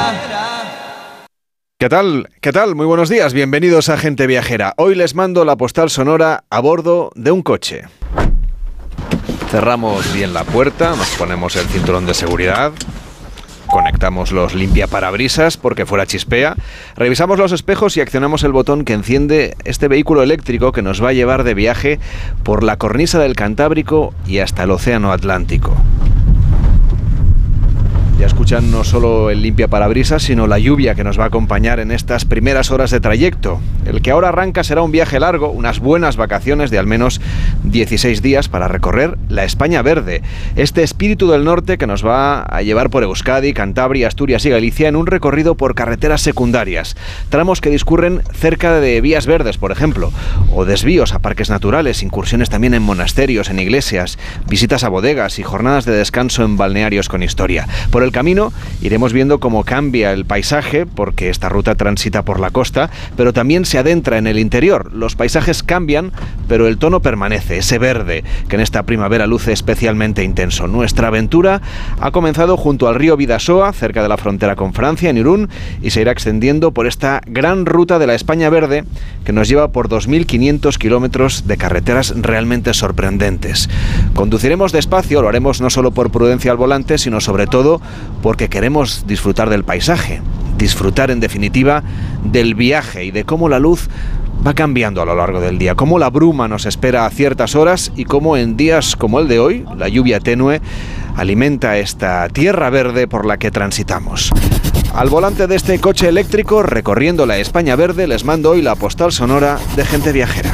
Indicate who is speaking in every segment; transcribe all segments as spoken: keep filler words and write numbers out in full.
Speaker 1: ¿Qué tal? ¿Qué tal? Muy buenos días, bienvenidos a Gente Viajera. Hoy les mando la postal sonora a bordo de un coche. Cerramos bien la puerta, nos ponemos el cinturón de seguridad, conectamos los limpiaparabrisas porque fuera chispea, revisamos los espejos y accionamos el botón que enciende este vehículo eléctrico que nos va a llevar de viaje por la cornisa del Cantábrico y hasta el Océano Atlántico. Ya escuchan no solo el limpiaparabrisas, sino la lluvia que nos va a acompañar en estas primeras horas de trayecto. El que ahora arranca será un viaje largo, unas buenas vacaciones de al menos dieciséis días para recorrer la España Verde. Este espíritu del norte que nos va a llevar por Euskadi, Cantabria, Asturias y Galicia en un recorrido por carreteras secundarias. Tramos que discurren cerca de vías verdes, por ejemplo, o desvíos a parques naturales, incursiones también en monasterios, en iglesias, visitas a bodegas y jornadas de descanso en balnearios con historia. Por el camino iremos viendo cómo cambia el paisaje, porque esta ruta transita por la costa, pero también se adentra en el interior. Los paisajes cambian, pero el tono permanece, ese verde que en esta primavera luce especialmente intenso. Nuestra aventura ha comenzado junto al río Bidasoa, cerca de la frontera con Francia, en Irún, y se irá extendiendo por esta gran ruta de la España Verde, que nos lleva por dos mil quinientos kilómetros de carreteras realmente sorprendentes. Conduciremos despacio, lo haremos no solo por prudencia al volante, sino sobre todo porque queremos disfrutar del paisaje, disfrutar en definitiva del viaje y de cómo la luz va cambiando a lo largo del día, cómo la bruma nos espera a ciertas horas y cómo en días como el de hoy, la lluvia tenue alimenta esta tierra verde por la que transitamos. Al volante de este coche eléctrico, recorriendo la España Verde, les mando hoy la postal sonora de Gente Viajera.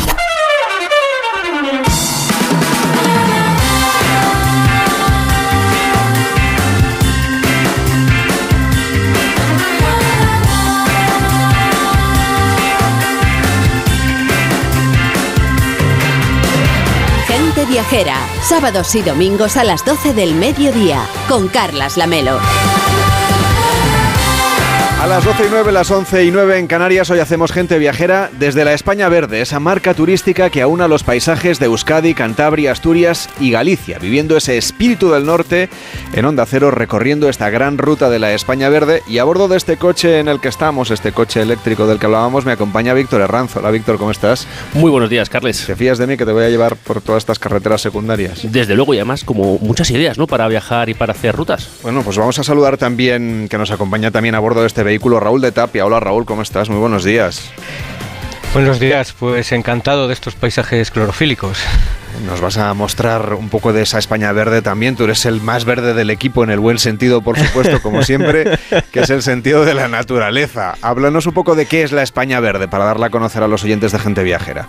Speaker 2: Viajera, sábados y domingos a las doce del mediodía, con Carlas Lamelo.
Speaker 1: A las doce y nueve, las once y nueve en Canarias, hoy hacemos Gente Viajera desde la España Verde, esa marca turística que aúna los paisajes de Euskadi, Cantabria, Asturias y Galicia, viviendo ese espíritu del norte en Onda Cero, recorriendo esta gran ruta de la España Verde. Y a bordo de este coche en el que estamos, este coche eléctrico del que hablábamos, me acompaña Víctor Herranzo. Hola Víctor, ¿cómo estás?
Speaker 3: Muy buenos días, Carles.
Speaker 1: ¿Te fías de mí que te voy a llevar por todas estas carreteras secundarias?
Speaker 3: Desde luego, y además como muchas ideas, ¿no?, para viajar y para hacer rutas.
Speaker 1: Bueno, pues vamos a saludar también, que nos acompaña también a bordo de este vehículo, Raúl de Tapia. Hola Raúl, ¿cómo estás? Muy buenos días.
Speaker 4: Buenos días, pues encantado de estos paisajes clorofílicos.
Speaker 1: Nos vas a mostrar un poco de esa España Verde también. Tú eres el más verde del equipo, en el buen sentido, por supuesto, como siempre, que es el sentido de la naturaleza. Háblanos un poco de qué es la España Verde, para darla a conocer a los oyentes de Gente Viajera.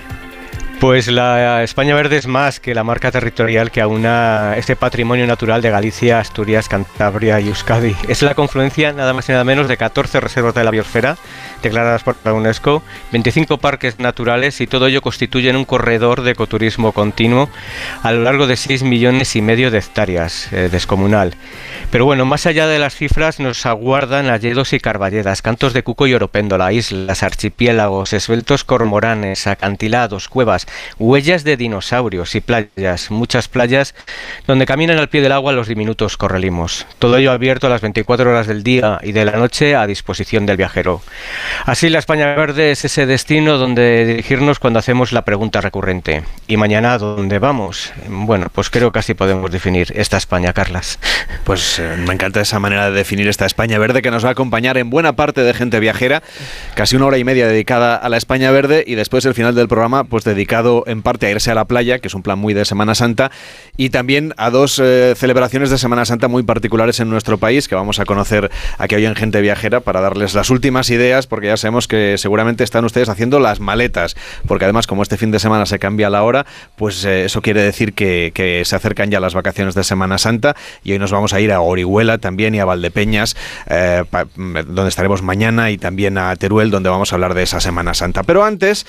Speaker 4: Pues la España Verde es más que la marca territorial que aúna este patrimonio natural de Galicia, Asturias, Cantabria y Euskadi. Es la confluencia nada más y nada menos de catorce reservas de la biosfera declaradas por la UNESCO, veinticinco parques naturales, y todo ello constituye un corredor de ecoturismo continuo a lo largo de seis millones y medio de hectáreas, eh, descomunal. Pero bueno, más allá de las cifras nos aguardan alledos y carballedas, cantos de cuco y oropéndola, islas, archipiélagos, esbeltos cormoranes, acantilados, cuevas, huellas de dinosaurios y playas, muchas playas donde caminan al pie del agua los diminutos correlimos. Todo ello abierto a las veinticuatro horas del día y de la noche a disposición del viajero. Así, la España Verde es ese destino donde dirigirnos cuando hacemos la pregunta recurrente. ¿Y mañana dónde vamos? Bueno, pues creo que así podemos definir esta España, Carlas.
Speaker 1: Pues eh, me encanta esa manera de definir esta España Verde, que nos va a acompañar en buena parte de Gente Viajera, casi una hora y media dedicada a la España Verde, y después el final del programa pues dedicado en parte a irse a la playa, que es un plan muy de Semana Santa, y también a dos eh, celebraciones de Semana Santa muy particulares en nuestro país, que vamos a conocer aquí hoy en Gente Viajera, para darles las últimas ideas, porque ya sabemos que seguramente están ustedes haciendo las maletas, porque además, como este fin de semana se cambia la hora, pues eh, eso quiere decir que, que se acercan ya las vacaciones de Semana Santa, y hoy nos vamos a ir a Orihuela también y a Valdepeñas, eh, pa, donde estaremos mañana, y también a Teruel, donde vamos a hablar de esa Semana Santa. Pero antes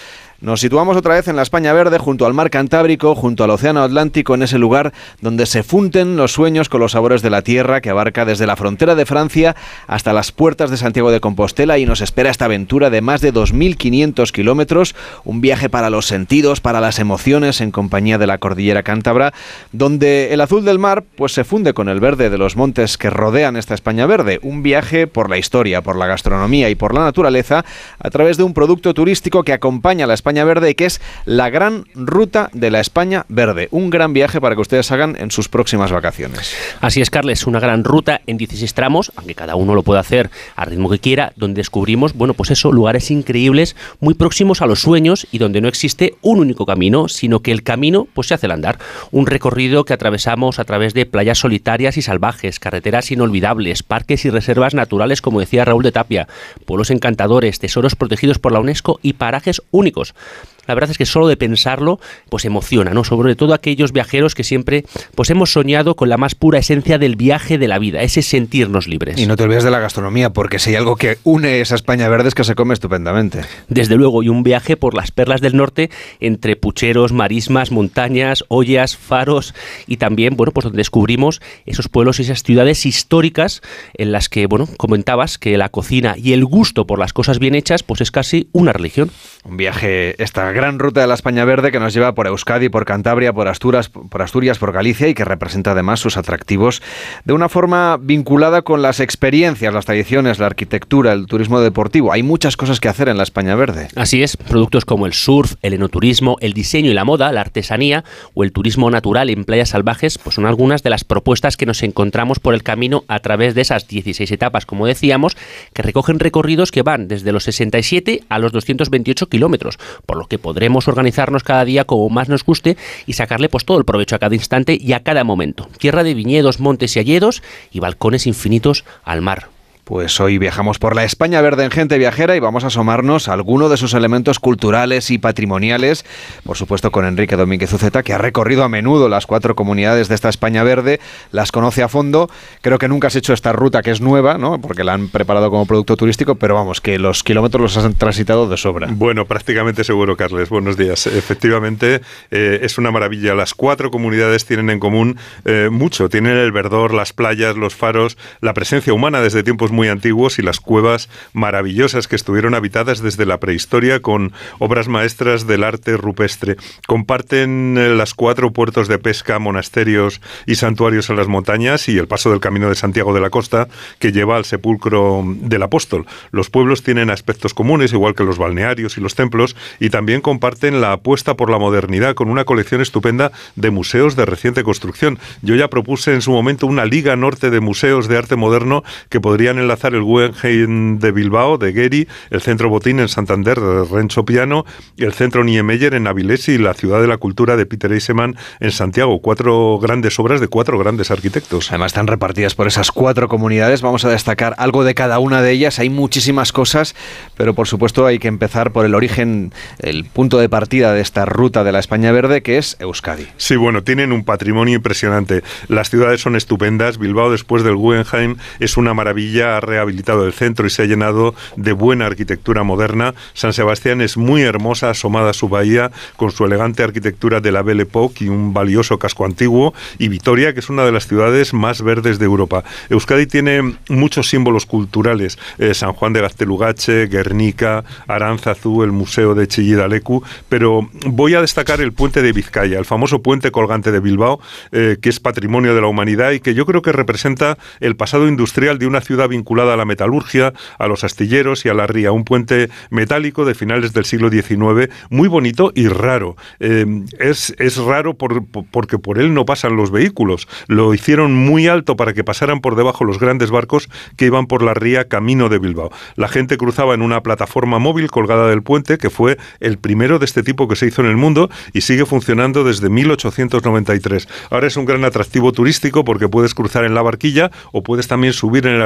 Speaker 1: Nos situamos otra vez en la España verde, junto al mar Cantábrico, junto al océano Atlántico, en ese lugar donde se funden los sueños con los sabores de la tierra, que abarca desde la frontera de Francia hasta las puertas de Santiago de Compostela, y nos espera esta aventura de más de dos mil quinientos kilómetros, un viaje para los sentidos, para las emociones, en compañía de la cordillera cántabra, donde el azul del mar pues se funde con el verde de los montes que rodean esta España verde. Un viaje por la historia, por la gastronomía y por la naturaleza, a través de un producto turístico que acompaña a la España verde y que es la gran ruta de la España verde. Un gran viaje para que ustedes hagan en sus próximas vacaciones.
Speaker 3: Así es, Carles, una gran ruta en dieciséis tramos, aunque cada uno lo puede hacer al ritmo que quiera, donde descubrimos, bueno, pues eso, lugares increíbles, muy próximos a los sueños y donde no existe un único camino, sino que el camino pues se hace al andar. Un recorrido que atravesamos a través de playas solitarias y salvajes, carreteras inolvidables, parques y reservas naturales, como decía Raúl de Tapia, pueblos encantadores, tesoros protegidos por la UNESCO y parajes únicos. La verdad es que solo de pensarlo, pues emociona, ¿no? Sobre todo aquellos viajeros que siempre pues hemos soñado con la más pura esencia del viaje de la vida, ese sentirnos libres.
Speaker 1: Y no te olvides de la gastronomía, porque si hay algo que une esa España verde es que se come estupendamente.
Speaker 3: Desde luego, y un viaje por las perlas del norte, entre pucheros, marismas, montañas, ollas, faros, y también, bueno, pues donde descubrimos esos pueblos y esas ciudades históricas en las que, bueno, comentabas que la cocina y el gusto por las cosas bien hechas, pues es casi una religión.
Speaker 1: Un viaje, esta gran ruta de la España verde que nos lleva por Euskadi, por Cantabria, por Asturias, por Asturias, por Galicia, y que representa además sus atractivos de una forma vinculada con las experiencias, las tradiciones, la arquitectura, el turismo deportivo. Hay muchas cosas que hacer en la España verde.
Speaker 3: Así es, productos como el surf, el enoturismo, el diseño y la moda, la artesanía o el turismo natural en playas salvajes, pues son algunas de las propuestas que nos encontramos por el camino a través de esas dieciséis etapas, como decíamos, que recogen recorridos que van desde los sesenta y siete a los doscientos veintiocho kilómetros, por lo que podremos organizarnos cada día como más nos guste y sacarle pues todo el provecho a cada instante y a cada momento. Tierra de viñedos, montes y hayedos y balcones infinitos al mar.
Speaker 1: Pues hoy viajamos por la España verde en Gente Viajera y vamos a asomarnos a alguno de sus elementos culturales y patrimoniales, por supuesto con Enrique Domínguez Uceta, que ha recorrido a menudo las cuatro comunidades de esta España verde, las conoce a fondo. Creo que nunca has hecho esta ruta, que es nueva, ¿no? Porque la han preparado como producto turístico, pero vamos, que los kilómetros los has transitado de sobra.
Speaker 5: Bueno, prácticamente seguro, Carles. Buenos días. Efectivamente, eh, es una maravilla. Las cuatro comunidades tienen en común eh, mucho. Tienen el verdor, las playas, los faros, la presencia humana desde tiempos muy antiguos y las cuevas maravillosas que estuvieron habitadas desde la prehistoria con obras maestras del arte rupestre. Comparten eh, las cuatro puertos de pesca, monasterios y santuarios en las montañas y el paso del Camino de Santiago de la Costa que lleva al sepulcro del apóstol. Los pueblos tienen aspectos comunes, igual que los balnearios y los templos, y también comparten la apuesta por la modernidad con una colección estupenda de museos de reciente construcción. Yo ya propuse en su momento una liga norte de museos de arte moderno que podrían enlazar el Guggenheim de Bilbao, de Geri, el Centro Botín en Santander, de Renzo Piano, y el Centro Niemeyer en Avilés y la Ciudad de la Cultura de Peter Eisenman en Santiago. Cuatro grandes obras de cuatro grandes arquitectos.
Speaker 1: Además están repartidas por esas cuatro comunidades. Vamos a destacar algo de cada una de ellas. Hay muchísimas cosas, pero por supuesto hay que empezar por el origen, el punto de partida de esta ruta de la España verde, que es Euskadi.
Speaker 5: Sí, bueno, tienen un patrimonio impresionante. Las ciudades son estupendas. Bilbao, después del Guggenheim, es una maravilla. Ha rehabilitado el centro y se ha llenado de buena arquitectura moderna. San Sebastián es muy hermosa, asomada a su bahía, con su elegante arquitectura de la Belle Époque y un valioso casco antiguo. Y Vitoria, que es una de las ciudades más verdes de Europa. Euskadi tiene muchos símbolos culturales. Eh, San Juan de Gaztelugatxe, Guernica, Aránzazu, el Museo de Chillida-Leku. Pero voy a destacar el puente de Vizcaya, el famoso puente colgante de Bilbao, eh, que es patrimonio de la humanidad y que yo creo que representa el pasado industrial de una ciudad vinculada a la metalurgia, a los astilleros y a la ría. Un puente metálico de finales del siglo diecinueve, muy bonito y raro. Eh, es, es raro por, por, porque por él no pasan los vehículos. Lo hicieron muy alto para que pasaran por debajo los grandes barcos que iban por la ría camino de Bilbao. La gente cruzaba en una plataforma móvil colgada del puente, que fue el primero de este tipo que se hizo en el mundo y sigue funcionando desde mil ochocientos noventa y tres. Ahora es un gran atractivo turístico porque puedes cruzar en la barquilla o puedes también subir en el ascensor hasta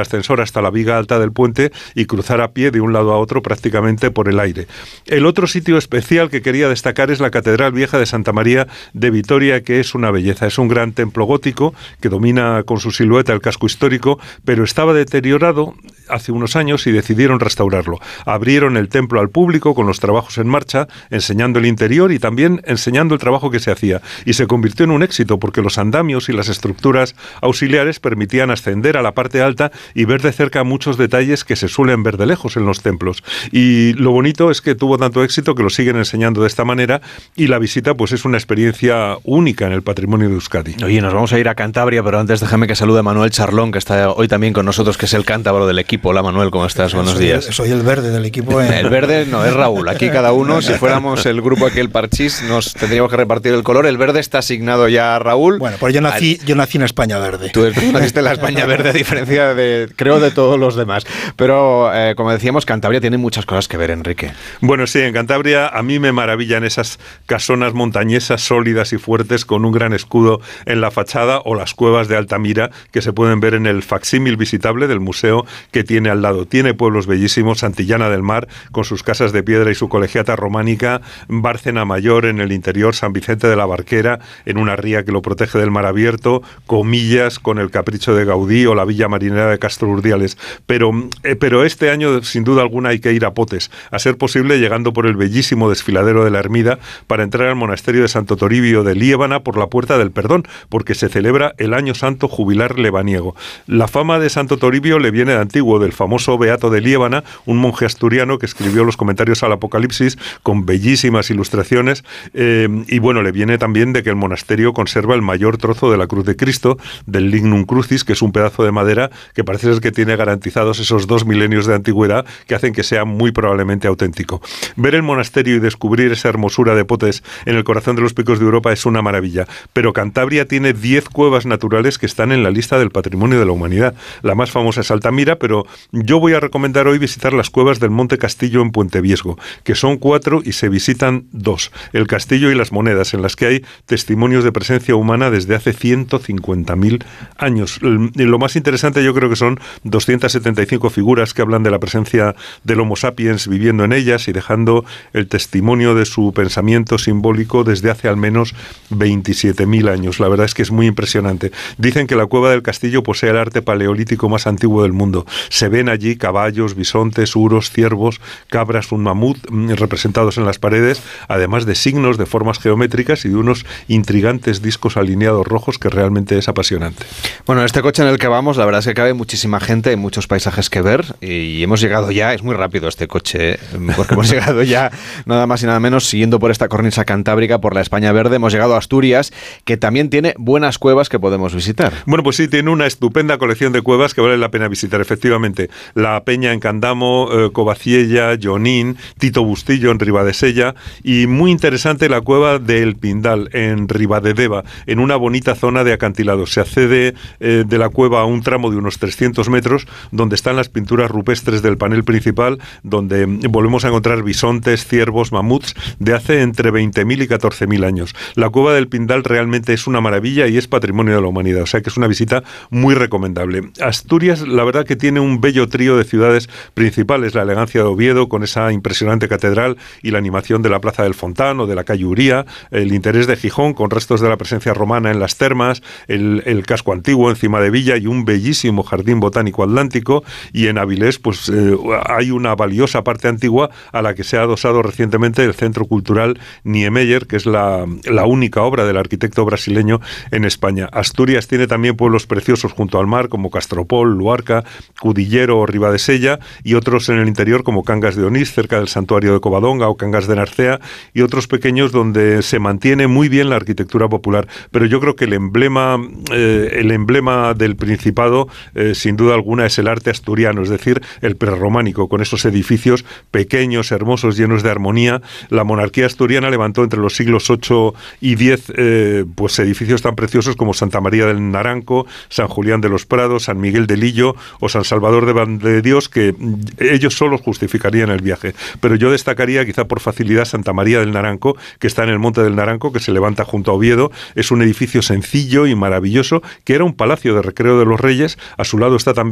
Speaker 5: hasta la viga alta del puente y cruzar a pie de un lado a otro prácticamente por el aire. El otro sitio especial que quería destacar es la Catedral Vieja de Santa María de Vitoria, que es una belleza. Es un gran templo gótico que domina con su silueta el casco histórico, pero estaba deteriorado hace unos años y decidieron restaurarlo. Abrieron el templo al público con los trabajos en marcha, enseñando el interior y también enseñando el trabajo que se hacía. Y se convirtió en un éxito porque los andamios y las estructuras auxiliares permitían ascender a la parte alta y ver de cerca muchos detalles que se suelen ver de lejos en los templos. Y lo bonito es que tuvo tanto éxito que lo siguen enseñando de esta manera y la visita pues es una experiencia única en el patrimonio de Euskadi.
Speaker 1: Oye, nos vamos a ir a Cantabria, pero antes déjame que salude a Manuel Charlón, que está hoy también con nosotros, que es el cántabro del equipo. Hola Manuel, ¿cómo estás? Buenos
Speaker 6: soy
Speaker 1: días.
Speaker 6: El, soy el verde del equipo. En...
Speaker 1: El verde no, es Raúl. Aquí cada uno, si fuéramos el grupo aquel Parchís, nos tendríamos que repartir el color. El verde está asignado ya a Raúl.
Speaker 6: Bueno, pues yo nací, Al... yo nací en España verde.
Speaker 1: Tú naciste en la España verde, a diferencia de, creo, de todos los demás. Pero, eh, como decíamos, Cantabria tiene muchas cosas que ver, Enrique.
Speaker 5: Bueno, sí, en Cantabria a mí me maravillan esas casonas montañesas sólidas y fuertes con un gran escudo en la fachada, o las cuevas de Altamira que se pueden ver en el facsímil visitable del museo que tiene al lado. Tiene pueblos bellísimos: Santillana del Mar con sus casas de piedra y su colegiata románica, Bárcena Mayor en el interior, San Vicente de la Barquera en una ría que lo protege del mar abierto, Comillas con el Capricho de Gaudí o la Villa Marinera de Castro Urdiales. Pero, eh, pero este año sin duda alguna hay que ir a Potes, a ser posible llegando por el bellísimo desfiladero de la Ermida para entrar al monasterio de Santo Toribio de Liébana por la Puerta del Perdón, porque se celebra el Año Santo Jubilar lebaniego. La fama de Santo Toribio le viene de antiguo, del famoso Beato de Liébana, un monje asturiano que escribió los comentarios al Apocalipsis con bellísimas ilustraciones, eh, y bueno, le viene también de que el monasterio conserva el mayor trozo de la cruz de Cristo, del Lignum Crucis, que es un pedazo de madera que parece ser que tiene garantizados esos dos milenios de antigüedad que hacen que sea muy probablemente auténtico. Ver el monasterio y descubrir esa hermosura de Potes en el corazón de los picos de Europa es una maravilla, pero Cantabria tiene diez cuevas naturales que están en la lista del Patrimonio de la Humanidad. La más famosa es Altamira, pero yo voy a recomendar hoy visitar las cuevas del Monte Castillo en Puente Viesgo, que son cuatro y se visitan dos: el castillo y las monedas, en las que hay testimonios de presencia humana desde hace ciento cincuenta mil años. Y lo más interesante yo creo que son doscientas setenta y cinco figuras que hablan de la presencia del Homo sapiens viviendo en ellas y dejando el testimonio de su pensamiento simbólico desde hace al menos veintisiete mil años. La verdad es que es muy impresionante. Dicen que la cueva del castillo posee el arte paleolítico más antiguo del mundo. Se ven allí caballos, bisontes, uros, ciervos, cabras, un mamut representados en las paredes, además de signos de formas geométricas y de unos intrigantes discos alineados rojos que realmente es apasionante.
Speaker 1: Bueno, este coche en el que vamos, la verdad es que cabe muchísima gente, hay muchos paisajes que ver y hemos llegado ya, es muy rápido este coche, porque hemos llegado ya nada más y nada menos siguiendo por esta cornisa cantábrica, por la España Verde, hemos llegado a Asturias, que también tiene buenas cuevas que podemos visitar.
Speaker 5: Bueno, pues sí, tiene una estupenda colección de cuevas que vale la pena visitar, efectivamente. La Peña en Candamo, eh, Covaciella, Jonín, Tito Bustillo en Ribadesella, y muy interesante la cueva de El Pindal en Ribadedeva, en una bonita zona de acantilados. Se accede eh, de la cueva a un tramo de unos trescientos metros, donde están las pinturas rupestres del panel principal, donde volvemos a encontrar bisontes, ciervos, mamuts de hace entre veinte mil y catorce mil años. La cueva del Pindal realmente es una maravilla y es patrimonio de la humanidad, o sea que es una visita muy recomendable. Asturias, la verdad que tiene un bello trío de ciudades principales: la elegancia de Oviedo, con esa impresionante catedral y la animación de la Plaza del Fontán o de la calle Uría; el interés de Gijón, con restos de la presencia romana en las termas; el, el casco antiguo encima de Villa y un bellísimo jardín botánico atlántico; y en Avilés pues eh, hay una valiosa parte antigua a la que se ha adosado recientemente el Centro Cultural Niemeyer, que es la, la única obra del arquitecto brasileño en España. Asturias tiene también pueblos preciosos junto al mar, como Castropol, Luarca, Cudillero o Ribadesella, y otros en el interior como Cangas de Onís, cerca del santuario de Covadonga, o Cangas de Narcea, y otros pequeños donde se mantiene muy bien la arquitectura popular. Pero yo creo que el emblema, eh, el emblema del Principado, eh, sin duda alguna, es el arte asturiano, es decir, el prerrománico, con esos edificios pequeños, hermosos, llenos de armonía. La monarquía asturiana levantó entre los siglos ocho y diez eh, pues edificios tan preciosos como Santa María del Naranco, San Julián de los Prados, San Miguel de Lillo o San Salvador de Vandedios, que ellos solos justificarían el viaje. Pero yo destacaría, quizá por facilidad, Santa María del Naranco, que está en el Monte del Naranco, que se levanta junto a Oviedo. Es un edificio sencillo y maravilloso, que era un palacio de recreo de los reyes. A su lado está también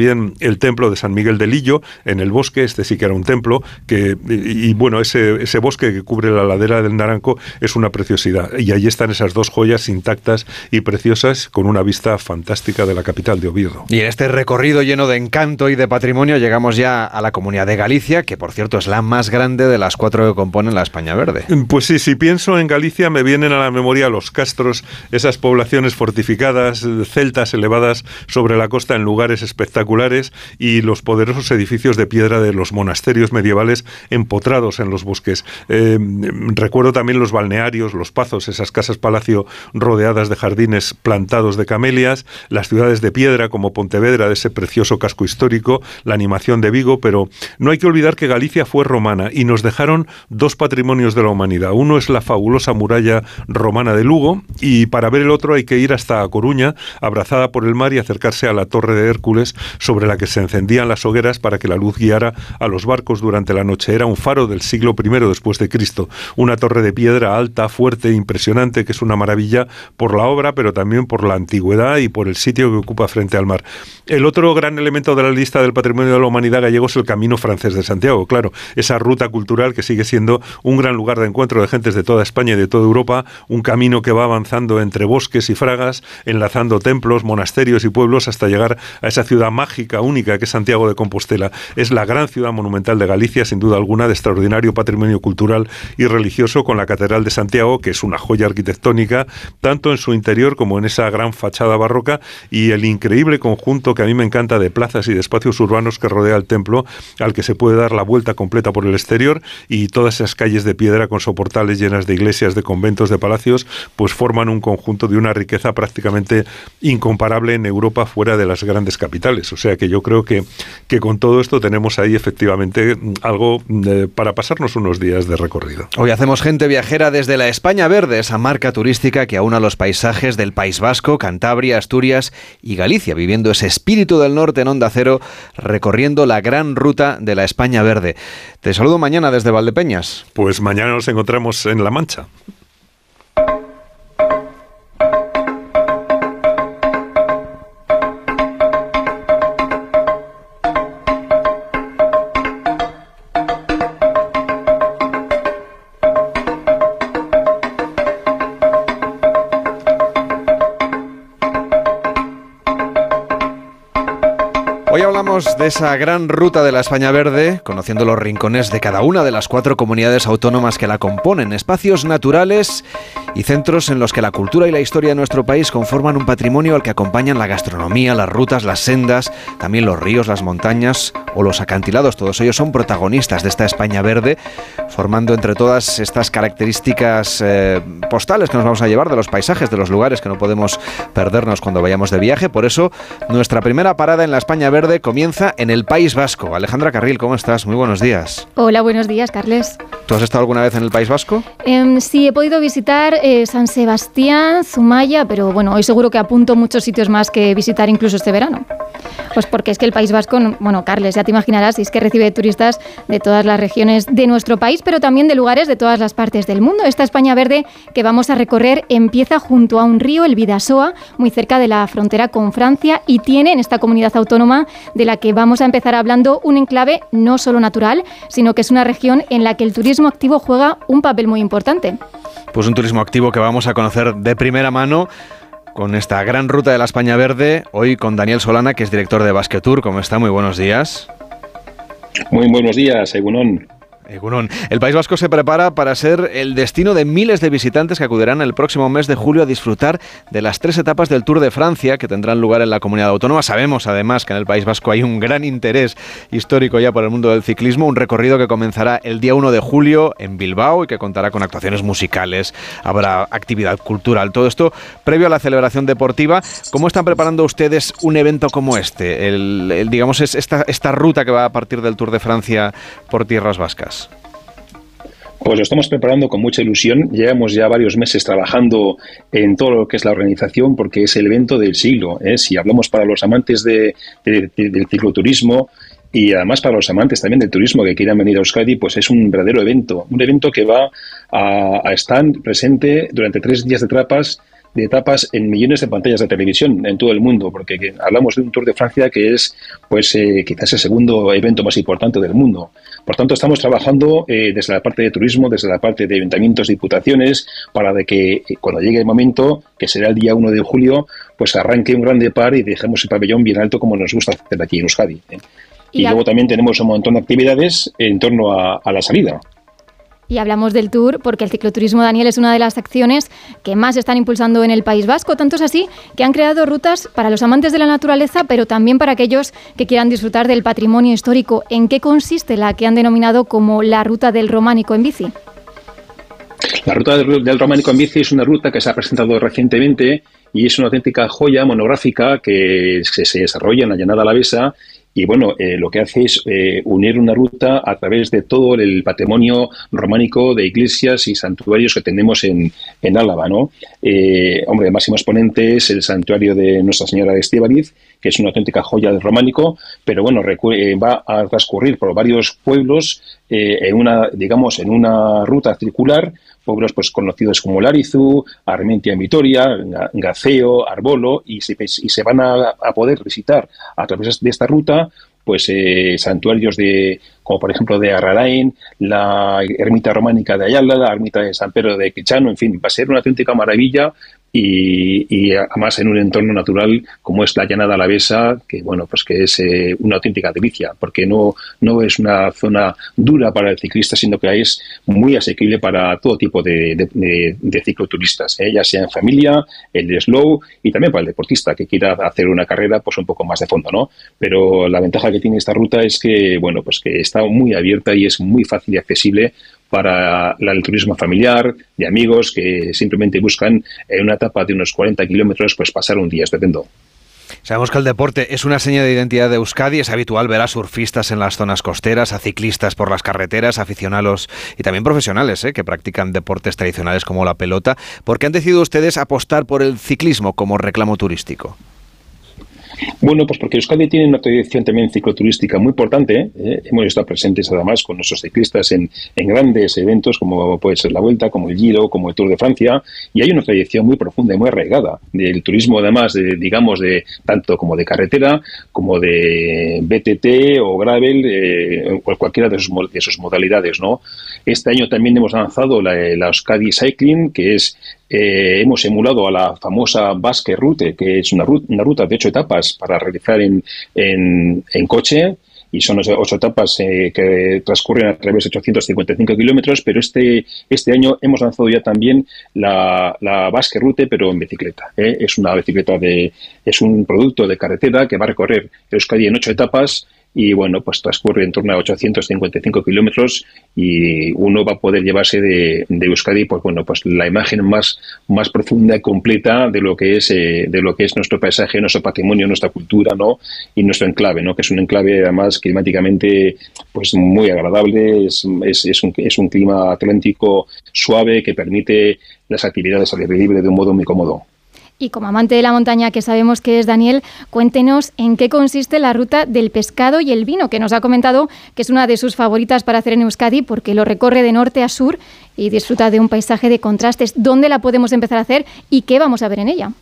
Speaker 5: también el templo de San Miguel de Lillo, en el bosque, este sí que era un templo, que y, y bueno, ese, ese bosque que cubre la ladera del Naranco es una preciosidad. Y allí están esas dos joyas intactas y preciosas, con una vista fantástica de la capital de Oviedo.
Speaker 1: Y en este recorrido lleno de encanto y de patrimonio llegamos ya a la Comunidad de Galicia, que por cierto es la más grande de las cuatro que componen la España Verde.
Speaker 5: Pues sí, si pienso en Galicia me vienen a la memoria los castros, esas poblaciones fortificadas, celtas elevadas sobre la costa en lugares espectaculares, y los poderosos edificios de piedra de los monasterios medievales empotrados en los bosques. Eh, recuerdo también los balnearios, los pazos, esas casas palacio rodeadas de jardines plantados de camelias, las ciudades de piedra como Pontevedra, de ese precioso casco histórico, la animación de Vigo, pero no hay que olvidar que Galicia fue romana y nos dejaron dos patrimonios de la humanidad. Uno es la fabulosa muralla romana de Lugo, y para ver el otro hay que ir hasta A Coruña, abrazada por el mar, y acercarse a la Torre de Hércules, sobre la que se encendían las hogueras para que la luz guiara a los barcos durante la noche. Era un faro del siglo primero después de Cristo, una torre de piedra alta, fuerte, impresionante, que es una maravilla por la obra, pero también por la antigüedad y por el sitio que ocupa frente al mar. El otro gran elemento de la lista del patrimonio de la humanidad gallego es el Camino Francés de Santiago, claro, esa ruta cultural que sigue siendo un gran lugar de encuentro de gentes de toda España y de toda Europa, un camino que va avanzando entre bosques y fragas, enlazando templos, monasterios y pueblos hasta llegar a esa ciudad mágica, única, que es Santiago de Compostela. Es la gran ciudad monumental de Galicia, sin duda alguna, de extraordinario patrimonio cultural y religioso, con la Catedral de Santiago, que es una joya arquitectónica, tanto en su interior como en esa gran fachada barroca, y el increíble conjunto que a mí me encanta de plazas y de espacios urbanos que rodea el templo, al que se puede dar la vuelta completa por el exterior, y todas esas calles de piedra con soportales llenas de iglesias, de conventos, de palacios, pues forman un conjunto de una riqueza prácticamente incomparable en Europa, fuera de las grandes capitales. O sea que yo creo que, que con todo esto tenemos ahí efectivamente algo eh, para pasarnos unos días de recorrido.
Speaker 1: Hoy hacemos gente viajera desde la España Verde, esa marca turística que aúna los paisajes del País Vasco, Cantabria, Asturias y Galicia, viviendo ese espíritu del norte en Onda Cero, recorriendo la gran ruta de la España Verde. Te saludo mañana desde Valdepeñas.
Speaker 5: Pues mañana nos encontramos en La Mancha.
Speaker 1: Hoy hablamos de esa gran ruta de la España Verde, conociendo los rincones de cada una de las cuatro comunidades autónomas que la componen, espacios naturales y centros en los que la cultura y la historia de nuestro país conforman un patrimonio al que acompañan la gastronomía, las rutas, las sendas, también los ríos, las montañas o los acantilados. Todos ellos son protagonistas de esta España Verde, formando entre todas estas características eh, postales que nos vamos a llevar de los paisajes, de los lugares que no podemos perdernos cuando vayamos de viaje. Por eso, nuestra primera parada en la España Verde comienza en el País Vasco. Alejandra Carril, ¿cómo estás? Muy buenos días.
Speaker 7: Hola, buenos días, Carles.
Speaker 1: ¿Tú has estado alguna vez en el País Vasco?
Speaker 7: Eh, sí, he podido visitar eh, San Sebastián, Zumaya, pero bueno, hoy seguro que apunto muchos sitios más que visitar incluso este verano. Pues porque es que el País Vasco, bueno, Carles, ya te imaginarás, es que recibe turistas de todas las regiones de nuestro país, pero también de lugares de todas las partes del mundo. Esta España Verde que vamos a recorrer empieza junto a un río, el Bidasoa, muy cerca de la frontera con Francia, y tiene en esta comunidad autónoma de la que vamos a empezar hablando un enclave no solo natural, sino que es una región en la que el turismo activo juega un papel muy importante.
Speaker 1: Pues un turismo activo que vamos a conocer de primera mano con esta gran ruta de la España Verde, hoy con Daniel Solana, que es director de Basquetour. ¿Cómo está? Muy buenos días.
Speaker 8: Muy buenos días, Egunon.
Speaker 1: Egunon. El País Vasco se prepara para ser el destino de miles de visitantes que acudirán el próximo mes de julio a disfrutar de las tres etapas del Tour de Francia que tendrán lugar en la comunidad autónoma. Sabemos además que en el País Vasco hay un gran interés histórico ya por el mundo del ciclismo, un recorrido que comenzará el día uno de julio en Bilbao y que contará con actuaciones musicales, habrá actividad cultural, todo esto previo a la celebración deportiva. ¿Cómo están preparando ustedes un evento como este? El, el, digamos, es esta, esta ruta que va a partir del Tour de Francia por tierras vascas.
Speaker 8: Pues lo estamos preparando con mucha ilusión. Llevamos ya varios meses trabajando en todo lo que es la organización, porque es el evento del siglo, ¿eh? Si hablamos para los amantes de, de, de, del cicloturismo y además para los amantes también del turismo que quieran venir a Euskadi, pues es un verdadero evento. Un evento que va a, a estar presente durante tres días de etapas de etapas en millones de pantallas de televisión en todo el mundo, porque hablamos de un Tour de Francia que es pues eh, quizás el segundo evento más importante del mundo. Por tanto, estamos trabajando eh, desde la parte de turismo, desde la parte de ayuntamientos, diputaciones, para de que eh, cuando llegue el momento, que será el día uno de julio, pues arranque un gran depart y dejemos el pabellón bien alto como nos gusta hacer aquí en Euskadi, ¿eh? Y, y luego también tenemos un montón de actividades en torno a, a la salida.
Speaker 7: Y hablamos del Tour porque el cicloturismo, Daniel, es una de las acciones que más están impulsando en el País Vasco. Tanto es así que han creado rutas para los amantes de la naturaleza, pero también para aquellos que quieran disfrutar del patrimonio histórico. ¿En qué consiste la que han denominado como la Ruta del Románico en bici?
Speaker 8: La Ruta del Románico en bici es una ruta que se ha presentado recientemente y es una auténtica joya monográfica que se, se desarrolla en la Llanada Alavesa. Y bueno, eh, lo que hace es eh, unir una ruta a través de todo el patrimonio románico de iglesias y santuarios que tenemos en, en Álava, ¿no? Eh, hombre, el máximo exponente es el santuario de Nuestra Señora de Estíbaliz, que es una auténtica joya del románico, pero bueno, recu- eh, va a transcurrir por varios pueblos eh, en una, digamos, en una ruta circular, pueblos pues conocidos como Larizu, Armentia en Vitoria, Gaceo, Arbolo, y se, y se van a, a poder visitar a través de esta ruta pues eh, santuarios de, como por ejemplo de Arrarain, la ermita románica de Ayala, la ermita de San Pedro de Quechano, en fin, va a ser una auténtica maravilla. Y, y además en un entorno natural como es la Llanada Alavesa, que bueno, pues que es eh, una auténtica delicia, porque no, no es una zona dura para el ciclista, sino que es muy asequible para todo tipo de, de, de, de cicloturistas, ¿eh? Ya sea en familia, el slow y también para el deportista que quiera hacer una carrera pues un poco más de fondo, ¿no? Pero la ventaja que tiene esta ruta es que bueno, pues que está muy abierta y es muy fácil y accesible para el turismo familiar, de amigos que simplemente buscan en una etapa de unos cuarenta kilómetros pues pasar un día estupendo.
Speaker 1: Sabemos que el deporte es una seña de identidad de Euskadi. Es habitual ver a surfistas en las zonas costeras, a ciclistas por las carreteras, aficionados y también profesionales ¿eh? que practican deportes tradicionales como la pelota. ¿Por qué han decidido ustedes apostar por el ciclismo como reclamo turístico?
Speaker 8: Bueno, pues porque Euskadi tiene una tradición también cicloturística muy importante, ¿eh? Hemos estado presentes además con nuestros ciclistas en, en grandes eventos como puede ser la Vuelta, como el Giro, como el Tour de Francia, y hay una tradición muy profunda y muy arraigada del turismo, además de, digamos, de tanto como de carretera, como de B T T o gravel, eh, o cualquiera de sus, de sus modalidades, ¿no? Este año también hemos lanzado la, la Euskadi Cycling, que es Eh, hemos emulado a la famosa Basque Route, que es una ruta, una ruta de ocho etapas para realizar en, en, en coche, y son ocho etapas eh, que transcurren a través de ochocientos cincuenta y cinco kilómetros, pero este este año hemos lanzado ya también la, la Basque Route, pero en bicicleta, ¿eh? Es una bicicleta de, es un producto de carretera que va a recorrer Euskadi en ocho etapas. Y bueno, pues transcurre en torno a ochocientos cincuenta y cinco kilómetros y uno va a poder llevarse de, de Euskadi, pues bueno, pues la imagen más, más profunda y completa de lo que es eh, de lo que es nuestro paisaje, nuestro patrimonio, nuestra cultura, ¿no? Y nuestro enclave, ¿no? Que es un enclave además climáticamente pues muy agradable, es, es, es, un, es un clima atlántico suave que permite las actividades al aire libre de un modo muy cómodo.
Speaker 7: Y como amante de la montaña que sabemos que es Daniel, cuéntenos en qué consiste la ruta del pescado y el vino, que nos ha comentado que es una de sus favoritas para hacer en Euskadi porque lo recorre de norte a sur y disfruta de un paisaje de contrastes. ¿Dónde la podemos empezar a hacer y qué vamos a ver en ella?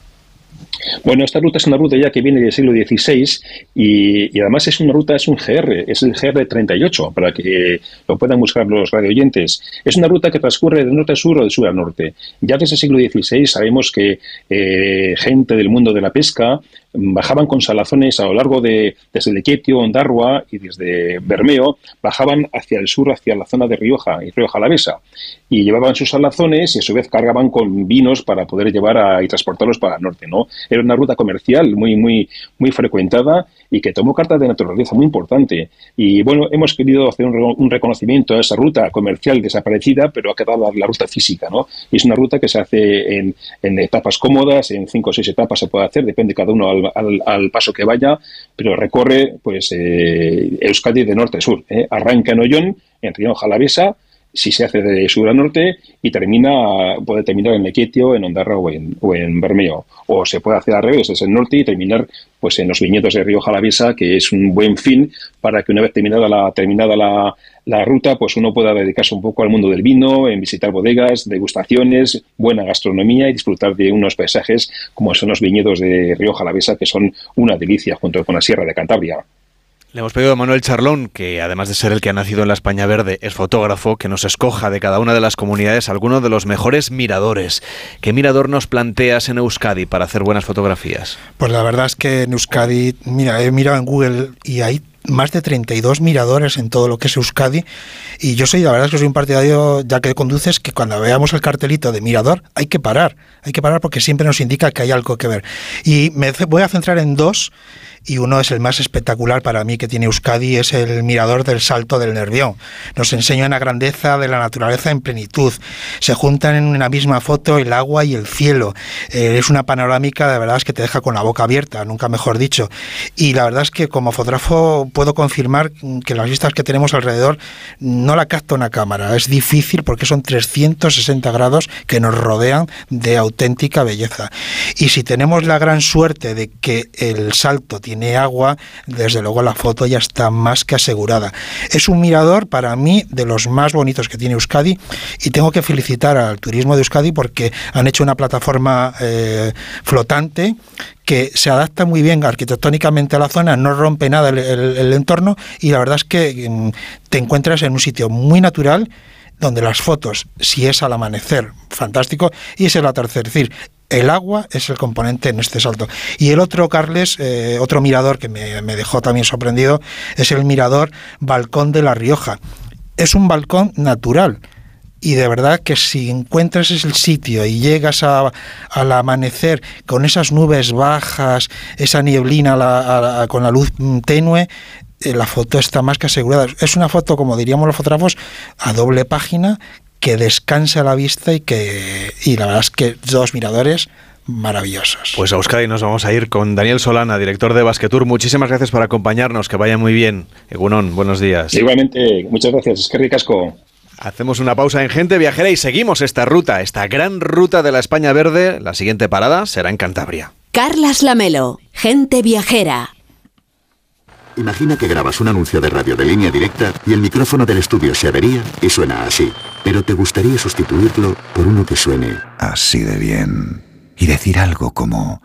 Speaker 8: Bueno, esta ruta es una ruta ya que viene del siglo dieciséis y, y además es una ruta, es un G R, es el G R treinta y ocho, para que lo puedan buscar los radioyentes. Es una ruta que transcurre de norte a sur o de sur a norte. Ya desde el siglo dieciséis sabemos que eh, gente del mundo de la pesca bajaban con salazones a lo largo de desde Lequeitio, Ondarroa y desde Bermeo, bajaban hacia el sur, hacia la zona de Rioja y Rioja Alavesa, y llevaban sus salazones y a su vez cargaban con vinos para poder llevar a, y transportarlos para el norte, ¿no? Era una ruta comercial muy muy muy frecuentada y que tomó carta de naturaleza muy importante. Y bueno, hemos querido hacer un, un reconocimiento a esa ruta comercial desaparecida, pero ha quedado la, la ruta física, ¿no? Y es una ruta que se hace en, en etapas cómodas, en cinco o seis etapas se puede hacer, depende cada uno al, al, al paso que vaya, pero recorre pues eh, Euskadi de norte a sur, ¿eh? Arranca en Ollón, en Rioja Alavesa, si se hace de sur a norte, y termina, puede terminar en Lequeitio, en Ondarra o en, o en Bermeo. O se puede hacer al revés, desde el norte y terminar pues en los viñedos de Rioja Alavesa, que es un buen fin para que una vez terminada la terminada la, la ruta, pues uno pueda dedicarse un poco al mundo del vino, en visitar bodegas, degustaciones, buena gastronomía y disfrutar de unos paisajes como son los viñedos de Rioja Alavesa, que son una delicia junto con la Sierra de Cantabria.
Speaker 1: Le hemos pedido a Manuel Charlón, que además de ser el que ha nacido en la España Verde, es fotógrafo, que nos escoja de cada una de las comunidades alguno de los mejores miradores. ¿Qué mirador nos planteas en Euskadi para hacer buenas fotografías?
Speaker 6: Pues la verdad es que en Euskadi, mira, he mirado en Google y hay más de treinta y dos miradores en todo lo que es Euskadi, y yo soy, la verdad es que soy un partidario, ya que conduces, que cuando veamos el cartelito de mirador hay que parar, hay que parar porque siempre nos indica que hay algo que ver. Y me voy a centrar en dos, y uno es el más espectacular para mí que tiene Euskadi, es el mirador del Salto del Nervión. Nos enseña una grandeza de la naturaleza en plenitud. Se juntan en una misma foto el agua y el cielo. Eh, es una panorámica, de verdad es que te deja con la boca abierta, nunca mejor dicho. Y la verdad es que como fotógrafo puedo confirmar que las vistas que tenemos alrededor no la capta una cámara. Es difícil porque son trescientos sesenta grados que nos rodean de auténtica belleza. Y si tenemos la gran suerte de que el salto tiene agua, desde luego la foto ya está más que asegurada. Es un mirador para mí de los más bonitos que tiene Euskadi, y tengo que felicitar al turismo de Euskadi porque han hecho una plataforma eh, flotante que se adapta muy bien arquitectónicamente a la zona, no rompe nada el, el, el entorno, y la verdad es que mm, te encuentras en un sitio muy natural donde las fotos, si es al amanecer, fantástico, y es el atardecer, es decir, el agua es el componente en este salto. Y el otro, Carles, eh, otro mirador que me, me dejó también sorprendido, es el mirador Balcón de La Rioja. Es un balcón natural, y de verdad que si encuentras el sitio y llegas a, al amanecer con esas nubes bajas, esa nieblina la, a, con la luz tenue, eh, la foto está más que asegurada. Es una foto, como diríamos los fotógrafos, a doble página, que descansa la vista, y que y la verdad es que dos miradores maravillosos.
Speaker 1: Pues a Euskadi nos vamos a ir con Daniel Solana, director de Basquetour. Muchísimas gracias por acompañarnos, que vaya muy bien. Egunon, buenos días.
Speaker 8: Igualmente, muchas gracias, es que ricasco.
Speaker 1: Hacemos una pausa en Gente Viajera y seguimos esta ruta, esta gran ruta de la España Verde. La siguiente parada será en Cantabria.
Speaker 2: Carlas Lamelo, Gente Viajera.
Speaker 9: Imagina que grabas un anuncio de radio de línea directa y el micrófono del estudio se avería y suena así. Pero te gustaría sustituirlo por uno que suene
Speaker 10: así de bien. Y decir algo como...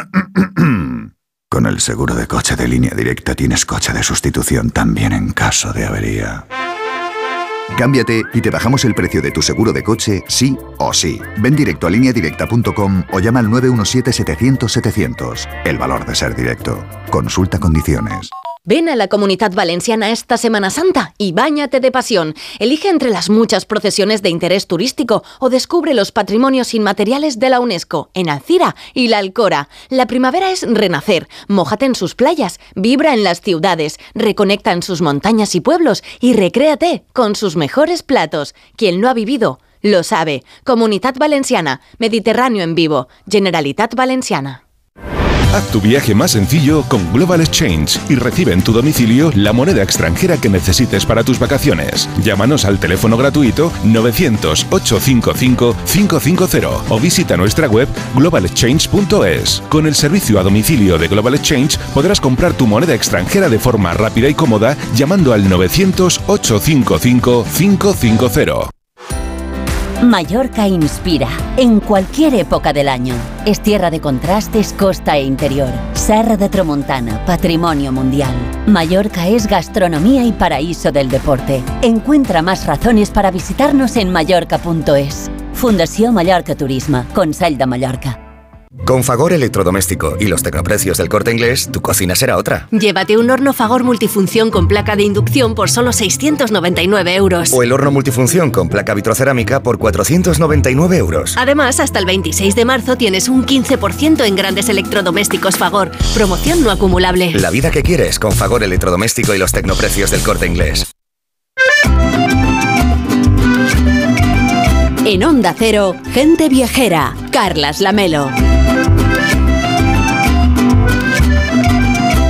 Speaker 10: Con el seguro de coche de línea directa tienes coche de sustitución también en caso de avería.
Speaker 9: Cámbiate y te bajamos el precio de tu seguro de coche, sí o sí. Ven directo a línea directa punto com o llama al nueve uno siete setecientos setecientos. El valor de ser directo. Consulta condiciones.
Speaker 11: Ven a la Comunitat Valenciana esta Semana Santa y báñate de pasión. Elige entre las muchas procesiones de interés turístico o descubre los patrimonios inmateriales de la UNESCO en Alcira y La Alcora. La primavera es renacer. Mójate en sus playas, vibra en las ciudades, reconecta en sus montañas y pueblos y recréate con sus mejores platos. Quien lo ha vivido lo sabe. Comunitat Valenciana, Mediterráneo en vivo, Generalitat Valenciana.
Speaker 12: Haz tu viaje más sencillo con Global Exchange y recibe en tu domicilio la moneda extranjera que necesites para tus vacaciones. Llámanos al teléfono gratuito novecientos, ochocientos cincuenta y cinco, quinientos cincuenta o visita nuestra web global exchange punto es. Con el servicio a domicilio de Global Exchange podrás comprar tu moneda extranjera de forma rápida y cómoda llamando al novecientos, ochocientos cincuenta y cinco, quinientos cincuenta.
Speaker 13: Mallorca inspira, en cualquier época del año. Es tierra de contrastes, costa e interior. Serra de Tramuntana, patrimonio mundial. Mallorca es gastronomía y paraíso del deporte. Encuentra más razones para visitarnos en mallorca punto es. Fundació Mallorca Turisme, Consell de Mallorca.
Speaker 14: Con Fagor Electrodoméstico y los tecnoprecios del Corte Inglés, tu cocina será otra.
Speaker 15: Llévate un horno Fagor multifunción con placa de inducción por solo seiscientos noventa y nueve euros.
Speaker 14: O el horno multifunción con placa vitrocerámica por cuatrocientos noventa y nueve euros.
Speaker 15: Además, hasta el veintiséis de marzo tienes un quince por ciento en grandes electrodomésticos Fagor. Promoción no acumulable.
Speaker 14: La vida que quieres con Fagor Electrodoméstico y los tecnoprecios del Corte Inglés.
Speaker 2: En Onda Cero, Gente Viajera, Carlas Lamelo.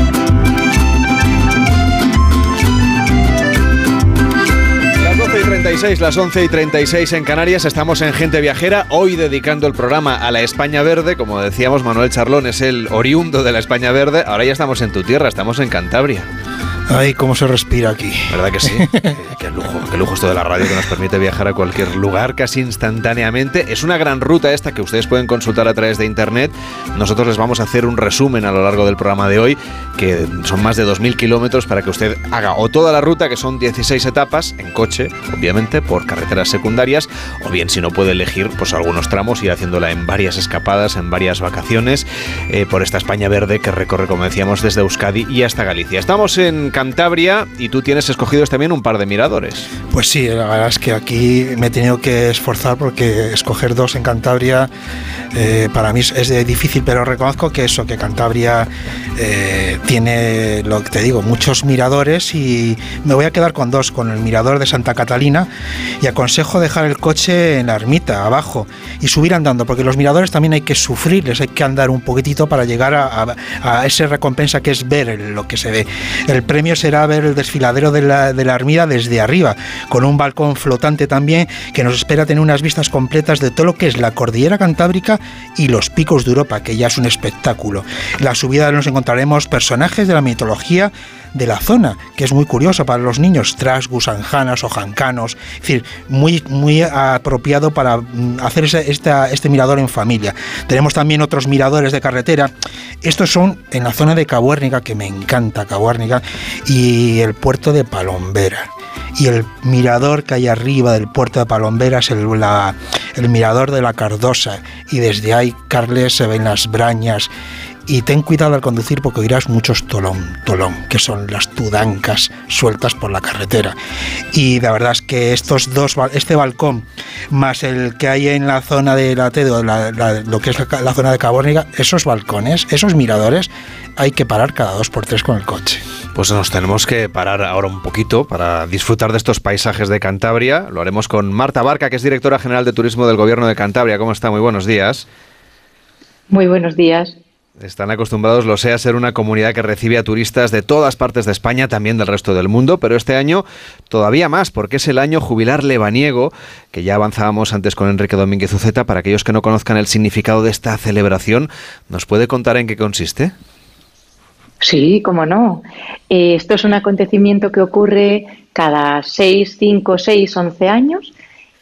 Speaker 1: treinta y seis, las once y treinta y seis en Canarias. Estamos en Gente Viajera, hoy dedicando el programa a la España Verde. Como decíamos, Manuel Charlón es el oriundo de la España Verde. Ahora ya estamos en tu tierra, estamos en Cantabria.
Speaker 6: Ay, cómo se respira aquí.
Speaker 1: ¿Verdad que sí? qué, qué lujo, qué lujo esto de la radio, que nos permite viajar a cualquier lugar casi instantáneamente. Es una gran ruta esta que ustedes pueden consultar a través de internet. Nosotros les vamos a hacer un resumen a lo largo del programa de hoy, que son más de dos mil kilómetros, para que usted haga o toda la ruta, que son dieciséis etapas, en coche, obviamente, por carreteras secundarias, o bien, si no puede elegir, pues algunos tramos, ir haciéndola en varias escapadas, en varias vacaciones, eh, por esta España Verde que recorre, como decíamos, desde Euskadi y hasta Galicia. Estamos en Cantabria y tú tienes escogidos también un par de miradores.
Speaker 6: Pues sí, la verdad es que aquí me he tenido que esforzar, porque escoger dos en Cantabria eh, para mí es de difícil, pero reconozco que eso, que Cantabria eh, tiene, lo que te digo, muchos miradores, y me voy a quedar con dos, con el mirador de Santa Catalina, y aconsejo dejar el coche en la ermita, abajo, y subir andando, porque los miradores también hay que sufrirles, hay que andar un poquitito para llegar a, a, a esa recompensa que es ver el, lo que se ve. El premio será ver el desfiladero de la, de la ermita desde arriba, con un balcón flotante también, que nos espera tener unas vistas completas de todo lo que es la cordillera cantábrica y los picos de Europa, que ya es un espectáculo. En la subida nos encontraremos personajes de la mitología de la zona, que es muy curioso para los niños, trasgus, anjanas o jancanos, es decir, muy, muy apropiado para hacer ese, esta, este mirador en familia. Tenemos también otros miradores de carretera. Estos son en la zona de Cabuérniga, que me encanta Cabuérniga, y el puerto de Palombera. Y el mirador que hay arriba del puerto de Palombera es el, la, el mirador de la Cardosa, y desde ahí, Carles, se ven las Brañas. Y ten cuidado al conducir, porque oirás muchos tolón, tolón, que son las tudancas sueltas por la carretera. Y la verdad es que estos dos, este balcón más el que hay en la zona de la Tedo, la, la, lo que es la, la zona de Cabuérniga, esos balcones, esos miradores, hay que parar cada dos por tres con el coche.
Speaker 1: Pues nos tenemos que parar ahora un poquito para disfrutar de estos paisajes de Cantabria. Lo haremos con Marta Barca, que es directora general de Turismo del Gobierno de Cantabria. ¿Cómo está? Muy buenos días.
Speaker 16: Muy buenos días.
Speaker 1: Están acostumbrados, lo sé, a ser una comunidad que recibe a turistas de todas partes de España, también del resto del mundo, pero este año todavía más, porque es el año jubilar lebaniego, que ya avanzábamos antes con Enrique Domínguez Uceta. Para aquellos que no conozcan el significado de esta celebración, ¿nos puede contar en qué consiste?
Speaker 16: Sí, cómo no. Eh, esto es un acontecimiento que ocurre cada seis, cinco, seis, once años.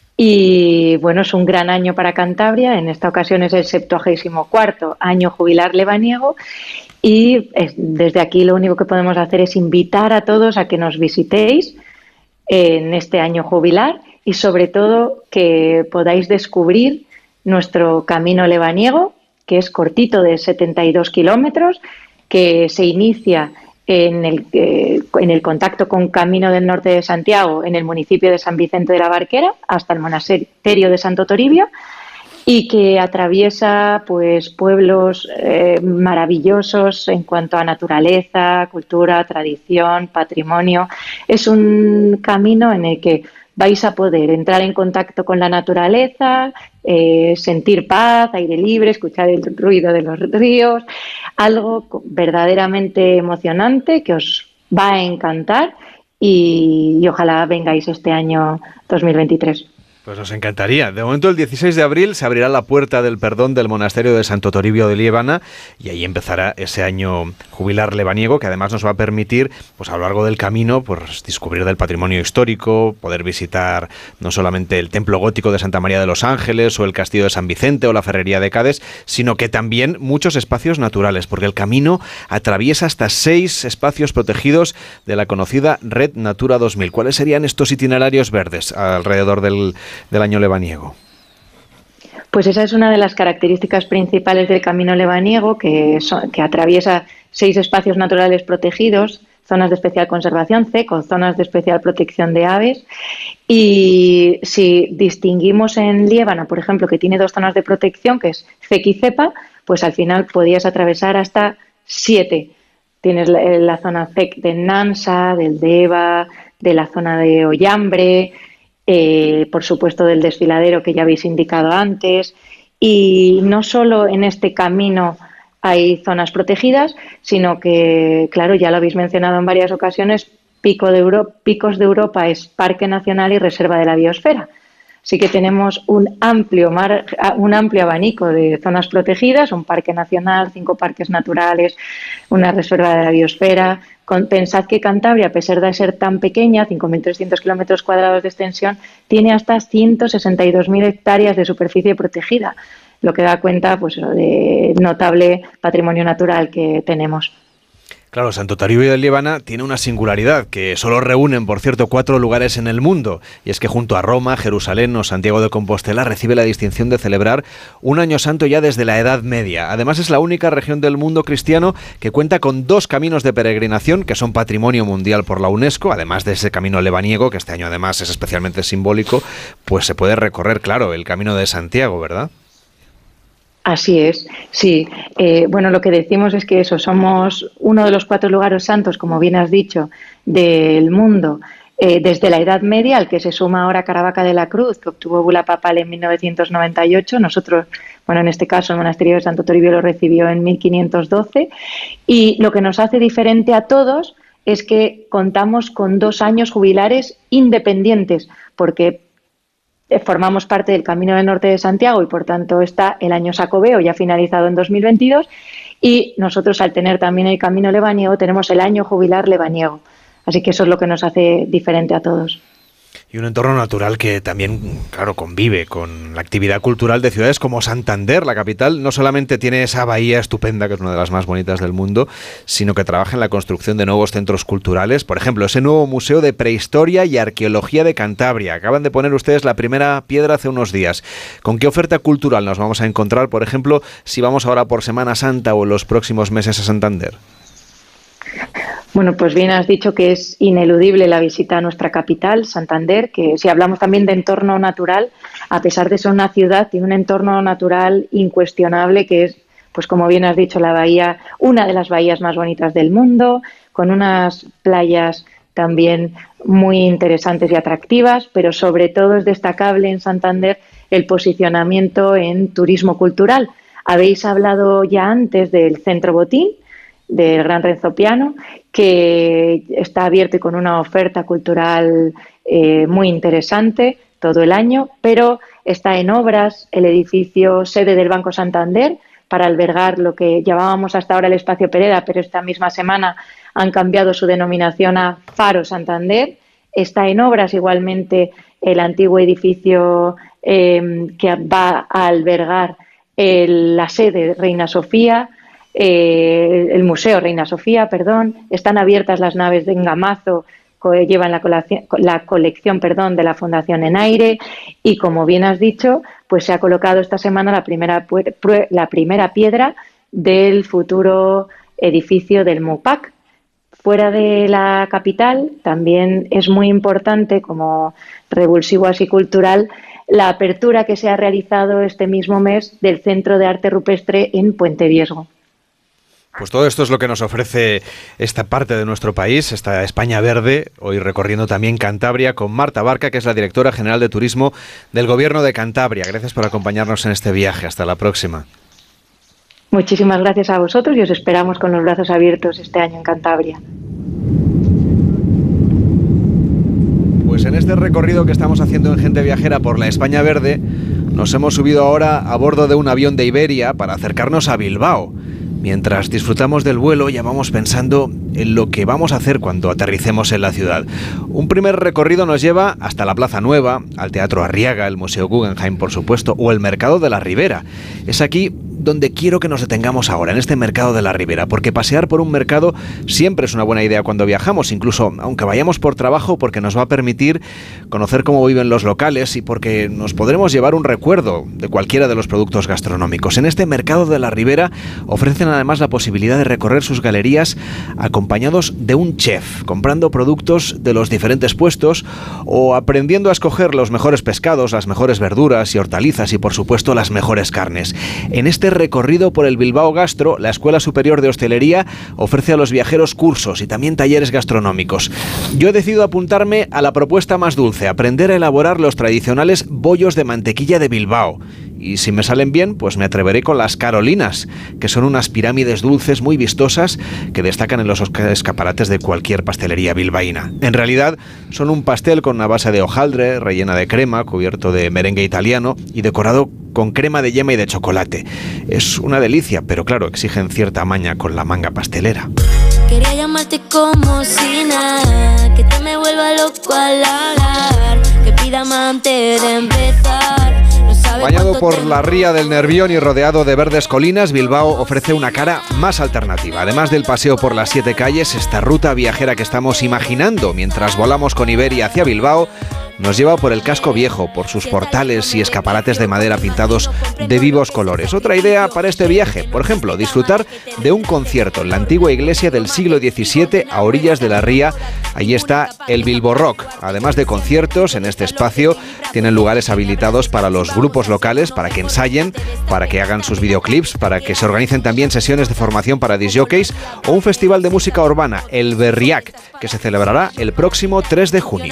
Speaker 16: Y bueno, es un gran año para Cantabria. En esta ocasión es el septuagésimo cuarto año jubilar lebaniego, y es, desde aquí lo único que podemos hacer es invitar a todos a que nos visitéis en este año jubilar, y sobre todo que podáis descubrir nuestro camino lebaniego, que es cortito, de setenta y dos kilómetros, que se inicia en el, eh, en el contacto con Camino del Norte de Santiago, en el municipio de San Vicente de la Barquera, hasta el monasterio de Santo Toribio, y que atraviesa pues pueblos eh, maravillosos en cuanto a naturaleza, cultura, tradición, patrimonio. Es un camino en el que vais a poder entrar en contacto con la naturaleza, eh, sentir paz, aire libre, escuchar el ruido de los ríos, algo verdaderamente emocionante que os va a encantar, y, y ojalá vengáis este año dos mil veintitrés.
Speaker 1: Pues nos encantaría. De momento, el dieciséis de abril se abrirá la puerta del perdón del monasterio de Santo Toribio de Liébana, y ahí empezará ese año jubilar lebaniego, que además nos va a permitir, pues a lo largo del camino, pues descubrir del patrimonio histórico, poder visitar no solamente el templo gótico de Santa María de los Ángeles o el castillo de San Vicente o la ferrería de Cádiz, sino que también muchos espacios naturales, porque el camino atraviesa hasta seis espacios protegidos de la conocida Red Natura dos mil. ¿Cuáles serían estos itinerarios verdes alrededor del del año lebaniego?
Speaker 16: Pues esa es una de las características principales del camino lebaniego, que, son, que atraviesa seis espacios naturales protegidos, zonas de especial conservación, C E C, o zonas de especial protección de aves. Y si distinguimos en Liébana, por ejemplo, que tiene dos zonas de protección, que es C E C y CEPA, pues al final podías atravesar hasta siete. Tienes la, la zona C E C de Nansa, del Deva, de la zona de Ollambre, Eh, por supuesto del desfiladero que ya habéis indicado antes. Y no solo en este camino hay zonas protegidas, sino que, claro, ya lo habéis mencionado en varias ocasiones, Pico de Euro- Picos de Europa es Parque Nacional y Reserva de la Biosfera. Así que tenemos un amplio, mar, un amplio abanico de zonas protegidas, un parque nacional, cinco parques naturales, una reserva de la biosfera. Con, pensad que Cantabria, a pesar de ser tan pequeña, cinco mil trescientos kilómetros cuadrados de extensión, tiene hasta ciento sesenta y dos mil hectáreas de superficie protegida, lo que da cuenta pues, de notable patrimonio natural que tenemos.
Speaker 1: Claro, Santo Toribio de Liébana tiene una singularidad, que solo reúnen, por cierto, cuatro lugares en el mundo, y es que junto a Roma, Jerusalén o Santiago de Compostela recibe la distinción de celebrar un año santo ya desde la Edad Media. Además, es la única región del mundo cristiano que cuenta con dos caminos de peregrinación que son patrimonio mundial por la UNESCO, además de ese camino lebaniego, que este año además es especialmente simbólico, pues se puede recorrer, claro, el camino de Santiago, ¿verdad?
Speaker 16: Así es, sí. Eh, bueno, lo que decimos es que eso, somos uno de los cuatro lugares santos, como bien has dicho, del mundo, eh, desde la Edad Media, al que se suma ahora Caravaca de la Cruz, que obtuvo bula papal en mil novecientos noventa y ocho. Nosotros, bueno, en este caso el monasterio de Santo Toribio lo recibió en mil quinientos doce. Y lo que nos hace diferente a todos es que contamos con dos años jubilares independientes, porque formamos parte del Camino del Norte de Santiago y, por tanto, está el año Sacobeo ya finalizado en dos mil veintidós, y nosotros, al tener también el Camino Lebaniego, tenemos el año jubilar lebaniego. Así que eso es lo que nos hace diferente a todos.
Speaker 1: Y un entorno natural que también, claro, convive con la actividad cultural de ciudades como Santander, la capital. No solamente tiene esa bahía estupenda, que es una de las más bonitas del mundo, sino que trabaja en la construcción de nuevos centros culturales. Por ejemplo, ese nuevo Museo de Prehistoria y Arqueología de Cantabria. Acaban de poner ustedes la primera piedra hace unos días. ¿Con qué oferta cultural nos vamos a encontrar, por ejemplo, si vamos ahora por Semana Santa o en los próximos meses a Santander?
Speaker 16: Bueno, pues bien has dicho que es ineludible la visita a nuestra capital, Santander, que si hablamos también de entorno natural, a pesar de ser una ciudad, tiene un entorno natural incuestionable que es, pues como bien has dicho, la bahía, una de las bahías más bonitas del mundo, con unas playas también muy interesantes y atractivas, pero sobre todo es destacable en Santander el posicionamiento en turismo cultural. Habéis hablado ya antes del Centro Botín, del Gran Renzo Piano, que está abierto y con una oferta cultural eh, muy interesante todo el año, pero está en obras el edificio sede del Banco Santander para albergar lo que llamábamos hasta ahora el Espacio Pereda, pero esta misma semana han cambiado su denominación a Faro Santander. Está en obras igualmente el antiguo edificio eh, que va a albergar el, la sede Reina Sofía, Eh, el Museo Reina Sofía, perdón. Están abiertas las naves de Engamazo, que llevan la colección, la colección perdón, de la Fundación Enaire, y como bien has dicho, pues se ha colocado esta semana la primera, la primera piedra del futuro edificio del MUPAC. Fuera de la capital también es muy importante, como revulsivo así cultural, la apertura que se ha realizado este mismo mes del Centro de Arte Rupestre en Puente Viesgo.
Speaker 1: Pues todo esto es lo que nos ofrece esta parte de nuestro país, esta España verde, hoy recorriendo también Cantabria con Marta Barca, que es la directora general de turismo del Gobierno de Cantabria. Gracias por acompañarnos en este viaje. Hasta la próxima.
Speaker 16: Muchísimas gracias a vosotros y os esperamos con los brazos abiertos este año en Cantabria.
Speaker 1: Pues en este recorrido que estamos haciendo en Gente Viajera por la España verde, nos hemos subido ahora a bordo de un avión de Iberia para acercarnos a Bilbao. Mientras disfrutamos del vuelo, ya vamos pensando en lo que vamos a hacer cuando aterricemos en la ciudad. Un primer recorrido nos lleva hasta la Plaza Nueva, al Teatro Arriaga, el Museo Guggenheim, por supuesto, o el Mercado de la Ribera. Es aquí donde quiero que nos detengamos ahora, en este Mercado de la Ribera, porque pasear por un mercado siempre es una buena idea cuando viajamos, incluso aunque vayamos por trabajo, porque nos va a permitir conocer cómo viven los locales y porque nos podremos llevar un recuerdo de cualquiera de los productos gastronómicos. En este Mercado de la Ribera ofrecen además la posibilidad de recorrer sus galerías acompañados de un chef, comprando productos de los diferentes puestos o aprendiendo a escoger los mejores pescados, las mejores verduras y hortalizas y por supuesto las mejores carnes. En este recorrido por el Bilbao Gastro, la Escuela Superior de Hostelería ofrece a los viajeros cursos y también talleres gastronómicos. Yo he decidido apuntarme a la propuesta más dulce, aprender a elaborar los tradicionales bollos de mantequilla de Bilbao. Y si me salen bien, pues me atreveré con las carolinas, que son unas pirámides dulces muy vistosas que destacan en los escaparates de cualquier pastelería bilbaína. En realidad, son un pastel con una base de hojaldre, rellena de crema, cubierto de merengue italiano y decorado con crema de yema y de chocolate. Es una delicia, pero claro, exigen cierta maña con la manga pastelera.
Speaker 17: Quería llamarte como si nada, que te me vuelva loco al hablar, que pida más antes de empezar.
Speaker 1: Bañado por la ría del Nervión y rodeado de verdes colinas, Bilbao ofrece una cara más alternativa. Además del paseo por las siete calles, esta ruta viajera que estamos imaginando mientras volamos con Iberia hacia Bilbao nos lleva por el casco viejo, por sus portales y escaparates de madera pintados de vivos colores. Otra idea para este viaje, por ejemplo, disfrutar de un concierto en la antigua iglesia del siglo diecisiete a orillas de la ría. Allí está el Bilbo Rock. Además de conciertos, en este espacio tienen lugares habilitados para los grupos locales, para que ensayen, para que hagan sus videoclips, para que se organicen también sesiones de formación para discjockeys o un festival de música urbana, el Berriac, que se celebrará el próximo tres de junio.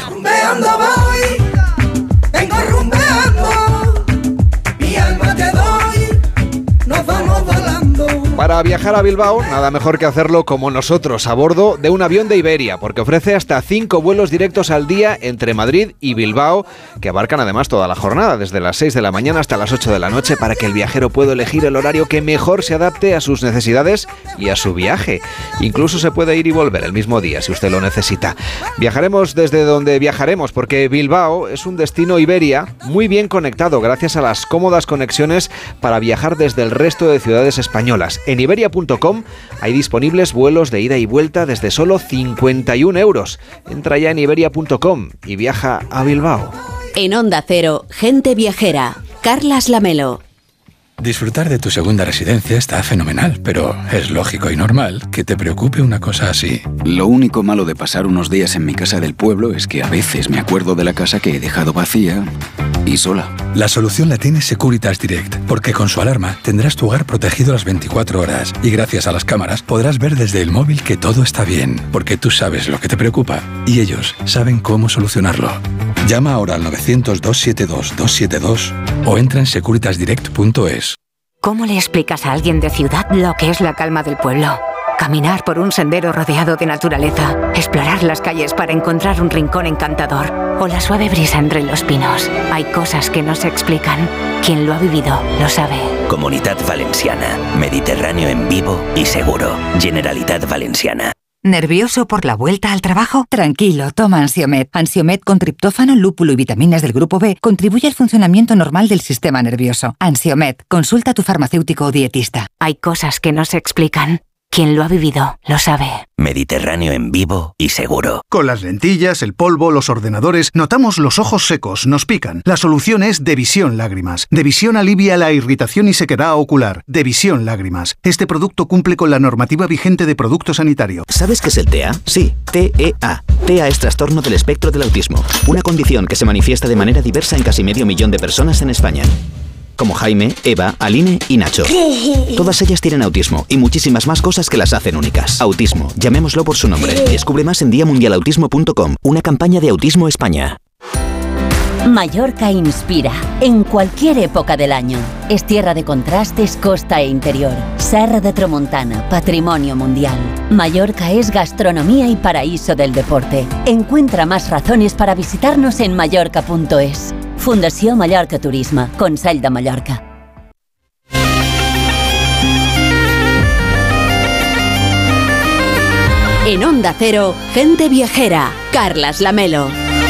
Speaker 18: Vengo rumbeando, mi alma te doy, nos vamos volando.
Speaker 1: Para viajar a Bilbao, nada mejor que hacerlo como nosotros, a bordo de un avión de Iberia, porque ofrece hasta cinco vuelos directos al día entre Madrid y Bilbao, que abarcan además toda la jornada, desde las seis de la mañana hasta las ocho de la noche, para que el viajero pueda elegir el horario que mejor se adapte a sus necesidades y a su viaje. Incluso se puede ir y volver el mismo día, si usted lo necesita. Viajaremos desde donde viajaremos, porque Bilbao es un destino Iberia muy bien conectado, gracias a las cómodas conexiones para viajar desde el resto de ciudades españolas. En Iberia punto com hay disponibles vuelos de ida y vuelta desde solo cincuenta y un euros. Entra ya en Iberia punto com y viaja a Bilbao.
Speaker 2: En Onda Cero, gente viajera. Carlas Lamelo.
Speaker 19: Disfrutar de tu segunda residencia está fenomenal, pero es lógico y normal que te preocupe una cosa así.
Speaker 20: Lo único malo de pasar unos días en mi casa del pueblo es que a veces me acuerdo de la casa que he dejado vacía y sola.
Speaker 19: La solución la tiene Securitas Direct, porque con su alarma tendrás tu hogar protegido las veinticuatro horas y gracias a las cámaras podrás ver desde el móvil que todo está bien, porque tú sabes lo que te preocupa y ellos saben cómo solucionarlo. Llama ahora al novecientos, doscientos setenta y dos, doscientos setenta y dos o entra en securitas direct punto es.
Speaker 21: ¿Cómo le explicas a alguien de ciudad lo que es la calma del pueblo? Caminar por un sendero rodeado de naturaleza, explorar las calles para encontrar un rincón encantador o la suave brisa entre los pinos. Hay cosas que no se explican. Quien lo ha vivido lo sabe.
Speaker 22: Comunidad Valenciana. Mediterráneo en vivo y seguro. Generalitat Valenciana.
Speaker 23: ¿Nervioso por la vuelta al trabajo? Tranquilo, toma Ansiomed. Ansiomed con triptófano, lúpulo y vitaminas del grupo B contribuye al funcionamiento normal del sistema nervioso. Ansiomed, consulta a tu farmacéutico o dietista.
Speaker 21: Hay cosas que no se explican. Quien lo ha vivido lo sabe.
Speaker 22: Mediterráneo en vivo y seguro.
Speaker 24: Con las lentillas, el polvo, los ordenadores, notamos los ojos secos, nos pican. La solución es Devisión Lágrimas. Devisión alivia la irritación y sequedad ocular. Devisión Lágrimas. Este producto cumple con la normativa vigente de producto sanitario.
Speaker 22: ¿Sabes qué es el T E A? Sí, T E A. T E A es trastorno del espectro del autismo. Una condición que se manifiesta de manera diversa en casi medio millón de personas en España. Como Jaime, Eva, Aline y Nacho. Todas ellas tienen autismo y muchísimas más cosas que las hacen únicas. Autismo, llamémoslo por su nombre. Descubre más en día mundial autismo punto com, una campaña de Autismo España.
Speaker 13: Mallorca inspira en cualquier época del año. Es tierra de contrastes, costa e interior. Serra de Tramuntana, patrimonio mundial. Mallorca es gastronomía y paraíso del deporte. Encuentra más razones para visitarnos en mallorca punto es. Fundació Mallorca Turisme, Consell de Mallorca.
Speaker 2: En Onda Cero, gente viajera. Carlas Lamelo.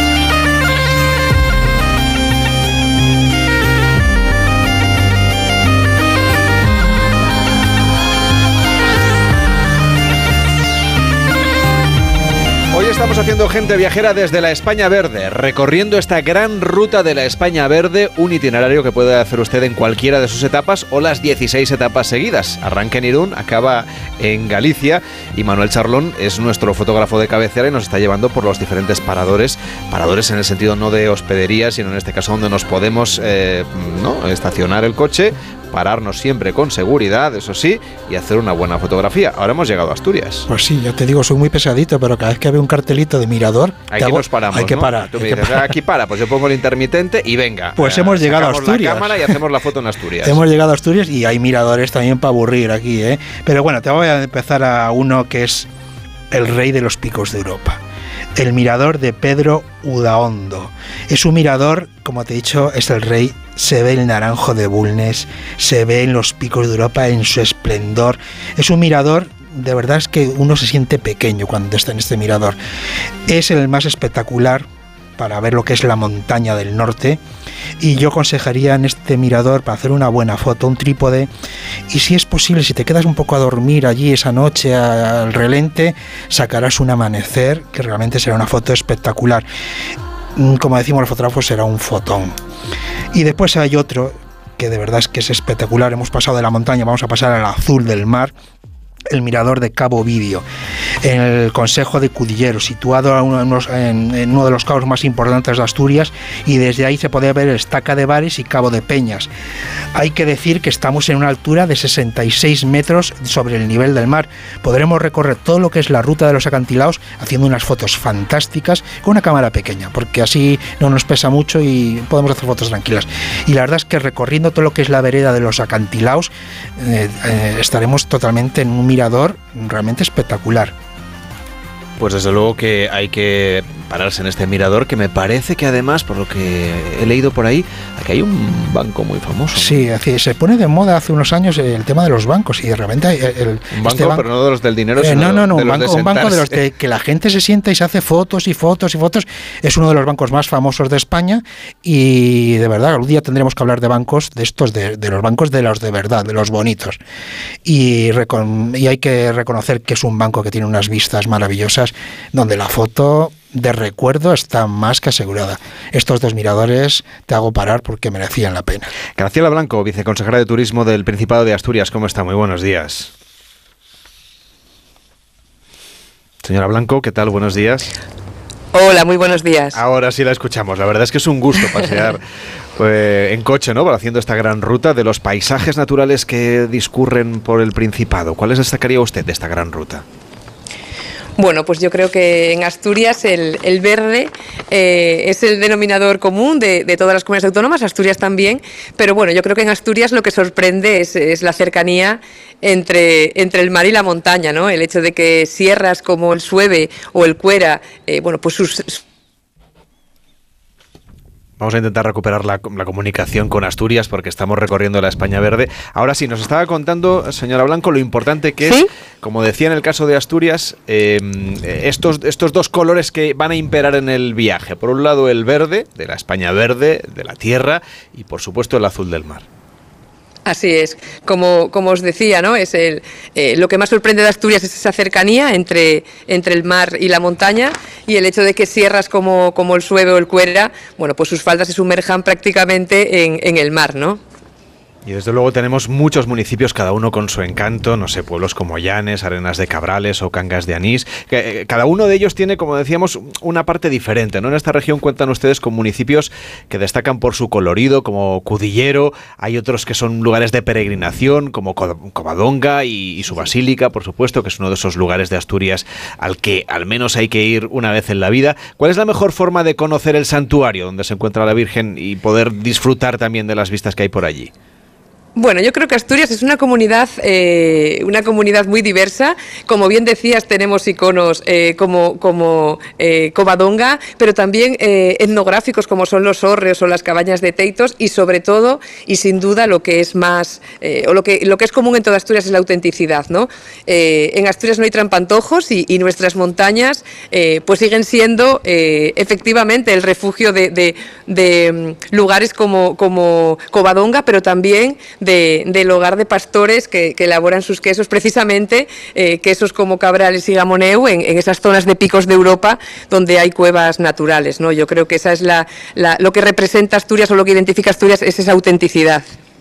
Speaker 1: Hoy estamos haciendo gente viajera desde la España Verde, recorriendo esta gran ruta de la España Verde, un itinerario que puede hacer usted en cualquiera de sus etapas o las dieciséis etapas seguidas. Arranca en Irún, acaba en Galicia y Manuel Charlón es nuestro fotógrafo de cabecera y nos está llevando por los diferentes paradores, paradores en el sentido no de hospedería, sino en este caso donde nos podemos eh, ¿no? estacionar el coche pararnos siempre con seguridad, eso sí, y hacer una buena fotografía. Ahora hemos llegado a Asturias.
Speaker 6: Pues sí, yo te digo, soy muy pesadito, pero cada vez que veo un cartelito de mirador,
Speaker 1: aquí
Speaker 6: hago,
Speaker 1: nos paramos,
Speaker 6: hay que
Speaker 1: ¿no?
Speaker 6: parar.
Speaker 1: Tú me
Speaker 6: hay que
Speaker 1: dices,
Speaker 6: parar.
Speaker 1: aquí para, pues yo pongo el intermitente y venga.
Speaker 6: Pues
Speaker 1: eh,
Speaker 6: hemos llegado a Asturias.
Speaker 1: la cámara y hacemos la foto en Asturias.
Speaker 6: Hemos llegado a Asturias y hay miradores también para aburrir aquí, ¿eh? Pero bueno, te voy a empezar a uno que es el rey de los picos de Europa. El mirador de Pedro Udaondo. Es un mirador, como te he dicho, es el rey. Se ve el naranjo de Bulnes, se ve en los picos de Europa en su esplendor. Es un mirador, de verdad es que uno se siente pequeño cuando está en este mirador. Es el más espectacular para ver lo que es la montaña del norte, y yo aconsejaría en este mirador, para hacer una buena foto, un trípode, y si es posible, si te quedas un poco a dormir allí esa noche al relente, sacarás un amanecer que realmente será una foto espectacular. Como decimos los fotógrafos, será un fotón. Y después hay otro que de verdad es que es espectacular. Hemos pasado de la montaña, vamos a pasar al azul del mar. El mirador de Cabo Vidio, en el Consejo de Cudillero, situado a unos, en, en uno de los cabos más importantes de Asturias, y desde ahí se podía ver Estaca de Bares y Cabo de Peñas. Hay que decir que estamos en una altura de sesenta y seis metros sobre el nivel del mar. Podremos recorrer todo lo que es la ruta de los acantilados haciendo unas fotos fantásticas con una cámara pequeña, porque así no nos pesa mucho y podemos hacer fotos tranquilas. Y la verdad es que recorriendo todo lo que es la vereda de los acantilados eh, eh, estaremos totalmente en un mirador realmente espectacular.
Speaker 1: Pues desde luego que hay que pararse en este mirador, que me parece que además, por lo que he leído por ahí, aquí hay un banco muy famoso, ¿no?
Speaker 6: Sí, así, se pone de moda hace unos años el tema de los bancos, y de repente hay el,
Speaker 1: un banco,
Speaker 6: este ban-
Speaker 1: pero no de los del dinero,
Speaker 6: eh,
Speaker 1: sino
Speaker 6: no, no, no,
Speaker 1: de
Speaker 6: un
Speaker 1: los
Speaker 6: banco,
Speaker 1: de
Speaker 6: un banco de los de que la gente se sienta y se hace fotos y fotos y fotos. Es uno de los bancos más famosos de España, y de verdad algún día tendremos que hablar de bancos de estos, de, de los bancos de los de verdad, de los bonitos. Y, recon- y hay que reconocer que es un banco que tiene unas vistas maravillosas, donde la foto de recuerdo está más que asegurada. Estos dos miradores te hago parar porque merecían la pena.
Speaker 1: Graciela Blanco, viceconsejera de Turismo del Principado de Asturias, ¿cómo está? Muy buenos días. Señora Blanco, ¿qué tal? Buenos días.
Speaker 3: Hola, muy buenos días.
Speaker 1: Ahora sí la escuchamos. La verdad es que es un gusto pasear pues, en coche, ¿no? Haciendo esta gran ruta de los paisajes naturales que discurren por el Principado. ¿Cuáles destacaría usted de esta gran ruta?
Speaker 3: Bueno, pues yo creo que en Asturias el, el verde eh, es el denominador común de, de todas las comunidades autónomas, Asturias también, pero bueno, yo creo que en Asturias lo que sorprende es, es la cercanía entre, entre el mar y la montaña, ¿no? El hecho de que sierras como el Sueve o el Cuera, eh, bueno, pues sus...
Speaker 1: Vamos a intentar recuperar la, la comunicación con Asturias porque estamos recorriendo la España verde. Ahora sí, nos estaba contando, señora Blanco, lo importante que ¿Sí? es, como decía en el caso de Asturias, eh, estos, estos dos colores que van a imperar en el viaje. Por un lado el verde, de la España verde, de la tierra, y por supuesto el azul del mar.
Speaker 3: Así es, como, como os decía, ¿no? Es el, eh, lo que más sorprende de Asturias es esa cercanía entre, entre el mar y la montaña, y el hecho de que sierras como, como el Sueve o el Cuera, bueno, pues sus faldas se sumerjan prácticamente en, en el mar, ¿no?
Speaker 1: Y desde luego tenemos muchos municipios, cada uno con su encanto, no sé, pueblos como Llanes, Arenas de Cabrales o Cangas de Anís. Que, eh, cada uno de ellos tiene, como decíamos, una parte diferente, ¿no? En esta región cuentan ustedes con municipios que destacan por su colorido, como Cudillero, hay otros que son lugares de peregrinación, como Covadonga y, y su basílica, por supuesto, que es uno de esos lugares de Asturias al que al menos hay que ir una vez en la vida. ¿Cuál es la mejor forma de conocer el santuario donde se encuentra la Virgen y poder disfrutar también de las vistas que hay por allí?
Speaker 3: Bueno, yo creo que Asturias es una comunidad, eh, una comunidad muy diversa. Como bien decías, tenemos iconos eh, como, como eh, Covadonga, pero también eh, etnográficos como son los hórreos o las cabañas de Teitos, y sobre todo, y sin duda, lo que es más, eh, o lo que, lo que es común en toda Asturias es la autenticidad, ¿no? Eh, en Asturias no hay trampantojos y, y nuestras montañas eh, pues siguen siendo eh, efectivamente el refugio de, de, de lugares como, como Covadonga, pero también De, del hogar de pastores que, que elaboran sus quesos, precisamente eh, quesos como Cabrales y Gamoneu, en, en esas zonas de picos de Europa donde hay cuevas naturales, ¿no? Yo creo que esa es la, la, lo que representa Asturias, o lo que identifica Asturias, es esa autenticidad.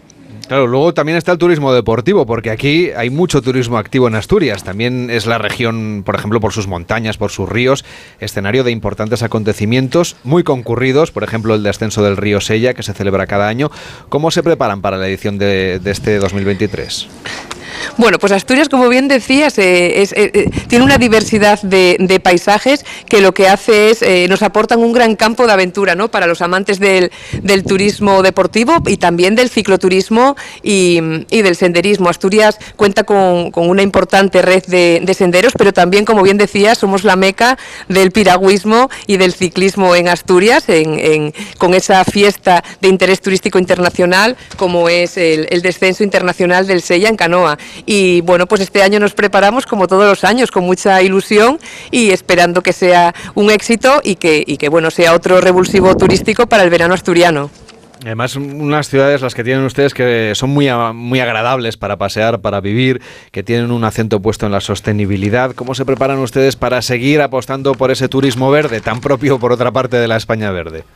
Speaker 1: Claro, luego también está el turismo deportivo, porque aquí hay mucho turismo activo en Asturias. También es la región, por ejemplo, por sus montañas, por sus ríos, escenario de importantes acontecimientos muy concurridos, por ejemplo, el descenso del río Sella, que se celebra cada año. ¿Cómo se preparan para la edición de, de este dos mil veintitrés?
Speaker 3: Bueno, pues Asturias, como bien decías, eh, es, eh, tiene una diversidad de, de paisajes que lo que hace es, eh, nos aportan un gran campo de aventura, ¿no?, para los amantes del, del turismo deportivo y también del cicloturismo y, y del senderismo. Asturias cuenta con, con una importante red de, de senderos, pero también, como bien decías, somos la meca del piragüismo y del ciclismo en Asturias, en, en, con esa fiesta de interés turístico internacional como es el, el descenso internacional del Sella en canoa. Y bueno, pues este año nos preparamos como todos los años con mucha ilusión y esperando que sea un éxito y que, y que bueno, sea otro revulsivo turístico para el verano asturiano.
Speaker 1: Además, unas ciudades las que tienen ustedes que son muy, muy agradables para pasear, para vivir, que tienen un acento puesto en la sostenibilidad. ¿Cómo se preparan ustedes para seguir apostando por ese turismo verde, tan propio por otra parte de la España verde?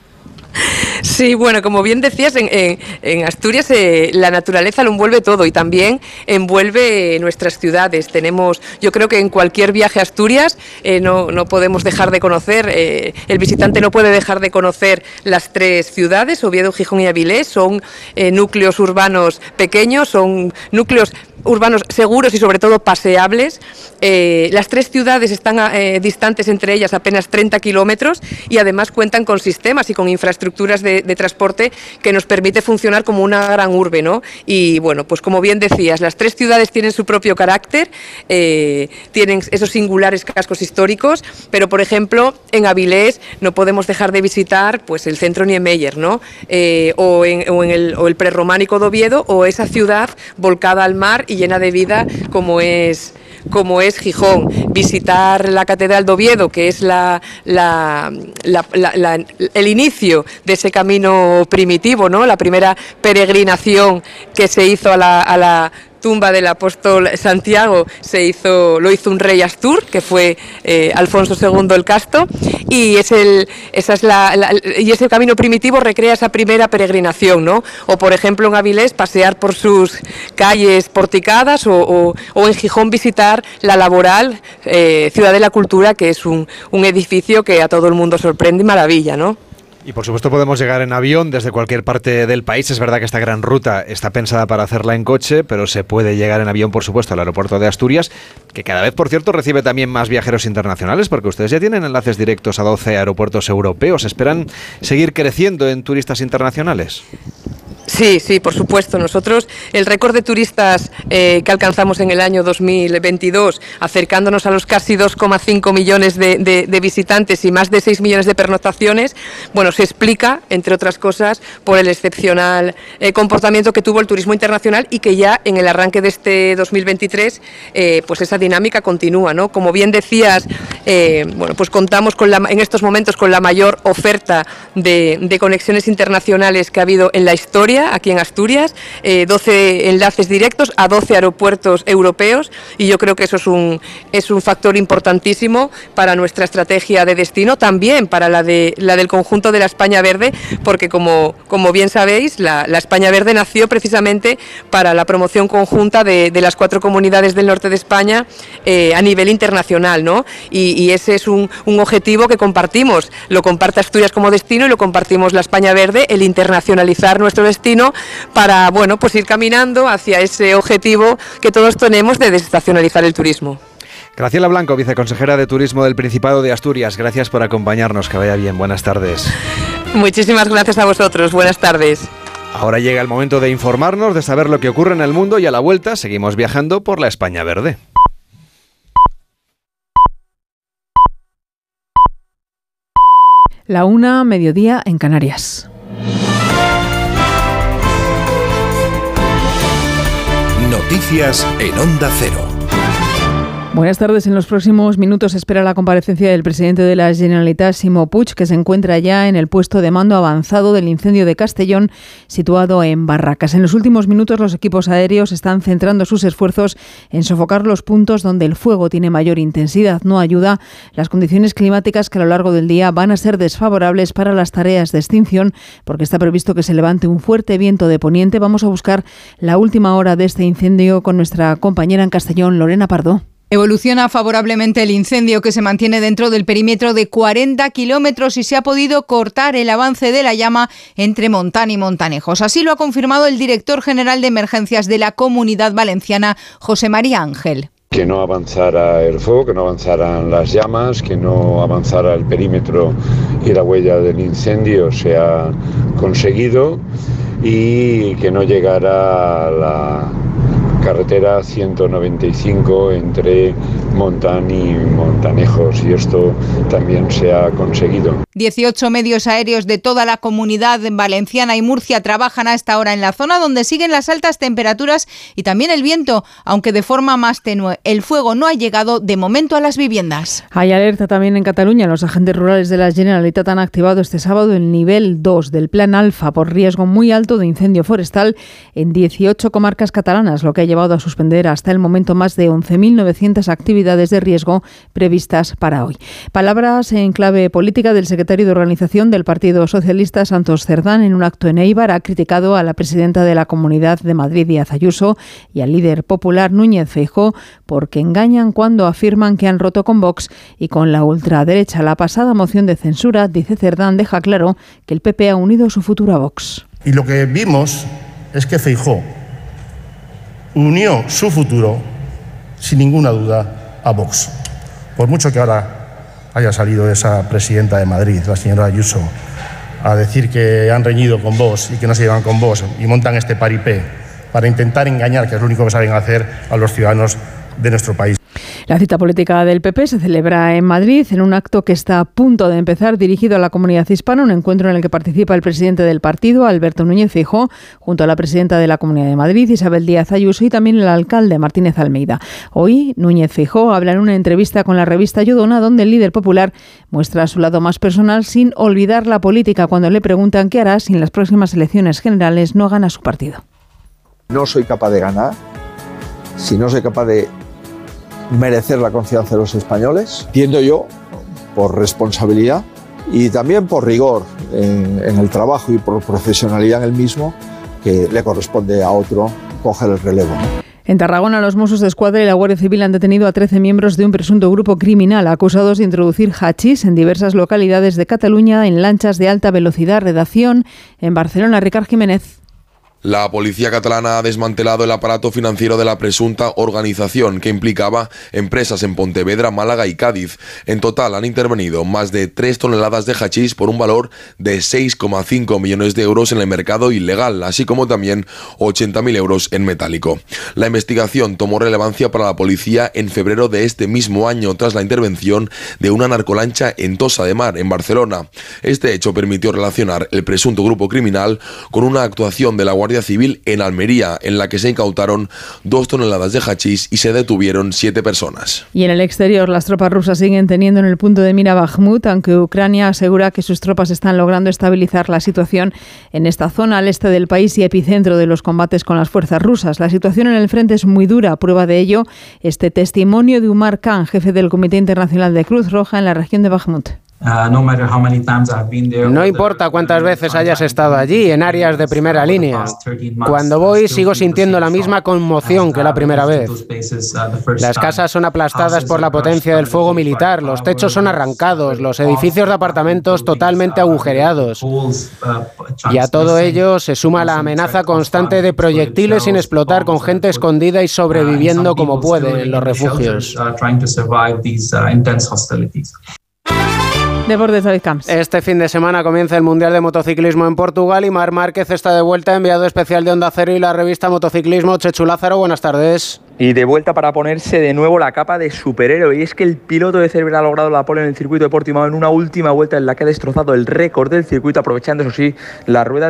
Speaker 3: Sí, bueno, como bien decías, en, en, en Asturias eh, la naturaleza lo envuelve todo y también envuelve nuestras ciudades. Tenemos, yo creo que en cualquier viaje a Asturias eh, no, no podemos dejar de conocer, eh, el visitante no puede dejar de conocer las tres ciudades, Oviedo, Gijón y Avilés. Son eh, núcleos urbanos pequeños, son núcleos urbanos seguros y sobre todo paseables. Eh, las tres ciudades están eh, distantes entre ellas apenas treinta kilómetros y además cuentan con sistemas y con infraestructuras de, de transporte que nos permite funcionar como una gran urbe, ¿no? Y bueno, pues como bien decías, las tres ciudades tienen su propio carácter, eh, tienen esos singulares cascos históricos, pero por ejemplo en Avilés no podemos dejar de visitar pues el centro Niemeyer, ¿no? Eh, o, en, o en el, o el prerrománico de Oviedo, o esa ciudad volcada al mar y llena de vida como es como es Gijón. Visitar la Catedral de Oviedo, que es la, la, la, la, la, el inicio de ese camino primitivo, ¿no? La primera peregrinación que se hizo a la, a la tumba del apóstol Santiago se hizo, lo hizo un rey Astur, que fue eh, Alfonso segundo el Casto, y es el, esa es la, la, y ese camino primitivo recrea esa primera peregrinación, ¿no? O por ejemplo en Avilés pasear por sus calles porticadas, o, o, o en Gijón visitar la Laboral, eh, Ciudad de la Cultura, que es un, un edificio que a todo el mundo sorprende y maravilla, ¿no?
Speaker 1: Y por supuesto podemos llegar en avión desde cualquier parte del país. Es verdad que esta gran ruta está pensada para hacerla en coche, pero se puede llegar en avión, por supuesto, al aeropuerto de Asturias, que cada vez, por cierto, recibe también más viajeros internacionales, porque ustedes ya tienen enlaces directos a doce aeropuertos europeos. ¿Esperan seguir creciendo en turistas internacionales?
Speaker 3: Sí, sí, por supuesto. Nosotros, el récord de turistas eh, que alcanzamos en el año dos mil veintidós, acercándonos a los casi dos coma cinco millones de, de, de visitantes y más de seis millones de pernoctaciones, bueno, se explica, entre otras cosas, por el excepcional eh, comportamiento que tuvo el turismo internacional y que ya en el arranque de este dos mil veintitrés, eh, pues esa dinámica continúa, ¿no? Como bien decías, eh, bueno, pues contamos con la, en estos momentos con la mayor oferta de, de conexiones internacionales que ha habido en la historia aquí en Asturias, eh, doce enlaces directos a doce aeropuertos europeos, y yo creo que eso es un, es un factor importantísimo para nuestra estrategia de destino, también para la, de, la del conjunto de la España Verde, porque como, como bien sabéis, la, la España Verde nació precisamente para la promoción conjunta de, de las cuatro comunidades del norte de España eh, a nivel internacional, ¿no? Y, y ese es un, un objetivo que compartimos, lo comparte Asturias como destino y lo compartimos la España Verde, el internacionalizar nuestro destino para, bueno, pues ir caminando hacia ese objetivo que todos tenemos de desestacionalizar el turismo.
Speaker 1: Graciela Blanco, viceconsejera de Turismo del Principado de Asturias, gracias por acompañarnos, que vaya bien, buenas tardes.
Speaker 3: Muchísimas gracias a vosotros, buenas tardes.
Speaker 1: Ahora llega el momento de informarnos, de saber lo que ocurre en el mundo, y a la vuelta seguimos viajando por la España Verde.
Speaker 4: La una, mediodía en Canarias.
Speaker 12: Noticias en Onda Cero.
Speaker 4: Buenas tardes. En los próximos minutos se espera la comparecencia del presidente de la Generalitat, Ximo Puig, que se encuentra ya en el puesto de mando avanzado del incendio de Castellón, situado en Barracas. En los últimos minutos los equipos aéreos están centrando sus esfuerzos en sofocar los puntos donde el fuego tiene mayor intensidad. No ayuda las condiciones climáticas que a lo largo del día van a ser desfavorables para las tareas de extinción, porque está previsto que se levante un fuerte viento de poniente. Vamos a buscar la última hora de este incendio con nuestra compañera en Castellón, Lorena Pardo.
Speaker 5: Evoluciona favorablemente el incendio, que se mantiene dentro del perímetro de cuarenta kilómetros y se ha podido cortar el avance de la llama entre Montán y Montanejos. Así lo ha confirmado el director general de emergencias de la Comunidad Valenciana, José María Ángel.
Speaker 7: Que no avanzara el fuego, que no avanzaran las llamas, que no avanzara el perímetro y la huella del incendio se ha conseguido, y que no llegara a la carretera ciento noventa y cinco entre Montán y Montanejos, y esto también se ha conseguido.
Speaker 5: dieciocho medios aéreos de toda la Comunidad Valenciana y Murcia trabajan a esta hora en la zona, donde siguen las altas temperaturas y también el viento, aunque de forma más tenue. El fuego no ha llegado de momento a las viviendas.
Speaker 4: Hay alerta también en Cataluña. Los agentes rurales de la Generalitat han activado este sábado el nivel dos del Plan Alfa por riesgo muy alto de incendio forestal en dieciocho comarcas catalanas, lo que ha llevado a suspender hasta el momento más de once mil novecientas actividades de riesgo previstas para hoy. Palabras en clave política del secretario de Organización del Partido Socialista, Santos Cerdán, en un acto en Éibar. Ha criticado a la presidenta de la Comunidad de Madrid, Díaz Ayuso, y al líder popular, Núñez Feijóo, porque engañan cuando afirman que han roto con Vox y con la ultraderecha. La pasada moción de censura, dice Cerdán, deja claro que el P P ha unido su futuro a Vox.
Speaker 8: Y lo que vimos es que Feijóo unió su futuro, sin ninguna duda, a Vox. Por mucho que ahora haya salido esa presidenta de Madrid, la señora Ayuso, a decir que han reñido con Vox y que no se llevan con Vox y montan este paripé para intentar engañar, que es lo único que saben hacer, a los ciudadanos de nuestro país.
Speaker 4: La cita política del P P se celebra en Madrid en un acto que está a punto de empezar, dirigido a la comunidad hispana, un encuentro en el que participa el presidente del partido, Alberto Núñez Feijóo, junto a la presidenta de la Comunidad de Madrid, Isabel Díaz Ayuso, y también el alcalde, Martínez Almeida. Hoy, Núñez Feijóo habla en una entrevista con la revista Yodona, donde el líder popular muestra su lado más personal, sin olvidar la política, cuando le preguntan qué hará si en las próximas elecciones generales no gana su partido.
Speaker 10: No soy capaz de ganar, si no soy capaz de merecer la confianza de los españoles, entiendo yo, por responsabilidad y también por rigor en, en el trabajo y por profesionalidad en el mismo, que le corresponde a otro coger el relevo.
Speaker 4: En Tarragona, los Mossos d'Esquadra y la Guardia Civil han detenido a trece miembros de un presunto grupo criminal acusados de introducir hachís en diversas localidades de Cataluña en lanchas de alta velocidad. Redacción en Barcelona, Ricard Jiménez.
Speaker 25: La policía catalana ha desmantelado el aparato financiero de la presunta organización que implicaba empresas en Pontevedra, Málaga y Cádiz. En total han intervenido más de tres toneladas de hachís por un valor de seis coma cinco millones de euros en el mercado ilegal, así como también ochenta mil euros en metálico. La investigación tomó relevancia para la policía en febrero de este mismo año, tras la intervención de una narcolancha en Tossa de Mar, en Barcelona. Este hecho permitió relacionar el presunto grupo criminal con una actuación de la Guardia Civil en Almería, en la que se incautaron dos toneladas de hachís y se detuvieron siete personas.
Speaker 4: Y en el exterior, las tropas rusas siguen teniendo en el punto de mira Bakhmut, aunque Ucrania asegura que sus tropas están logrando estabilizar la situación en esta zona al este del país y epicentro de los combates con las fuerzas rusas. La situación en el frente es muy dura. Prueba de ello este testimonio de Umar Khan, jefe del Comité Internacional de Cruz Roja en la región de Bakhmut.
Speaker 26: No importa cuántas veces hayas estado allí, en áreas de primera línea. Cuando voy sigo sintiendo la misma conmoción que la primera vez. Las casas son aplastadas por la potencia del fuego militar, los techos son arrancados, los edificios de apartamentos totalmente agujereados. Y a todo ello se suma la amenaza constante de proyectiles sin explotar, con gente escondida y sobreviviendo como puede en los refugios.
Speaker 4: Deportes, David Camps.
Speaker 26: Este fin de semana comienza el Mundial de Motociclismo en Portugal y Marc Márquez está de vuelta, enviado especial de Onda Cero y la revista Motociclismo. Chechu Lázaro, buenas tardes.
Speaker 27: Y de vuelta para ponerse de nuevo la capa de superhéroe. Y es que el piloto de Cervera ha logrado la pole en el circuito de Portimao en una última vuelta en la que ha destrozado el récord del circuito, aprovechando, eso sí, la rueda de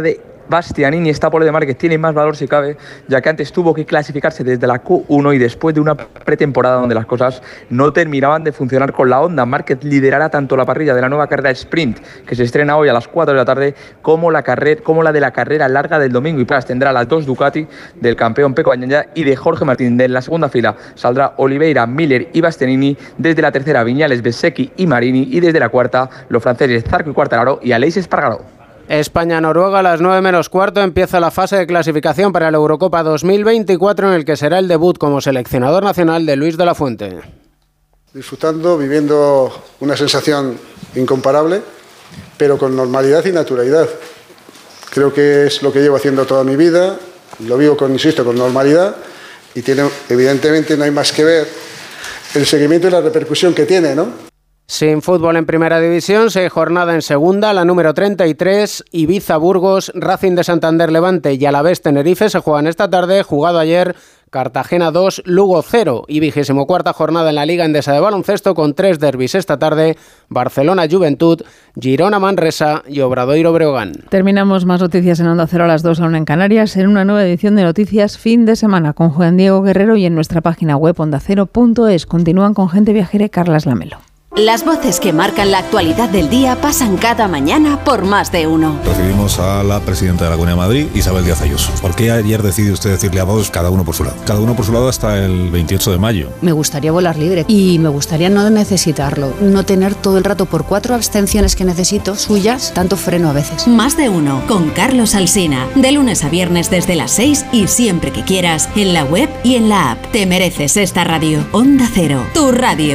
Speaker 27: Bastianini está por demás que tiene más valor si cabe, ya que antes tuvo que clasificarse desde la Q uno y después de una pretemporada donde las cosas no terminaban de funcionar con la Honda. Márquez liderará tanto la parrilla de la nueva carrera Sprint, que se estrena hoy a las cuatro de la tarde, como la, carrera, como la de la carrera larga del domingo. Y Pras tendrá las dos Ducati del campeón Pecco Bagnaia y de Jorge Martín. De la segunda fila saldrá Oliveira, Miller y Bastianini. Desde la tercera, Viñales, Bezzecchi y Marini. Y desde la cuarta, los franceses Zarco y Quartararo y Aleix Espargaró.
Speaker 26: España-Noruega a las nueve menos cuarto empieza la fase de clasificación para la Eurocopa dos mil veinticuatro, en el que será el debut como seleccionador nacional de Luis de la Fuente.
Speaker 9: Disfrutando, viviendo una sensación incomparable, pero con normalidad y naturalidad. Creo que es lo que llevo haciendo toda mi vida, lo vivo con, insisto, con normalidad, y tiene, evidentemente no hay más que ver el seguimiento y la repercusión que tiene, ¿no?
Speaker 26: Sin fútbol en primera división, seis jornada en segunda, la número treinta y tres, Ibiza-Burgos, Racing de Santander Levante y Alavés Tenerife se juegan esta tarde, jugado ayer Cartagena dos, Lugo cero y vigésimo cuarta jornada en la Liga Endesa de Baloncesto con tres derbis esta tarde, Barcelona-Juventud, Girona-Manresa y Obradoiro-Breogán.
Speaker 4: Terminamos más noticias en Onda Cero a las dos, a una en Canarias, en una nueva edición de Noticias Fin de Semana con Juan Diego Guerrero y en nuestra página web onda cero punto es. Continúan con Gente Viajera y Carlas Lamelo.
Speaker 2: Las voces que marcan la actualidad del día pasan cada mañana por Más de Uno.
Speaker 11: Recibimos a la presidenta de la Comunidad de Madrid, Isabel Díaz Ayuso. ¿Por qué ayer decidió usted decirle a Vox cada uno por su lado? Cada uno por su lado hasta el veintiocho de mayo.
Speaker 14: Me gustaría volar libre y me gustaría no necesitarlo, no tener todo el rato por cuatro abstenciones que necesito, suyas, tanto freno a veces.
Speaker 2: Más de Uno, con Carlos Alsina. De lunes a viernes desde las seis y siempre que quieras, en la web y en la app. Te mereces esta radio. Onda Cero, tu radio.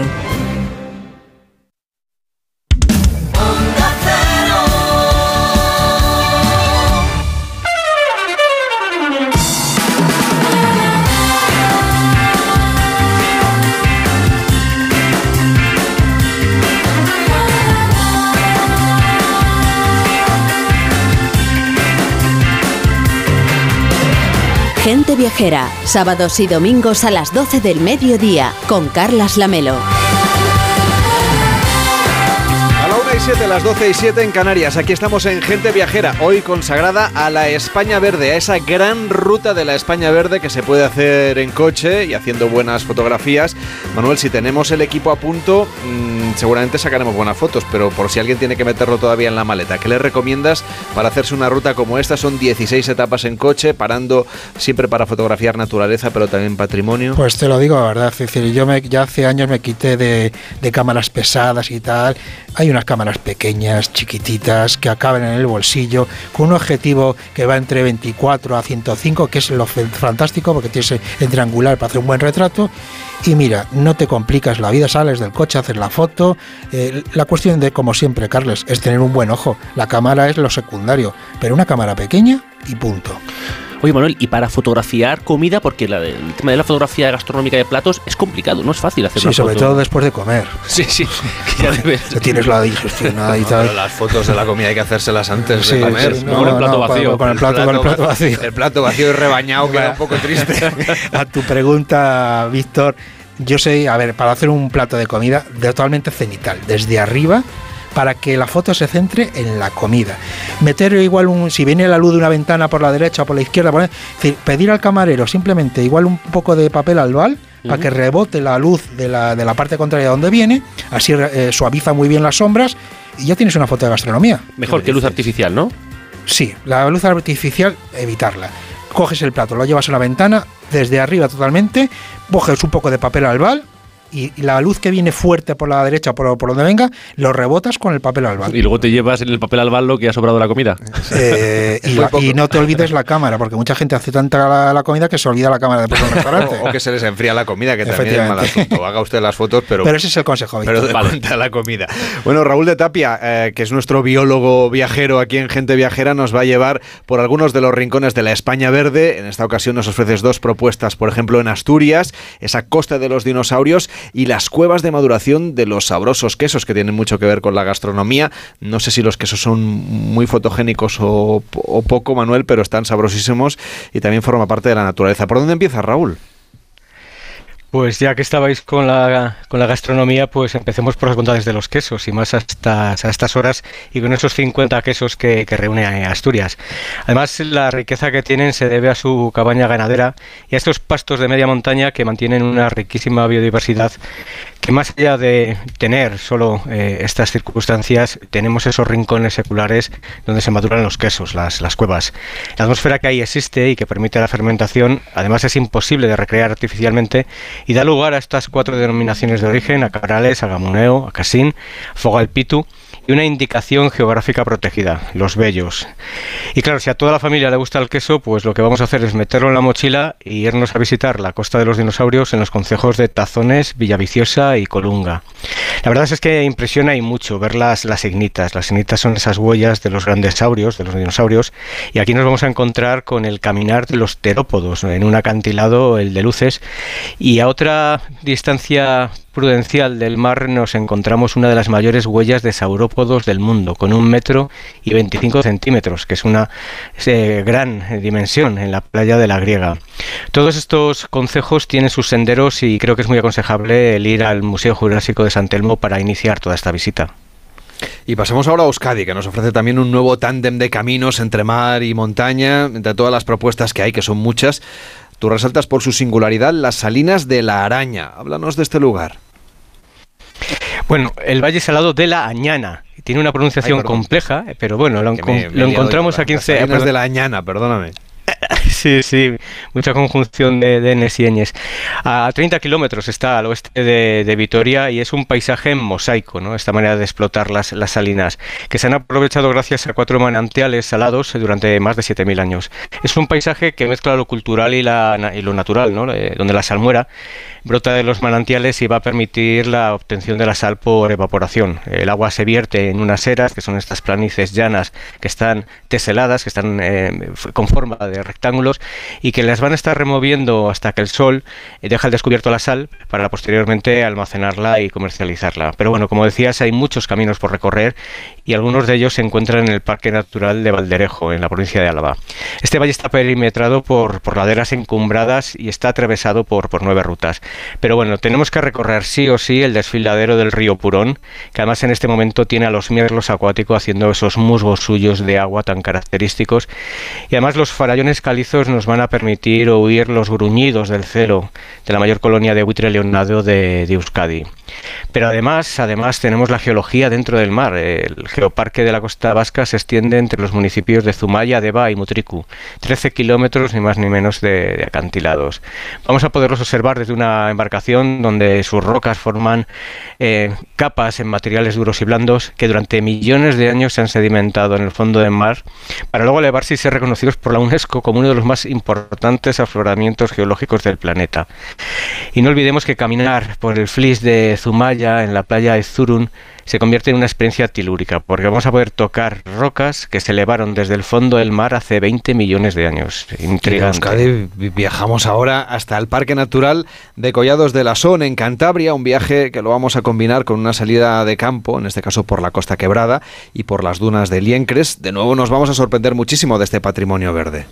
Speaker 2: Gente Viajera, sábados y domingos a las doce del mediodía, con Carlas Lamelo.
Speaker 1: y siete, las doce y siete en Canarias. Aquí estamos en Gente Viajera, hoy consagrada a la España Verde, a esa gran ruta de la España Verde que se puede hacer en coche y haciendo buenas fotografías. Manuel, si tenemos el equipo a punto, mmm, seguramente sacaremos buenas fotos, pero por si alguien tiene que meterlo todavía en la maleta, ¿qué le recomiendas para hacerse una ruta como esta? Son dieciséis etapas en coche, parando siempre para fotografiar naturaleza, pero también patrimonio.
Speaker 6: Pues te lo digo, la verdad, es decir, yo me, ya hace años me quité de, de cámaras pesadas y tal. Hay unas cámaras pequeñas, chiquititas, que acaben en el bolsillo, con un objetivo que va entre veinticuatro a ciento cinco, que es lo fantástico, porque tienes el triangular para hacer un buen retrato. Y mira, no te complicas la vida, sales del coche, haces la foto. Eh, la cuestión de, como siempre, Carles, es tener un buen ojo. La cámara es lo secundario, pero una cámara pequeña y punto.
Speaker 15: Oye, Manuel, y para fotografiar comida, porque la, el tema de la fotografía gastronómica de platos es complicado, no es fácil hacer
Speaker 6: sí,
Speaker 15: una foto.
Speaker 6: Sí, sobre todo después de comer.
Speaker 15: Sí, sí, que ya debes.
Speaker 6: Si tienes la digestión ahí y tal.
Speaker 1: Pero las fotos de la comida hay que hacérselas antes
Speaker 6: sí,
Speaker 1: de comer.
Speaker 6: Sí,
Speaker 1: no,
Speaker 6: no,
Speaker 1: con el plato
Speaker 6: no,
Speaker 1: vacío.
Speaker 6: Con, con, el plato, el con el plato vacío.
Speaker 1: El plato vacío y rebañado queda un poco triste.
Speaker 6: A tu pregunta, Víctor, yo sé, a ver, para hacer un plato de comida totalmente cenital, desde arriba, para que la foto se centre en la comida. Meter igual un, si viene la luz de una ventana por la derecha o por la izquierda, poner, es decir, pedir al camarero simplemente igual un poco de papel albal uh-huh. para que rebote la luz de la, de la parte contraria de donde viene, así eh, suaviza muy bien las sombras y ya tienes una foto de gastronomía.
Speaker 15: Mejor que luz artificial, ¿no?
Speaker 6: Sí, la luz artificial, evitarla. Coges el plato, lo llevas a la ventana, desde arriba totalmente, coges un poco de papel albal, y la luz que viene fuerte por la derecha, por, por donde venga, lo rebotas con el papel albal.
Speaker 15: Y luego te llevas en el papel albal lo que ha sobrado de la comida.
Speaker 6: Eh, y, la, y no te olvides la cámara, porque mucha gente hace tanta la, la comida que se olvida la cámara después del restaurante.
Speaker 1: O, o que se les enfría la comida, que también es mal asunto. Haga usted las fotos, pero...
Speaker 6: Pero ese es el consejo, Víctor.
Speaker 1: Pero de vale. cuenta la comida. Bueno, Raúl de Tapia, eh, que es nuestro biólogo viajero aquí en Gente Viajera, nos va a llevar por algunos de los rincones de la España Verde. En esta ocasión nos ofreces dos propuestas, por ejemplo, en Asturias, esa costa de los dinosaurios y las cuevas de maduración de los sabrosos quesos, que tienen mucho que ver con la gastronomía. No sé si los quesos son muy fotogénicos o, o poco, Manuel, pero están sabrosísimos y también forma parte de la naturaleza. ¿Por dónde empieza, Raúl?
Speaker 16: Pues ya que estabais con la, con la gastronomía, pues empecemos por las bondades de los quesos, y más a estas, a estas horas y con esos cincuenta quesos que, que reúne Asturias. Además, la riqueza que tienen se debe a su cabaña ganadera y a estos pastos de media montaña que mantienen una riquísima biodiversidad, que más allá de tener solo eh, estas circunstancias, tenemos esos rincones seculares donde se maduran los quesos, las, las cuevas. La atmósfera que ahí existe y que permite la fermentación, además es imposible de recrear artificialmente, y da lugar a estas cuatro denominaciones de origen: a Cabrales, a Gamuneo, a Casín, Foga el Pitu, y una indicación geográfica protegida, Los Bellos. Y claro, si a toda la familia le gusta el queso, pues lo que vamos a hacer es meterlo en la mochila y irnos a visitar la Costa de los Dinosaurios en los concejos de Tazones, Villaviciosa y Colunga. La verdad es que impresiona y mucho ver las, las ignitas. Las ignitas son esas huellas de los grandes saurios, de los dinosaurios, y aquí nos vamos a encontrar con el caminar de los terópodos, en un acantilado, el de Luces, y a otra distancia prudencial del mar nos encontramos una de las mayores huellas de saurópodos del mundo, con un metro y veinticinco centímetros, que es una eh, gran dimensión en la playa de la Griega. Todos estos concejos tienen sus senderos y creo que es muy aconsejable el ir al Museo Jurásico de San Telmo para iniciar toda esta visita.
Speaker 1: Y pasamos ahora a Euskadi, que nos ofrece también un nuevo tándem de caminos entre mar y montaña, entre todas las propuestas que hay, que son muchas. Tú resaltas por su singularidad las Salinas de la Araña. Háblanos de este lugar.
Speaker 16: Bueno, el Valle Salado de la Añana. Tiene una pronunciación Ay, compleja, pero bueno, lo, me, me lo encontramos a quince...
Speaker 1: Las Salinas de la Añana, perdóname.
Speaker 16: Sí, sí, mucha conjunción de, de enes y ñes. A treinta kilómetros está al oeste de, de Vitoria y es un paisaje mosaico, ¿no? Esta manera de explotar las, las salinas, que se han aprovechado gracias a cuatro manantiales salados durante más de siete mil años. Es un paisaje que mezcla lo cultural y, la, y lo natural, ¿no? Donde la salmuera brota de los manantiales y va a permitir la obtención de la sal por evaporación. El agua se vierte en unas eras, que son estas planicies llanas que están teseladas, que están eh, con forma de rectángulos y que las van a estar removiendo hasta que el sol deja al descubierto la sal para posteriormente almacenarla y comercializarla. Pero bueno, como decías, hay muchos caminos por recorrer y algunos de ellos se encuentran en el Parque Natural de Valderejo, en la provincia de Álava. Este valle está perimetrado por, por laderas encumbradas y está atravesado por, por nueve rutas. Pero bueno, tenemos que recorrer sí o sí el desfiladero del río Purón, que además en este momento tiene a los mirlos acuáticos haciendo esos musgos suyos de agua tan característicos. Y además los farallones calizos nos van a permitir oír los gruñidos del celo de la mayor colonia de buitre leonado de, de Euskadi. Pero además, además tenemos la geología dentro del mar. El geoparque de la costa vasca se extiende entre los municipios de Zumaya, Deba y Mutriku, trece kilómetros ni más ni menos de, de acantilados. Vamos a poderlos observar desde una embarcación donde sus rocas forman eh, capas en materiales duros y blandos que durante millones de años se han sedimentado en el fondo del mar para luego elevarse y ser reconocidos por la UNESCO como uno de los más importantes afloramientos geológicos del planeta. Y no olvidemos que caminar por el flis de Zumaya en la playa de Zurun se convierte en una experiencia tilúrica, porque vamos a poder tocar rocas que se elevaron desde el fondo del mar hace veinte millones de años. Intrigante.
Speaker 1: En Euskadi viajamos ahora hasta el Parque Natural de Collados de la Son, en Cantabria, un viaje que lo vamos a combinar con una salida de campo, en este caso por la Costa Quebrada y por las dunas de Liencres. De nuevo nos vamos a sorprender muchísimo de este patrimonio verde.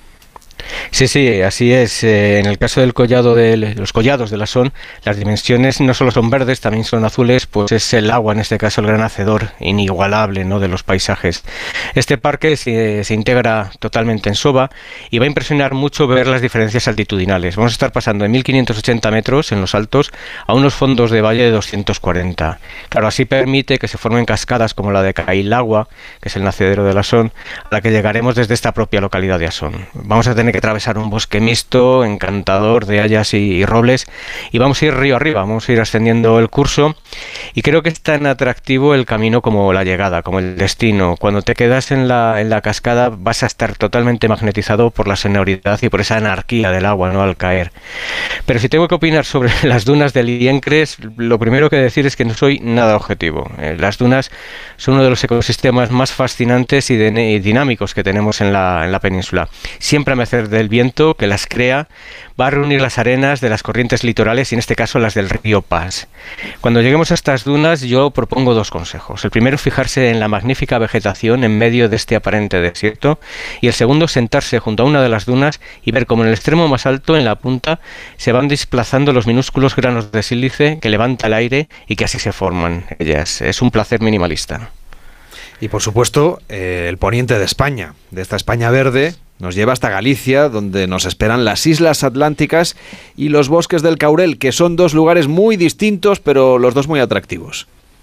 Speaker 16: Sí, sí, así es. Eh, en el caso del collado de los collados de la Son, las dimensiones no solo son verdes, también son azules, pues es el agua, en este caso el gran hacedor inigualable, ¿no?, de los paisajes. Este parque se, se integra totalmente en Soba y va a impresionar mucho ver las diferencias altitudinales. Vamos a estar pasando de mil quinientos ochenta metros en los altos a unos fondos de valle de doscientos cuarenta. Claro, así permite que se formen cascadas como la de Cailagua, que es el nacedero de la Son, a la que llegaremos desde esta propia localidad de Asón. Vamos a tener que atravesar un bosque mixto, encantador, de hayas y, y robles, y vamos a ir río arriba, vamos a ir ascendiendo el curso, y creo que es tan atractivo el camino como la llegada, como el destino. Cuando te quedas en la, en la cascada vas a estar totalmente magnetizado por la sonoridad y por esa anarquía del agua, ¿no?, al caer. Pero si tengo que opinar sobre las dunas de Liencres, lo primero que decir es que no soy nada objetivo. Eh, las dunas son uno de los ecosistemas más fascinantes y, de, y dinámicos que tenemos en la, en la península. Siempre a merced del del viento que las crea va a reunir las arenas de las corrientes litorales y en este caso las del río Pas. Cuando lleguemos a estas dunas yo propongo dos consejos. El primero, fijarse en la magnífica vegetación en medio de este aparente desierto, y el segundo, sentarse junto a una de las dunas y ver cómo en el extremo más alto, en la punta, se van desplazando los minúsculos granos de sílice que levanta el aire y que así se forman ellas. Es un placer minimalista.
Speaker 1: Y por supuesto, eh, el poniente de España, de esta España verde, nos lleva hasta Galicia, donde nos esperan las Islas Atlánticas y los bosques del Caurel, que son dos lugares muy distintos, pero los dos muy atractivos.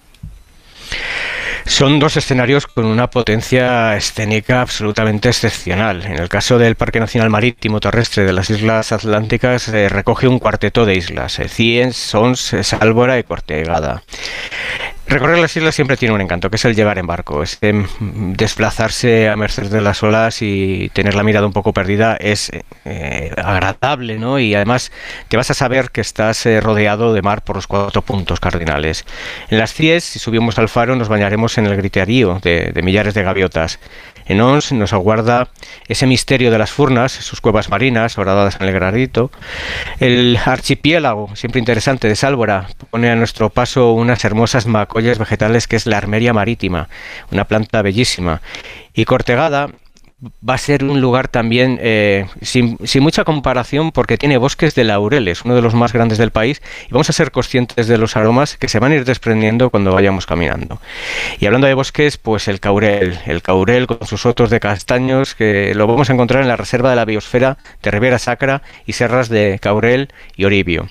Speaker 16: Son dos escenarios con una potencia escénica absolutamente excepcional. En el caso del Parque Nacional Marítimo Terrestre de las Islas Atlánticas, eh, recoge un cuarteto de islas, eh, Cíes, Sons, eh, Sálvora y Cortegada. Recorrer las islas siempre tiene un encanto, que es el llegar en barco. Es eh, desplazarse a merced de las olas y tener la mirada un poco perdida es eh, agradable, ¿no? Y además te vas a saber que estás eh, rodeado de mar por los cuatro puntos cardinales. En las Cíes, si subimos al faro, nos bañaremos en el griterío de, de millares de gaviotas. En Ons nos aguarda ese misterio de las Furnas, sus cuevas marinas horadadas en el granito. El archipiélago, siempre interesante, de Sálvora, pone a nuestro paso unas hermosas macollas vegetales que es la armeria marítima, una planta bellísima. Y Cortegada va a ser un lugar también eh, sin, sin mucha comparación, porque tiene bosques de laureles, uno de los más grandes del país, y vamos a ser conscientes de los aromas que se van a ir desprendiendo cuando vayamos caminando. Y hablando de bosques, pues el Caurel, el Caurel con sus sotos de castaños, que lo vamos a encontrar en la Reserva de la Biosfera de Ribera Sacra y Serras de Caurel y Oribio.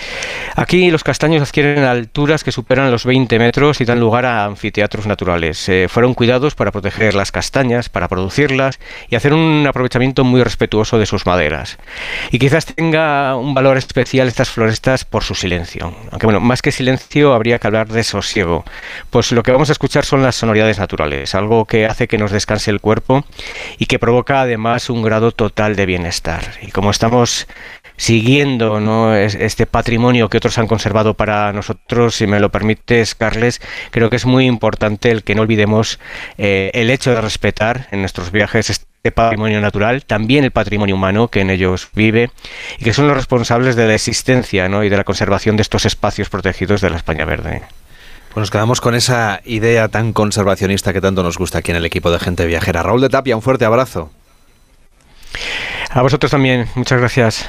Speaker 16: Aquí los castaños adquieren alturas que superan los veinte metros y dan lugar a anfiteatros naturales. Eh, fueron cuidados para proteger las castañas, para producirlas y hacer un aprovechamiento muy respetuoso de sus maderas. Y quizás tenga un valor especial estas florestas por su silencio. Aunque bueno, más que silencio habría que hablar de sosiego. Pues lo que vamos a escuchar son las sonoridades naturales, algo que hace que nos descanse el cuerpo y que provoca además un grado total de bienestar. Y como estamos siguiendo, ¿no?, este patrimonio que otros han conservado para nosotros, si me lo permites, Carles, creo que es muy importante el que no olvidemos eh, el hecho de respetar en nuestros viajes este patrimonio natural, también el patrimonio humano que en ellos vive y que son los responsables de la existencia, ¿no?, y de la conservación de estos espacios protegidos de la España verde.
Speaker 1: Pues nos quedamos con esa idea tan conservacionista que tanto nos gusta aquí en el equipo de Gente Viajera. Raúl de Tapia, un fuerte abrazo.
Speaker 16: A vosotros también, muchas gracias.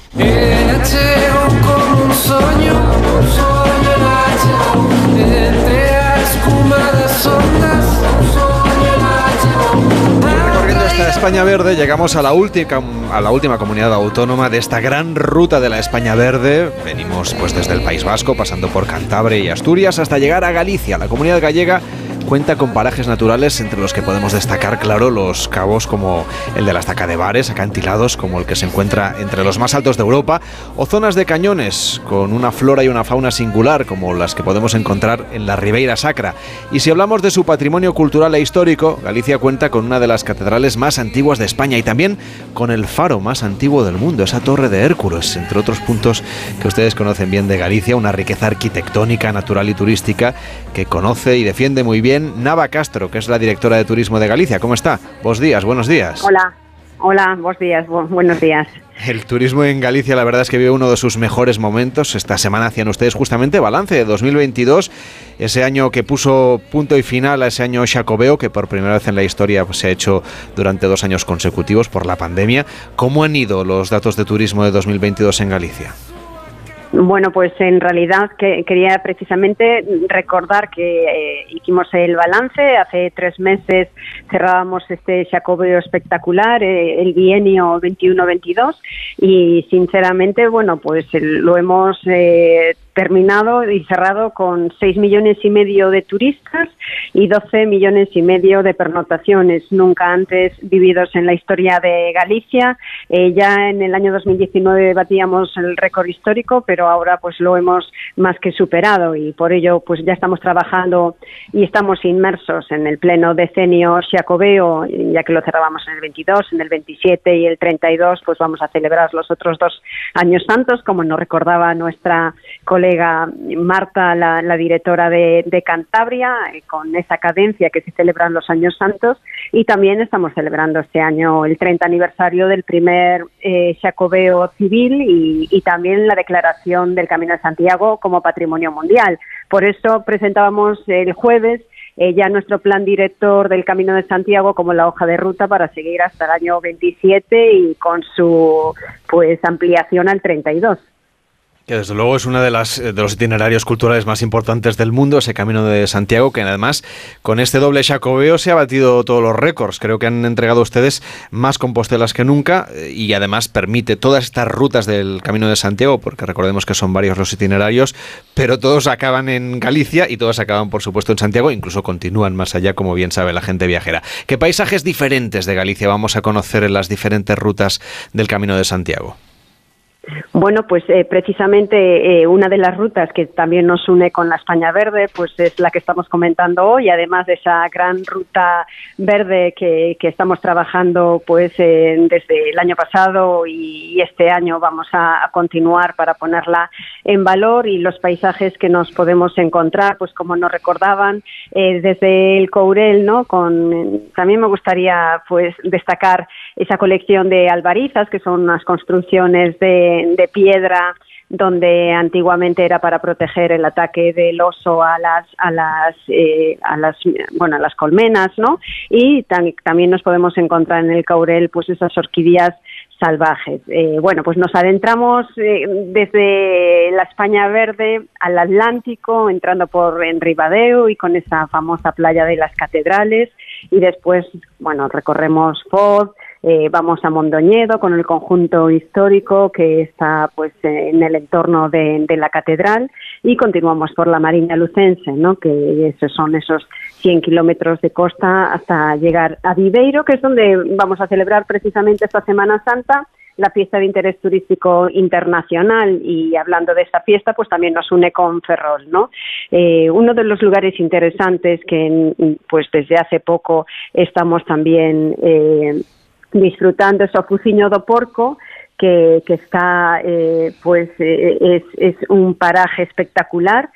Speaker 1: Recorriendo esta España verde llegamos a la última a la última comunidad autónoma de esta gran ruta de la España verde. Venimos pues desde el País Vasco, pasando por Cantabria y Asturias hasta llegar a Galicia. La comunidad gallega cuenta con parajes naturales entre los que podemos destacar, claro, los cabos como el de la Estaca de Bares, acantilados como el que se encuentra entre los más altos de Europa, o zonas de cañones con una flora y una fauna singular como las que podemos encontrar en la Ribeira Sacra. Y si hablamos de su patrimonio cultural e histórico, Galicia cuenta con una de las catedrales más antiguas de España y también con el faro más antiguo del mundo, esa Torre de Hércules, entre otros puntos que ustedes conocen bien de Galicia, una riqueza arquitectónica, natural y turística que conoce y defiende muy bien Nava Castro, que es la directora de Turismo de Galicia. ¿Cómo está? Buenos días, buenos días.
Speaker 17: Hola, hola, buenos días, bu- buenos días.
Speaker 1: El turismo en Galicia, la verdad es que vive uno de sus mejores momentos. Esta semana hacían ustedes justamente balance de dos mil veintidós, ese año que puso punto y final a ese año xacobeo, que por primera vez en la historia pues, se ha hecho durante dos años consecutivos por la pandemia. ¿Cómo han ido los datos de turismo de dos mil veintidós en Galicia?
Speaker 17: Bueno, pues en realidad que, quería precisamente recordar que eh, hicimos el balance. Hace tres meses cerrábamos este xacobeo espectacular, eh, el bienio veintiuno veintidós, y sinceramente, bueno, pues el, lo hemos eh, terminado y cerrado con seis millones y medio de turistas y doce millones y medio de pernotaciones, nunca antes vividos en la historia de Galicia. Eh, ya en el año dos mil diecinueve batíamos el récord histórico, pero ahora pues lo hemos más que superado y por ello pues ya estamos trabajando y estamos inmersos en el pleno decenio xacobeo, ya que lo cerrábamos en el veintidós, en el veintisiete y el treinta y dos pues vamos a celebrar tras los otros dos años santos, como nos recordaba nuestra colega Marta, la, la directora de, de Cantabria, eh, con esa cadencia que se celebran los años santos, y también estamos celebrando este año el treinta aniversario del primer eh, Xacobeo civil y, y también la declaración del Camino de Santiago como Patrimonio Mundial. Por eso presentábamos el jueves Eh, ya nuestro plan director del Camino de Santiago como la hoja de ruta para seguir hasta el año veintisiete y con su pues ampliación al treinta y dos.
Speaker 1: Que desde luego es uno de, las, de los itinerarios culturales más importantes del mundo, ese Camino de Santiago, que además con este doble Xacobeo se ha batido todos los récords. Creo que han entregado ustedes más compostelas que nunca y además permite todas estas rutas del Camino de Santiago, porque recordemos que son varios los itinerarios, pero todos acaban en Galicia y todos acaban por supuesto en Santiago, incluso continúan más allá, como bien sabe la gente viajera. ¿Qué paisajes diferentes de Galicia vamos a conocer en las diferentes rutas del Camino de Santiago?
Speaker 17: Bueno, pues eh, precisamente eh, una de las rutas que también nos une con la España Verde, pues es la que estamos comentando hoy, además de esa gran ruta verde que, que estamos trabajando pues eh, desde el año pasado y este año vamos a, a continuar para ponerla en valor, y los paisajes que nos podemos encontrar, pues como nos recordaban eh, desde el Courel, ¿no? Con también me gustaría pues destacar esa colección de albarizas, que son unas construcciones de de piedra donde antiguamente era para proteger el ataque del oso a las a las eh, a las bueno a las colmenas, ¿no? Y tam- también nos podemos encontrar en el Courel pues esas orquídeas salvajes. Eh, bueno, pues nos adentramos eh, desde la España Verde al Atlántico, entrando por en Ribadeo y con esa famosa playa de las Catedrales, y después, bueno, recorremos Foz. Eh, vamos a Mondoñedo con el conjunto histórico que está pues en el entorno de, de la catedral, y continuamos por la Mariña Lucense, ¿no? Que esos son esos cien kilómetros de costa hasta llegar a Viveiro, que es donde vamos a celebrar precisamente esta Semana Santa la fiesta de interés turístico internacional. Y hablando de esta fiesta, pues también nos une con Ferrol, ¿no? Eh, uno de los lugares interesantes que pues desde hace poco estamos también eh, disfrutando es o Fuciño do Porco, que, que está, eh, pues eh, es, es un paraje espectacular,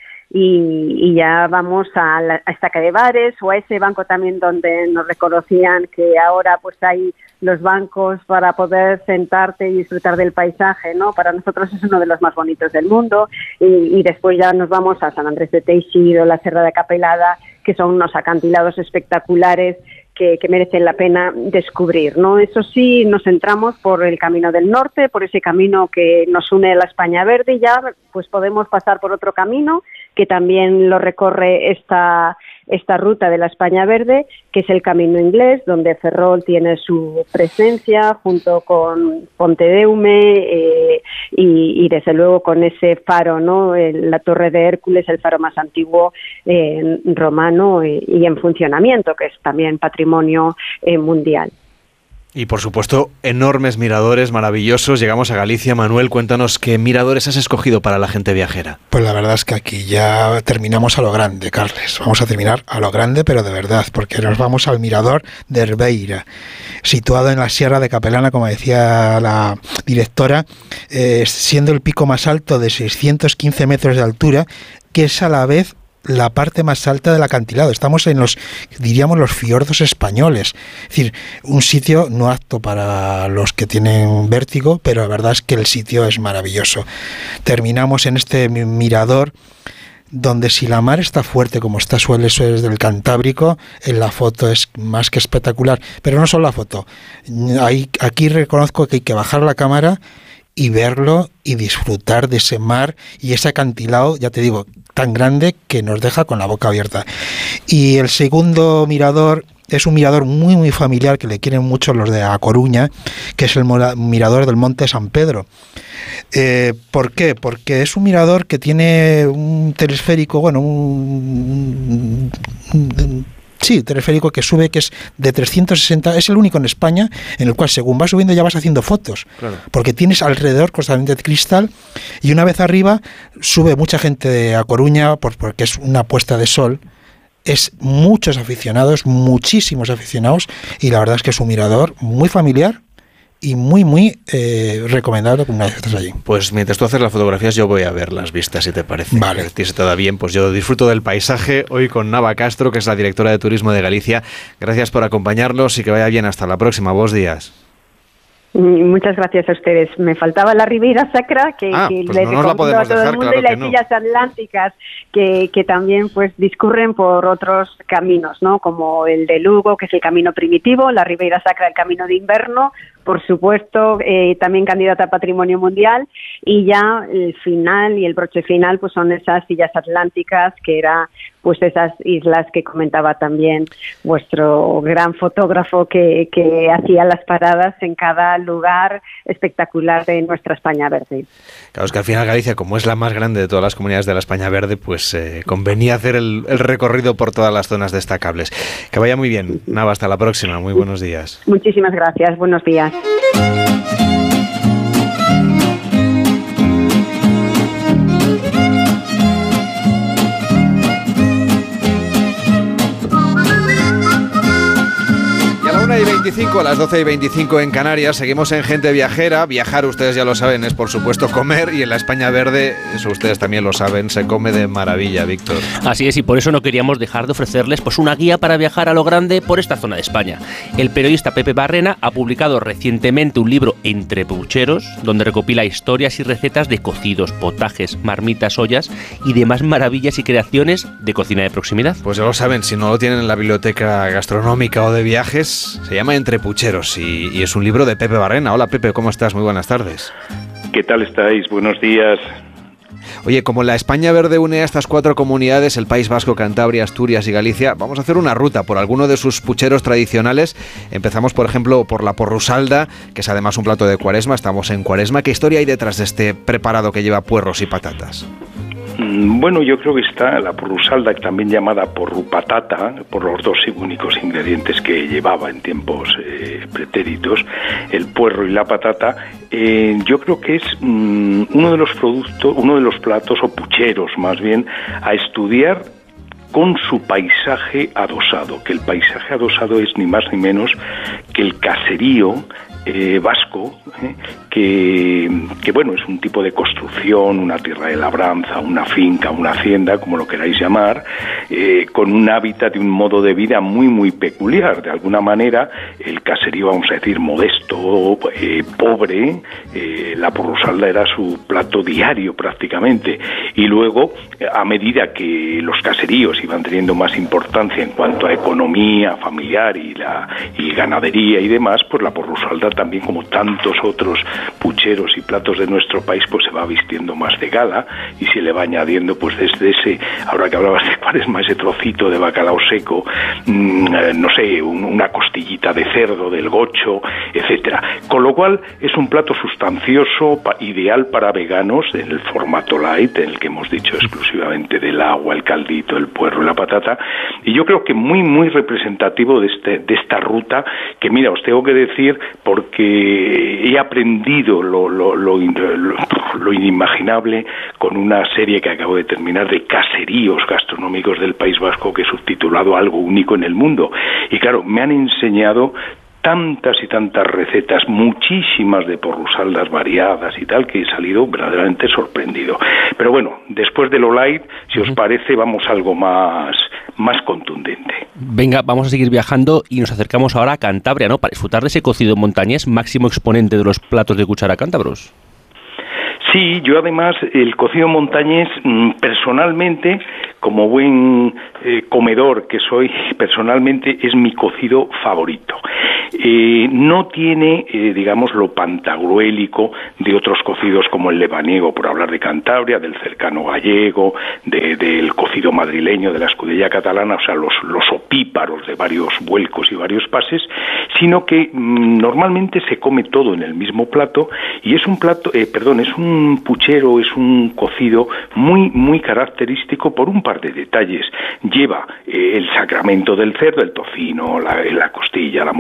Speaker 17: y, y ya vamos a, la, a Estaca de Bares o a ese banco también donde nos reconocían que ahora pues hay los bancos para poder sentarte y disfrutar del paisaje, ¿no? Para nosotros es uno de los más bonitos del mundo, y, y después ya nos vamos a San Andrés de Teixido, la Serra de Capelada, que son unos acantilados espectaculares Que, que merecen la pena descubrir, ¿no? Eso sí, nos centramos por el Camino del Norte, por ese camino que nos une a la España Verde, y ya pues podemos pasar por otro camino que también lo recorre esta esta ruta de la España Verde, que es el Camino Inglés, donde Ferrol tiene su presencia junto con Pontedeume eh, y, y desde luego con ese faro, ¿no? El, la Torre de Hércules, el faro más antiguo eh, romano eh, y en funcionamiento, que es también patrimonio eh, mundial.
Speaker 1: Y por supuesto, enormes miradores maravillosos. Llegamos a Galicia. Manuel, cuéntanos qué miradores has escogido para la gente viajera.
Speaker 6: Pues la verdad es que aquí ya terminamos a lo grande, Carles. Vamos a terminar a lo grande, pero de verdad, porque nos vamos al mirador de Herbeira, situado en la Sierra de Capelana, como decía la directora, eh, siendo el pico más alto de seiscientos quince metros de altura, que es a la vez la parte más alta del acantilado. Estamos en los, diríamos, los fiordos españoles. Es decir, un sitio no apto para los que tienen vértigo, pero la verdad es que el sitio es maravilloso. Terminamos en este mirador donde, si la mar está fuerte como está suele ser del Cantábrico, en la foto es más que espectacular. Pero no solo la foto. Hay, aquí reconozco que hay que bajar la cámara y verlo y disfrutar de ese mar y ese acantilado, ya te digo, tan grande que nos deja con la boca abierta. Y el segundo mirador es un mirador muy muy familiar que le quieren mucho los de A Coruña, que es el mirador del Monte San Pedro. Eh, ¿Por qué? Porque es un mirador que tiene un telesférico, bueno, un... un, un Sí, teleférico que sube, que es de trescientos sesenta, es el único en España en el cual según vas subiendo ya vas haciendo fotos, claro, porque tienes alrededor constantemente de cristal, y una vez arriba sube mucha gente de A Coruña por, porque es una puesta de sol, es muchos aficionados, muchísimos aficionados, y la verdad es que es un mirador muy familiar y muy, muy eh, recomendable una vez estás allí.
Speaker 1: Pues mientras tú haces las fotografías yo voy a ver las vistas, si te parece.
Speaker 6: Vale.
Speaker 1: Si se te da bien, pues yo disfruto del paisaje hoy con Nava Castro, que es la directora de Turismo de Galicia. Gracias por acompañarnos y que vaya bien. Hasta la próxima. Buenos días.
Speaker 17: Muchas gracias a ustedes. Me faltaba la Ribeira Sacra, que,
Speaker 1: ah,
Speaker 17: que
Speaker 1: pues
Speaker 17: les
Speaker 1: no nos la podemos
Speaker 17: a todo
Speaker 1: dejar,
Speaker 17: el mundo,
Speaker 1: claro
Speaker 17: y las
Speaker 1: no.
Speaker 17: Illas Atlánticas, que, que también pues discurren por otros caminos, ¿no? Como el de Lugo, que es el camino primitivo, la Ribeira Sacra, el camino de invierno, por supuesto, eh, también candidata a Patrimonio Mundial, y ya el final y el broche final pues son esas Illas Atlánticas, que era pues esas islas que comentaba también vuestro gran fotógrafo que, que hacía las paradas en cada lugar espectacular de nuestra España Verde.
Speaker 1: Claro, es que al final Galicia, como es la más grande de todas las comunidades de la España Verde, pues eh, convenía hacer el, el recorrido por todas las zonas destacables. Que vaya muy bien. Nava, hasta la próxima. Muy buenos días.
Speaker 17: Muchísimas gracias. Buenos días.
Speaker 1: una y veinticinco, a las doce y veinticinco en Canarias, seguimos en Gente Viajera. Viajar, ustedes ya lo saben, es por supuesto comer, y en la España Verde, eso ustedes también lo saben, se come de maravilla, Víctor.
Speaker 15: Así es, y por eso no queríamos dejar de ofrecerles pues una guía para viajar a lo grande por esta zona de España. El periodista Pepe Barrena ha publicado recientemente un libro, Entre Pucheros, donde recopila historias y recetas de cocidos, potajes, marmitas, ollas y demás maravillas y creaciones de cocina de proximidad.
Speaker 1: Pues ya lo saben, si no lo tienen en la biblioteca gastronómica o de viajes, se llama Entre Pucheros y, y es un libro de Pepe Barrena. Hola Pepe, ¿cómo estás? Muy buenas tardes.
Speaker 18: ¿Qué tal estáis? Buenos días.
Speaker 1: Oye, como la España Verde une a estas cuatro comunidades, el País Vasco, Cantabria, Asturias y Galicia, vamos a hacer una ruta por alguno de sus pucheros tradicionales. Empezamos, por ejemplo, por la porrusalda, que es además un plato de Cuaresma. Estamos en Cuaresma. ¿Qué historia hay detrás de este preparado que lleva puerros y patatas?
Speaker 18: Bueno, yo creo que está la porrusalda, también llamada porrupatata, por los dos únicos ingredientes que llevaba en tiempos eh, pretéritos, el puerro y la patata. Eh, yo creo que es mm, uno de los productos, uno de los platos o pucheros más bien a estudiar con su paisaje adosado, que el paisaje adosado es ni más ni menos que el caserío eh, vasco, eh, que, que bueno, es un tipo de construcción, una tierra de labranza, una finca, una hacienda, como lo queráis llamar, eh, con un hábitat y un modo de vida muy muy peculiar. De alguna manera el caserío, vamos a decir, modesto, eh, pobre, eh, la porrusalda era su plato diario prácticamente, y luego a medida que los caseríos iban teniendo más importancia en cuanto a economía familiar y la y ganadería y demás, pues la porrusalda también, como tantos otros pucheros y platos de nuestro país, pues se va vistiendo más de gala y se le va añadiendo, pues desde ese, ahora que hablabas de Cuaresma, ese trocito de bacalao seco, mmm, no sé, un, una costillita de cerdo, del gocho, etcétera. Con lo cual es un plato sustancioso, pa, ideal para veganos, en el formato light, en el que hemos dicho exclusivamente del agua, el caldito, el puerro y la patata, y yo creo que muy muy representativo de este de esta ruta, que mira, os tengo que decir, porque he aprendido lo, lo, lo, lo, lo inimaginable con una serie que acabo de terminar de caseríos gastronómicos del País Vasco, que he subtitulado Algo único en el mundo, y claro, me han enseñado tantas y tantas recetas, muchísimas de porrusaldas variadas y tal, que he salido verdaderamente sorprendido. Pero bueno, después de lo light, si os parece, vamos a algo más, más contundente.
Speaker 15: Venga, vamos a seguir viajando y nos acercamos ahora a Cantabria, ¿no? Para disfrutar de ese cocido montañés, máximo exponente de los platos de cuchara cántabros.
Speaker 18: Sí, yo además el cocido montañés, personalmente, como buen eh, comedor que soy, personalmente es mi cocido favorito. Eh, no tiene, eh, digamos, lo pantagruélico de otros cocidos como el lebaniego, por hablar de Cantabria, del cercano gallego, de, del cocido madrileño, de la escudella catalana, o sea, los, los opíparos de varios vuelcos y varios pases, sino que mmm, normalmente se come todo en el mismo plato, y es un plato, eh, perdón, es un puchero, es un cocido muy, muy característico por un par de detalles. Lleva eh, el sacramento del cerdo, el tocino, la, la costilla, la morcilla,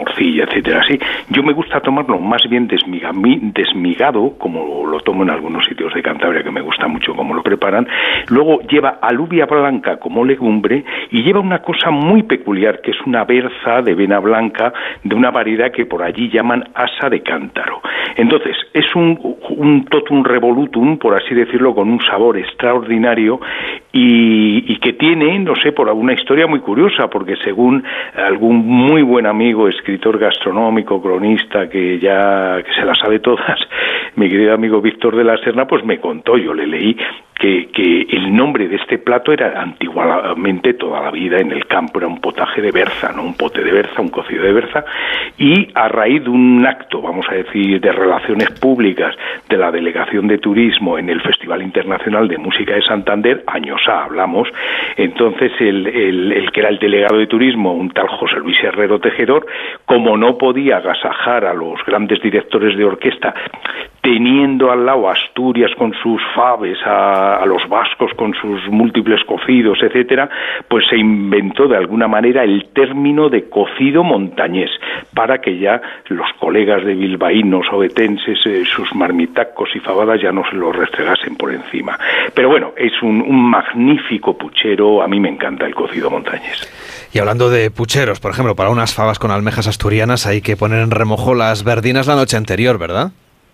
Speaker 18: etcétera. Sí, yo me gusta tomarlo más bien desmiga, desmigado, como lo tomo en algunos sitios de Cantabria, que me gusta mucho cómo lo preparan. Luego lleva alubia blanca como legumbre y lleva una cosa muy peculiar, que es una berza de vena blanca de una variedad que por allí llaman asa de cántaro. Entonces, es un, un totum revolutum, por así decirlo, con un sabor extraordinario y, y que tiene, no sé, por alguna historia muy curiosa, porque según algún muy buen amigo, escritor gastronómico, cronista, que ya que se las sabe todas, mi querido amigo Víctor de la Serna, pues me contó, yo le leí que, que el nombre de este plato era antiguamente, toda la vida en el campo, era un potaje de berza, ¿no? Un pote de berza, un cocido de berza, y a raíz de un acto, vamos a decir, de relaciones públicas de la Delegación de Turismo en el Festival Internacional de Música de Santander, años A hablamos, entonces el, el, el que era el delegado de turismo, un tal José Luis Herrero Tejedor, como no podía agasajar a los grandes directores de orquesta, teniendo al lado a Asturias con sus faves, a, a los vascos con sus múltiples cocidos, etcétera, pues se inventó de alguna manera el término de cocido montañés, para que ya los colegas de bilbaínos o betenses, eh, sus marmitacos y fabadas ya no se los restregasen por encima. Pero bueno, es un, un magnífico puchero, a mí me encanta el cocido montañés.
Speaker 1: Y hablando de pucheros, por ejemplo, para unas fabas con almejas asturianas hay que poner en remojo las verdinas la noche anterior, ¿verdad?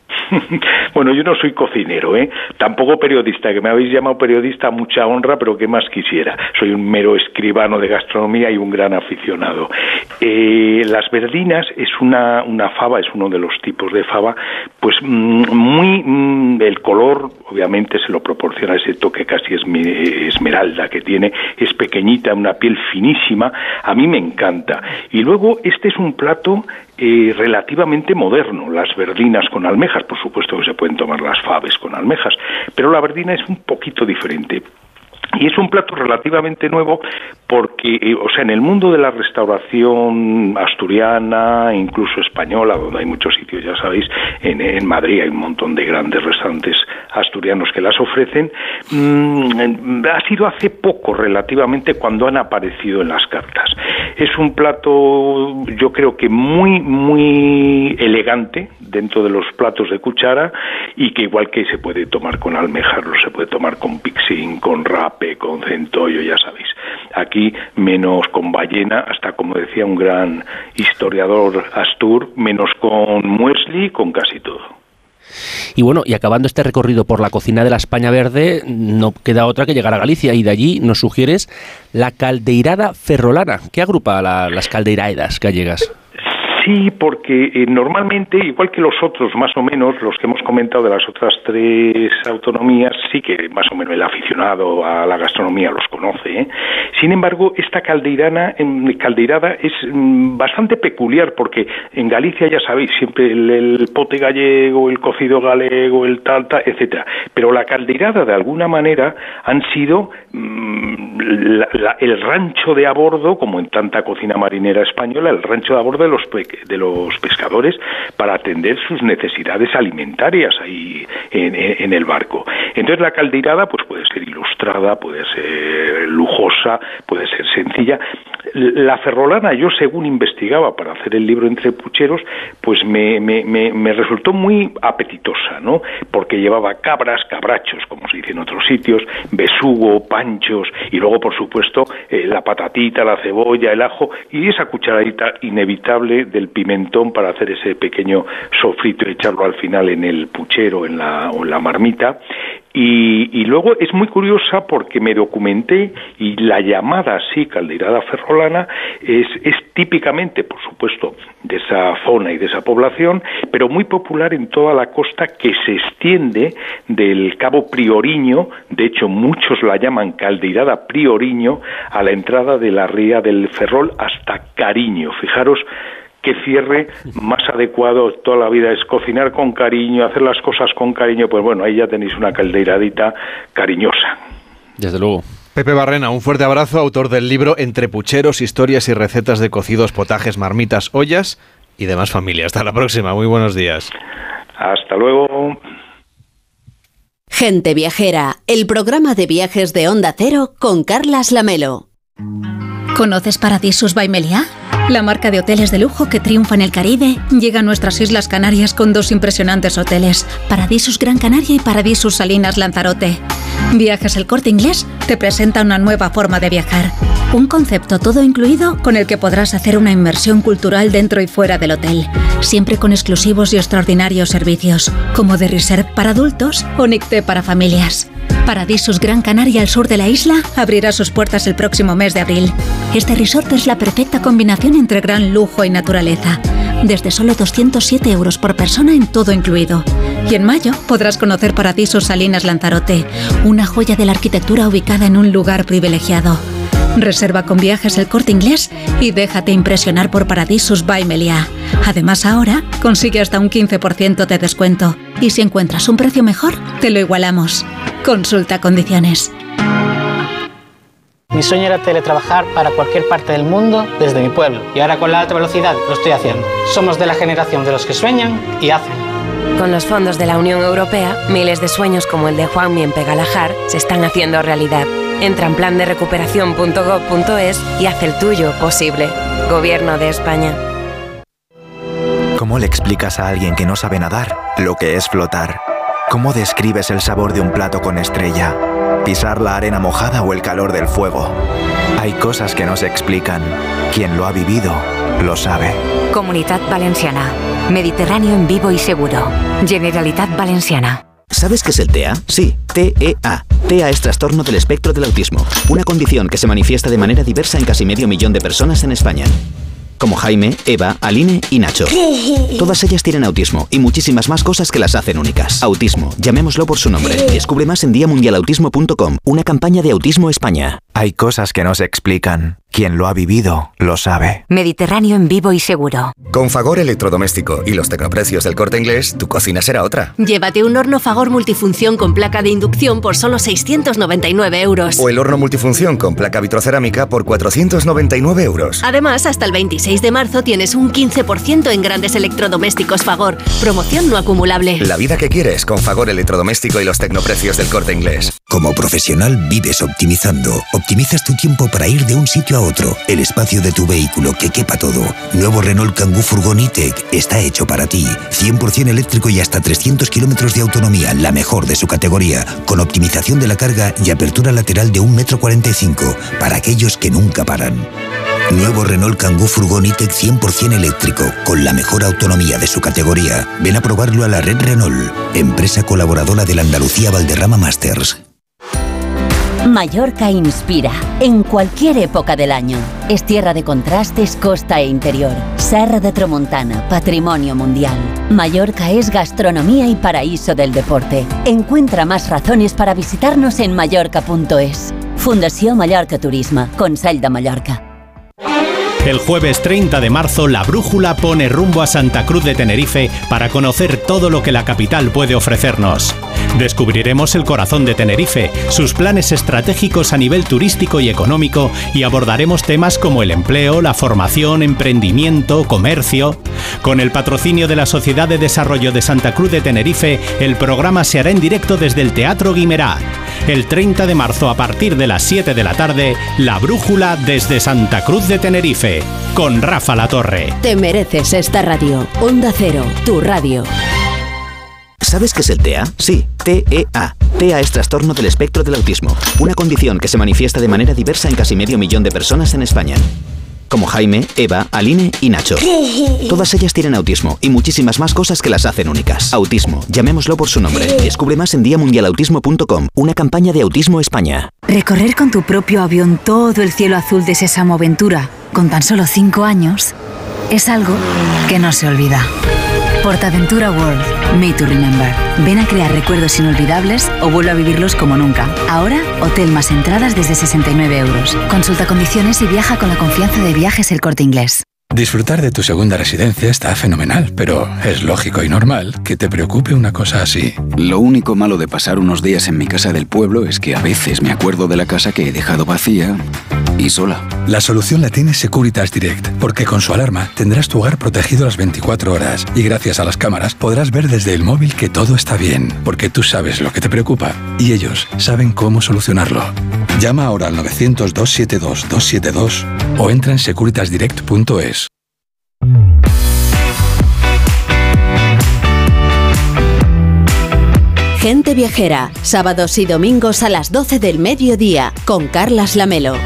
Speaker 18: Bueno, yo no soy cocinero, ¿eh? Tampoco periodista, que me habéis llamado periodista, mucha honra, pero ¿qué más quisiera? Soy un mero escribano de gastronomía y un gran aficionado. Eh, las verdinas es una, una fava, es uno de los tipos de fava, pues muy, mm, el color obviamente se lo proporciona ese toque casi esmeralda que tiene, es pequeñita, una piel finísima, a mí me encanta. Y luego este es un plato eh, relativamente moderno, las verdinas con almejas, por supuesto que se pueden tomar las faves con almejas, pero la verdina es un poquito diferente. Y es un plato relativamente nuevo porque, eh, o sea, en el mundo de la restauración asturiana, incluso española, donde hay muchos sitios, ya sabéis, en, en Madrid hay un montón de grandes restaurantes asturianos que las ofrecen, mmm, ha sido hace poco relativamente cuando han aparecido en las cartas. Es un plato, yo creo que muy, muy elegante dentro de los platos de cuchara y que igual que se puede tomar con almejas, lo se puede tomar con pixín, con rape, con centollo, ya sabéis. Aquí menos con ballena, hasta como decía un gran historiador astur, menos con muesli, con casi todo.
Speaker 15: Y bueno, y acabando este recorrido por la cocina de la España verde, no queda otra que llegar a Galicia, y de allí nos sugieres la caldeirada ferrolana. ¿Qué agrupa la, las caldeiraedas gallegas?
Speaker 18: Sí, porque eh, normalmente, igual que los otros, más o menos, los que hemos comentado de las otras tres autonomías, sí que más o menos el aficionado a la gastronomía los conoce, ¿eh? Sin embargo, esta caldeirana, eh, caldeirada es mm, bastante peculiar, porque en Galicia, ya sabéis, siempre el, el pote gallego, el cocido galego, el tal, tal, etcétera. Pero la caldeirada, de alguna manera, han sido mm, la, la, el rancho de a bordo, como en tanta cocina marinera española, el rancho de a bordo de los pe de los pescadores para atender sus necesidades alimentarias ahí en, en, en el barco. Entonces la caldeirada pues puede ser ilustrada, puede ser lujosa, puede ser sencilla. La ferrolana, yo según investigaba para hacer el libro Entre Pucheros, pues me, me, me, me resultó muy apetitosa, ¿no? Porque llevaba cabras, cabrachos, como se dice en otros sitios, besugo, panchos, y luego, por supuesto, eh, la patatita, la cebolla, el ajo, y esa cucharadita inevitable del pimentón para hacer ese pequeño sofrito y echarlo al final en el puchero en la, o en la marmita. Y, y luego es muy curiosa porque me documenté y la llamada así caldeirada ferrolana es, es típicamente, por supuesto, de esa zona y de esa población, pero muy popular en toda la costa, que se extiende del Cabo Prioriño, de hecho muchos la llaman caldeirada Prioriño, a la entrada de la ría del Ferrol hasta Cariño. Fijaros qué cierre más adecuado. Toda la vida es cocinar con cariño, hacer las cosas con cariño, pues bueno, ahí ya tenéis una caldeiradita cariñosa.
Speaker 15: Desde luego.
Speaker 1: Pepe Barrena, un fuerte abrazo, autor del libro Entre Pucheros, historias y recetas de cocidos, potajes, marmitas, ollas y demás familia. Hasta la próxima, muy buenos días.
Speaker 18: Hasta luego.
Speaker 2: Gente Viajera, el programa de viajes de Onda Cero con Carlas Lamelo.
Speaker 13: ¿Conoces Paradisus by Meliá? La marca de hoteles de lujo que triunfa en el Caribe llega a nuestras Islas Canarias con dos impresionantes hoteles, Paradisus Gran Canaria y Paradisus Salinas Lanzarote. Viajes El Corte Inglés te presenta una nueva forma de viajar. Un concepto todo incluido con el que podrás hacer una inmersión cultural dentro y fuera del hotel, siempre con exclusivos y extraordinarios servicios, como The Reserve para adultos o Nicté para familias. Paradisus Gran Canaria al sur de la isla abrirá sus puertas el próximo mes de abril. Este resort es la perfecta combinación entre gran lujo y naturaleza. Desde solo doscientos siete euros por persona en todo incluido. Y en mayo podrás conocer Paradisus Salinas Lanzarote, una joya de la arquitectura ubicada en un lugar privilegiado. Reserva con Viajes El Corte Inglés y déjate impresionar por Paradisus by Meliá. Además, ahora consigue hasta un quince por ciento de descuento. Y si encuentras un precio mejor, te lo igualamos. Consulta condiciones.
Speaker 19: Mi sueño era teletrabajar para cualquier parte del mundo desde mi pueblo. Y ahora con la alta velocidad lo estoy haciendo. Somos de la generación de los que sueñan y hacen.
Speaker 20: Con los fondos de la Unión Europea, miles de sueños como el de Juanmi en Pegalajar se están haciendo realidad. Entra en plan de recuperación punto gob punto es y haz el tuyo posible. Gobierno de España.
Speaker 21: ¿Cómo le explicas a alguien que no sabe nadar lo que es flotar? ¿Cómo describes el sabor de un plato con estrella? ¿Pisar la arena mojada o el calor del fuego? Hay cosas que no se explican. Quien lo ha vivido, lo sabe.
Speaker 22: Comunitat Valenciana. Mediterráneo en vivo y seguro. Generalitat Valenciana.
Speaker 23: ¿Sabes qué es el T E A? Sí, T E A. T E A es trastorno del espectro del autismo, una condición que se manifiesta de manera diversa en casi medio millón de personas en España. Como Jaime, Eva, Aline y Nacho. Todas ellas tienen autismo y muchísimas más cosas que las hacen únicas. Autismo, llamémoslo por su nombre. Descubre más en día mundial autismo punto com, una campaña de Autismo España.
Speaker 21: Hay cosas que no se explican. Quien lo ha vivido, lo sabe.
Speaker 22: Mediterráneo en vivo y seguro.
Speaker 24: Con Fagor Electrodoméstico y los tecnoprecios del Corte Inglés, tu cocina será otra.
Speaker 22: Llévate un horno Fagor multifunción con placa de inducción por solo seiscientos noventa y nueve euros.
Speaker 24: O el horno multifunción con placa vitrocerámica por cuatrocientos noventa y nueve euros.
Speaker 22: Además, hasta el veintiséis de marzo tienes un quince por ciento en grandes electrodomésticos Fagor. Promoción no acumulable.
Speaker 24: La vida que quieres con Fagor Electrodoméstico y los tecnoprecios del Corte Inglés.
Speaker 28: Como profesional vives optimizando. Optimizas tu tiempo para ir de un sitio a otro. El espacio de tu vehículo que quepa todo. Nuevo Renault Kangoo Furgón E-Tech está hecho para ti. cien por ciento eléctrico y hasta trescientos kilómetros de autonomía, la mejor de su categoría, con optimización de la carga y apertura lateral de un metro cuarenta y cinco, para aquellos que nunca paran. Nuevo Renault Kangoo Furgón E-Tech cien por ciento eléctrico, con la mejor autonomía de su categoría. Ven a probarlo a la red Renault, empresa colaboradora de la Andalucía Valderrama Masters.
Speaker 22: Mallorca inspira, en cualquier época del año. Es tierra de contrastes, costa e interior. Serra de Tramuntana, patrimonio mundial. Mallorca es gastronomía y paraíso del deporte. Encuentra más razones para visitarnos en mallorca punto es. Fundació Mallorca Turisme, Consell de Mallorca.
Speaker 29: El jueves treinta de marzo, La Brújula pone rumbo a Santa Cruz de Tenerife para conocer todo lo que la capital puede ofrecernos. Descubriremos el corazón de Tenerife, sus planes estratégicos a nivel turístico y económico y abordaremos temas como el empleo, la formación, emprendimiento, comercio. Con el patrocinio de la Sociedad de Desarrollo de Santa Cruz de Tenerife, el programa se hará en directo desde el Teatro Guimerá. El treinta de marzo a partir de las siete de la tarde, La Brújula desde Santa Cruz de Tenerife, con Rafa Latorre.
Speaker 2: Te mereces esta radio. Onda Cero, tu radio.
Speaker 23: ¿Sabes qué es el T E A? Sí, T E A. T E A es trastorno del espectro del autismo, una condición que se manifiesta de manera diversa en casi medio millón de personas en España. Como Jaime, Eva, Aline y Nacho. Todas ellas tienen autismo y muchísimas más cosas que las hacen únicas. Autismo, llamémoslo por su nombre. Descubre más en día mundial autismo punto com, una campaña de Autismo España.
Speaker 30: Recorrer con tu propio avión todo el cielo azul de Sésamo Aventura, con tan solo cinco años, es algo que no se olvida. Portaventura World, Made to Remember. Ven a crear recuerdos inolvidables o vuelve a vivirlos como nunca. Ahora, hotel más entradas desde sesenta y nueve euros. Consulta condiciones y viaja con la confianza de Viajes El Corte Inglés.
Speaker 31: Disfrutar de tu segunda residencia está fenomenal, pero es lógico y normal que te preocupe una cosa así.
Speaker 32: Lo único malo de pasar unos días en mi casa del pueblo es que a veces me acuerdo de la casa que he dejado vacía y
Speaker 24: y sola.
Speaker 31: La solución la tiene Securitas Direct, porque con su alarma tendrás tu hogar protegido las veinticuatro horas y gracias a las cámaras podrás ver desde el móvil que todo está bien, porque tú sabes lo que te preocupa y ellos saben cómo solucionarlo. Llama ahora al novecientos, doscientos setenta y dos, doscientos setenta y dos o entra en securitas direct punto es.
Speaker 2: Gente Viajera, sábados y domingos a las doce del mediodía, con Carlas Lamelo.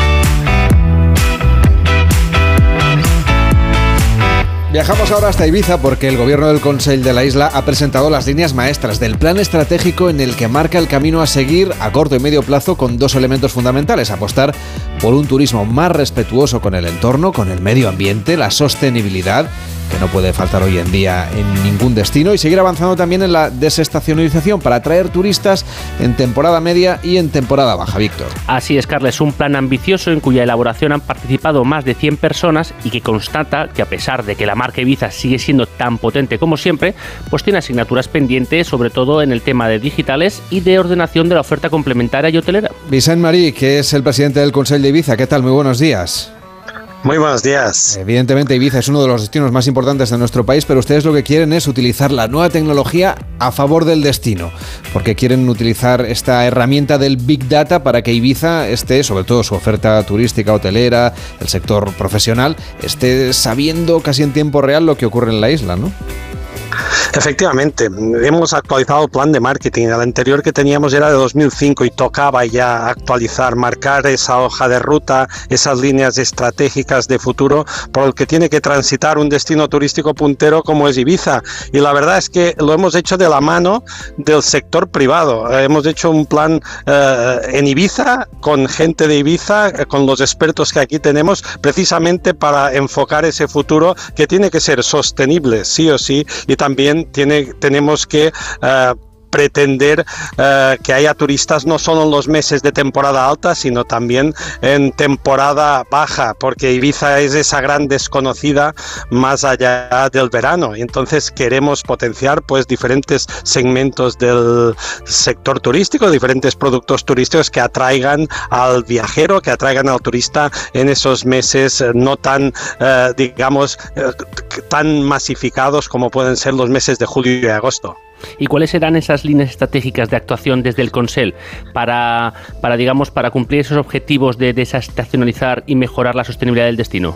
Speaker 1: Viajamos ahora hasta Ibiza porque el gobierno del Consell de la isla ha presentado las líneas maestras del plan estratégico en el que marca el camino a seguir a corto y medio plazo con dos elementos fundamentales: apostar por un turismo más respetuoso con el entorno, con el medio ambiente, la sostenibilidad, que no puede faltar hoy en día en ningún destino, y seguir avanzando también en la desestacionalización para atraer turistas en temporada media y en temporada baja. Víctor.
Speaker 15: Así es, Carles, un plan ambicioso en cuya elaboración han participado más de cien personas y que constata que, a pesar de que la marca Ibiza sigue siendo tan potente como siempre, pues tiene asignaturas pendientes, sobre todo en el tema de digitales y de ordenación de la oferta complementaria y hotelera.
Speaker 1: Vicent Marí, que es el presidente del Consell de Ibiza, ¿qué tal? Muy buenos días.
Speaker 3: Muy buenos días.
Speaker 1: Evidentemente Ibiza es uno de los destinos más importantes de nuestro país, pero ustedes lo que quieren es utilizar la nueva tecnología a favor del destino, porque quieren utilizar esta herramienta del Big Data para que Ibiza esté, sobre todo su oferta turística, hotelera, el sector profesional, esté sabiendo casi en tiempo real lo que ocurre en la isla, ¿no?
Speaker 3: Efectivamente, hemos actualizado el plan de marketing. El anterior que teníamos era de dos mil cinco y tocaba ya actualizar, marcar esa hoja de ruta, esas líneas estratégicas de futuro por el que tiene que transitar un destino turístico puntero como es Ibiza. Y la verdad es que lo hemos hecho de la mano del sector privado. Hemos hecho un plan eh, en Ibiza, con gente de Ibiza, eh, con los expertos que aquí tenemos, precisamente para enfocar ese futuro que tiene que ser sostenible, sí o sí, y también tiene, tenemos que uh, pretender uh, que haya turistas no solo en los meses de temporada alta, sino también en temporada baja, porque Ibiza es esa gran desconocida más allá del verano. Y entonces queremos potenciar pues diferentes segmentos del sector turístico, diferentes productos turísticos que atraigan al viajero, que atraigan al turista en esos meses no tan, uh, digamos, uh, tan masificados como pueden ser los meses de julio y agosto.
Speaker 15: ¿Y cuáles serán esas líneas estratégicas de actuación desde el Consell para, para digamos, para cumplir esos objetivos de desestacionalizar y mejorar la sostenibilidad del destino?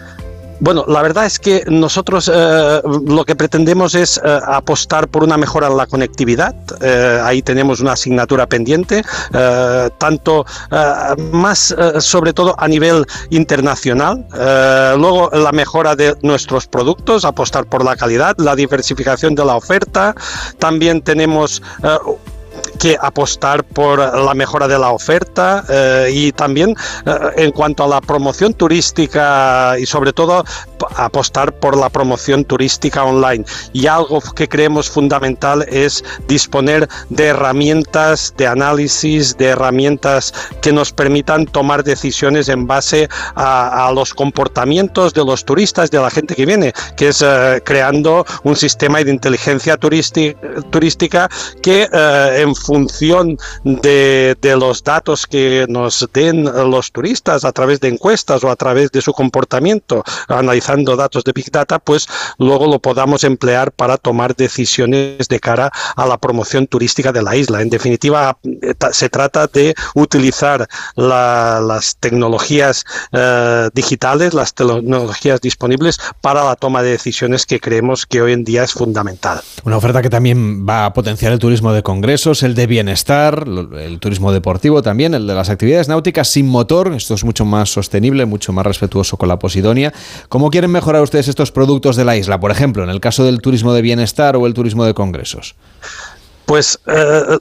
Speaker 3: Bueno, la verdad es que nosotros eh, lo que pretendemos es eh, apostar por una mejora en la conectividad. Eh, ahí tenemos una asignatura pendiente, eh, tanto eh, más eh, sobre todo a nivel internacional. Eh, luego la mejora de nuestros productos, apostar por la calidad, la diversificación de la oferta. También tenemos eh, que apostar por la mejora de la oferta eh, y también eh, en cuanto a la promoción turística y sobre todo apostar por la promoción turística online. Y algo que creemos fundamental es disponer de herramientas de análisis, de herramientas que nos permitan tomar decisiones en base a, a los comportamientos de los turistas, de la gente que viene, que es eh, creando un sistema de inteligencia turística, turística que eh, en función de, de los datos que nos den los turistas a través de encuestas o a través de su comportamiento, analizando datos de Big Data, pues luego lo podamos emplear para tomar decisiones de cara a la promoción turística de la isla. En definitiva, se trata de utilizar la, las tecnologías eh, digitales, las tecnologías disponibles para la toma de decisiones que creemos que hoy en día es fundamental.
Speaker 1: Una oferta que también va a potenciar el turismo de congresos, el de bienestar, el turismo deportivo también, el de las actividades náuticas sin motor. Esto es mucho más sostenible, mucho más respetuoso con la Posidonia. ¿Cómo quieren mejorar ustedes estos productos de la isla? Por ejemplo, en el caso del turismo de bienestar o el turismo de congresos.
Speaker 3: Pues eh,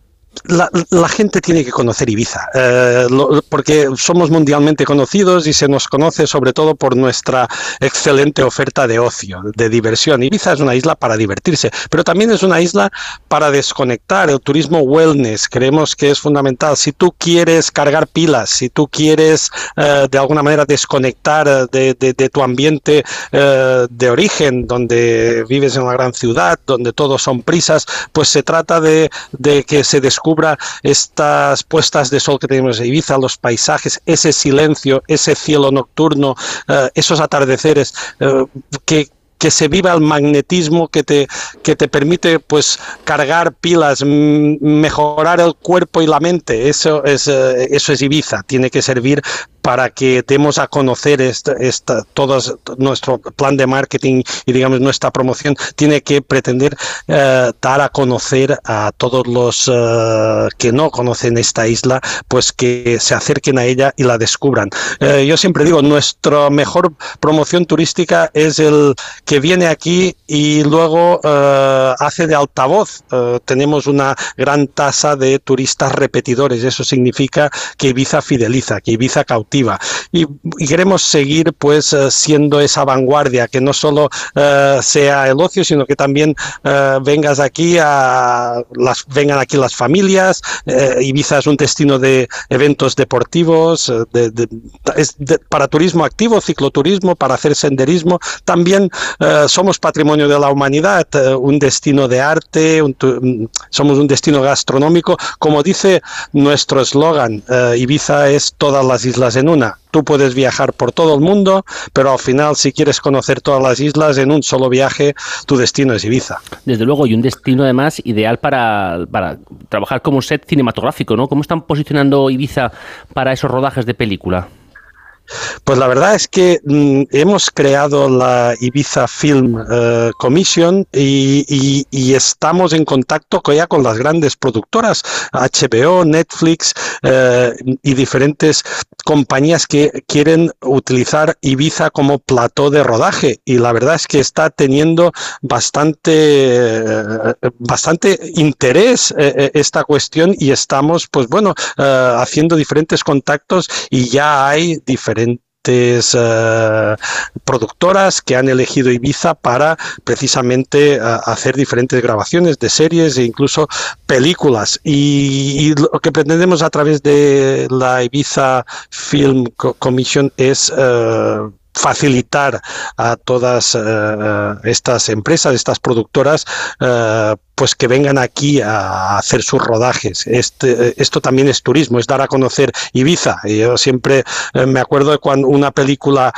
Speaker 3: La, la gente tiene que conocer Ibiza, eh, lo, porque somos mundialmente conocidos y se nos conoce sobre todo por nuestra excelente oferta de ocio, de diversión. Ibiza es una isla para divertirse, pero también es una isla para desconectar. El turismo wellness creemos que es fundamental. Si tú quieres cargar pilas, si tú quieres eh, de alguna manera desconectar de, de, de tu ambiente eh, de origen, donde vives en una gran ciudad, donde todos son prisas, pues se trata de, de que se desconecte descubra estas puestas de sol que tenemos en Ibiza, los paisajes, ese silencio, ese cielo nocturno, eh, esos atardeceres, eh, que que se viva el magnetismo que te, que te permite pues cargar pilas, m- mejorar el cuerpo y la mente. Eso es, eh, eso es Ibiza, tiene que servir para que demos a conocer esta, esta, todo nuestro plan de marketing y digamos nuestra promoción tiene que pretender eh, dar a conocer a todos los eh, que no conocen esta isla, pues que se acerquen a ella y la descubran. Eh, yo siempre digo, nuestra mejor promoción turística es el que viene aquí y luego eh, hace de altavoz. Eh, tenemos una gran tasa de turistas repetidores, eso significa que Ibiza fideliza, que Ibiza cautiva. Y, y queremos seguir pues uh, siendo esa vanguardia, que no solo uh, sea el ocio, sino que también uh, vengas aquí a las, vengan aquí las familias. uh, Ibiza es un destino de eventos deportivos, uh, de, de, es de, para turismo activo, cicloturismo, para hacer senderismo. También uh, somos patrimonio de la humanidad, uh, un destino de arte, un tu, somos un destino gastronómico. Como dice nuestro eslogan, uh, Ibiza es todas las islas en una. Tú puedes viajar por todo el mundo, pero al final, si quieres conocer todas las islas en un solo viaje, tu destino es Ibiza.
Speaker 15: Desde luego, y un destino además ideal para, para trabajar como set cinematográfico, ¿no? ¿Cómo están posicionando Ibiza para esos rodajes de película?
Speaker 3: Pues la verdad es que mm, hemos creado la Ibiza Film uh, Commission y, y, y estamos en contacto con, ya con las grandes productoras, H B O, Netflix uh, y diferentes compañías que quieren utilizar Ibiza como plató de rodaje, y la verdad es que está teniendo bastante, uh, bastante interés uh, esta cuestión, y estamos pues bueno uh, haciendo diferentes contactos y ya hay diferentes diferentes uh, productoras que han elegido Ibiza para precisamente uh, hacer diferentes grabaciones de series e incluso películas, y, y lo que pretendemos a través de la Ibiza Film Commission es uh, facilitar a todas uh, estas empresas, estas productoras, uh, pues que vengan aquí a hacer sus rodajes. Este, esto también es turismo, es dar a conocer Ibiza. Y yo siempre eh, me acuerdo de cuando una película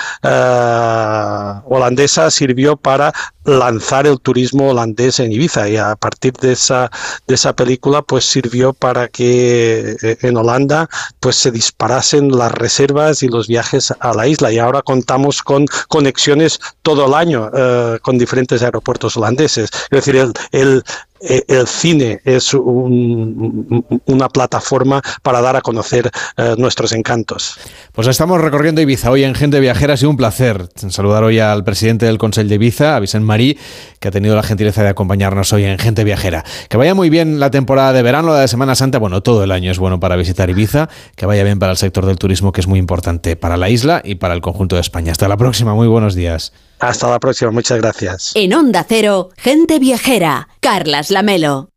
Speaker 3: eh, holandesa sirvió para lanzar el turismo holandés en Ibiza, y a partir de esa de esa película pues sirvió para que eh, en Holanda pues se disparasen las reservas y los viajes a la isla, y ahora contamos con conexiones todo el año eh, con diferentes aeropuertos holandeses. Es decir, el, el el cine es un, una plataforma para dar a conocer eh, nuestros encantos.
Speaker 1: Pues estamos recorriendo Ibiza hoy en Gente Viajera. Ha sido un placer saludar hoy al presidente del Consell de Ibiza, a Vicent Marí, que ha tenido la gentileza de acompañarnos hoy en Gente Viajera. Que vaya muy bien la temporada de verano, la de Semana Santa. Bueno, todo el año es bueno para visitar Ibiza. Que vaya bien para el sector del turismo, que es muy importante para la isla y para el conjunto de España. Hasta la próxima, muy buenos días.
Speaker 3: Hasta la próxima, muchas gracias.
Speaker 2: En Onda Cero, Gente Viajera, Carlas Lamelo.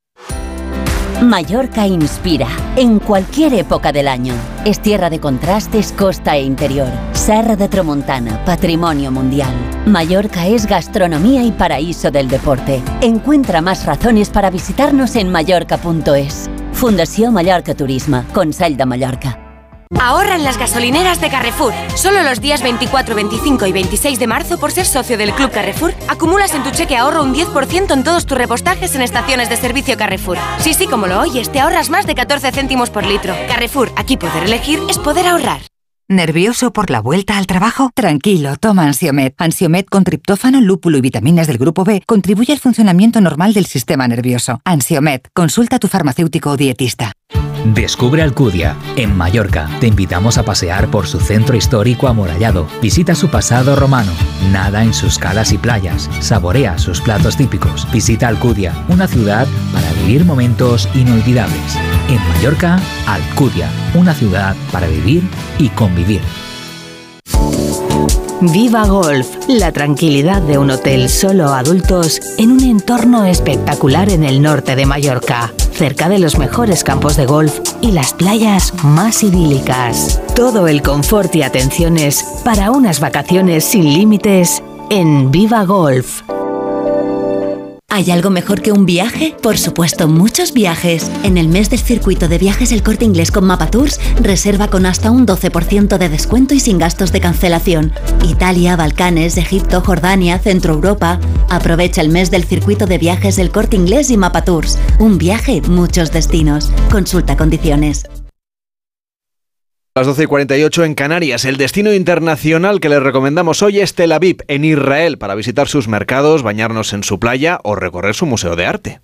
Speaker 22: Mallorca inspira en cualquier época del año. Es tierra de contrastes, costa e interior. Serra de Tramuntana, patrimonio mundial. Mallorca es gastronomía y paraíso del deporte. Encuentra más razones para visitarnos en mallorca punto es. Fundación Mallorca Turisme, Consell de Mallorca.
Speaker 20: Ahorra en las gasolineras de Carrefour. Solo los días veinticuatro, veinticinco y veintiséis de marzo, por ser socio del Club Carrefour, acumulas en tu cheque ahorro un diez por ciento en todos tus repostajes en estaciones de servicio Carrefour. Sí, sí, como lo oyes, te ahorras más de catorce céntimos por litro. Carrefour, aquí poder elegir es poder ahorrar.
Speaker 4: ¿Nervioso por la vuelta al trabajo? Tranquilo, toma Ansiomet. Ansiomet con triptófano, lúpulo y vitaminas del grupo B contribuye al funcionamiento normal del sistema nervioso. Ansiomet, consulta a tu farmacéutico o dietista.
Speaker 5: Descubre Alcudia, en Mallorca. Te invitamos a pasear por su centro histórico amurallado. Visita su pasado romano. Nada en sus calas y playas. Saborea sus platos típicos. Visita Alcudia, una ciudad para vivir momentos inolvidables. En Mallorca, Alcudia, una ciudad para vivir y convivir.
Speaker 30: Viva Golf, la tranquilidad de un hotel solo adultos en un entorno espectacular en el norte de Mallorca, cerca de los mejores campos de golf y las playas más idílicas. Todo el confort y atenciones para unas vacaciones sin límites en Viva Golf.
Speaker 22: ¿Hay algo mejor que un viaje? Por supuesto, muchos viajes. En el mes del circuito de viajes El Corte Inglés con Mapa Tours, reserva con hasta un doce por ciento de descuento y sin gastos de cancelación. Italia, Balcanes, Egipto, Jordania, Centro Europa. Aprovecha el mes del circuito de viajes El Corte Inglés y Mapa Tours. Un viaje, muchos destinos. Consulta condiciones.
Speaker 1: Las doce y cuarenta y ocho en Canarias. El destino internacional que les recomendamos hoy es Tel Aviv, en Israel, para visitar sus mercados, bañarnos en su playa o recorrer su museo de arte.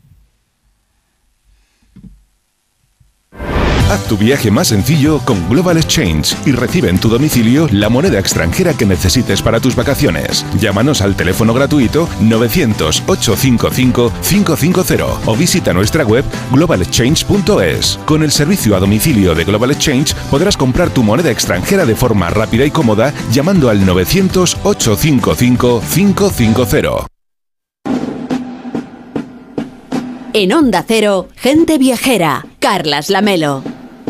Speaker 7: Haz tu viaje más sencillo con Global Exchange y recibe en tu domicilio la moneda extranjera que necesites para tus vacaciones. Llámanos al teléfono gratuito novecientos, ochocientos cincuenta y cinco, quinientos cincuenta o visita nuestra web global exchange punto es. Con el servicio a domicilio de Global Exchange podrás comprar tu moneda extranjera de forma rápida y cómoda llamando al novecientos, ochocientos cincuenta y cinco, quinientos cincuenta.
Speaker 2: En Onda Cero, Gente Viajera, Carlas Lamelo.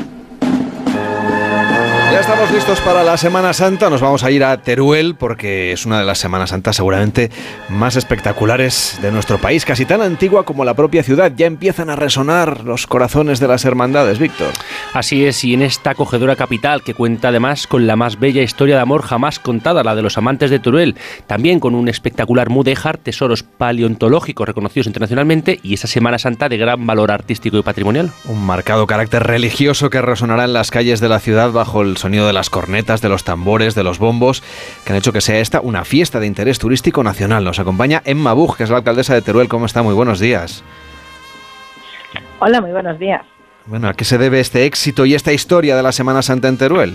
Speaker 1: Ya estamos listos para la Semana Santa, nos vamos a ir a Teruel porque es una de las Semanas Santas seguramente más espectaculares de nuestro país, casi tan antigua como la propia ciudad. Ya empiezan a resonar los corazones de las hermandades, Víctor.
Speaker 15: Así es, y en esta acogedora capital que cuenta además con la más bella historia de amor jamás contada, la de los amantes de Teruel, también con un espectacular mudéjar, tesoros paleontológicos reconocidos internacionalmente y esa Semana Santa de gran valor artístico y patrimonial.
Speaker 1: Un marcado carácter religioso que resonará en las calles de la ciudad bajo el sonido de las cornetas, de los tambores, de los bombos, que han hecho que sea esta una fiesta de interés turístico nacional. Nos acompaña Emma Buch, que es la alcaldesa de Teruel. ¿Cómo está? Muy buenos días.
Speaker 8: Hola, muy buenos días.
Speaker 1: Bueno, ¿a qué se debe este éxito y esta historia de la Semana Santa en Teruel?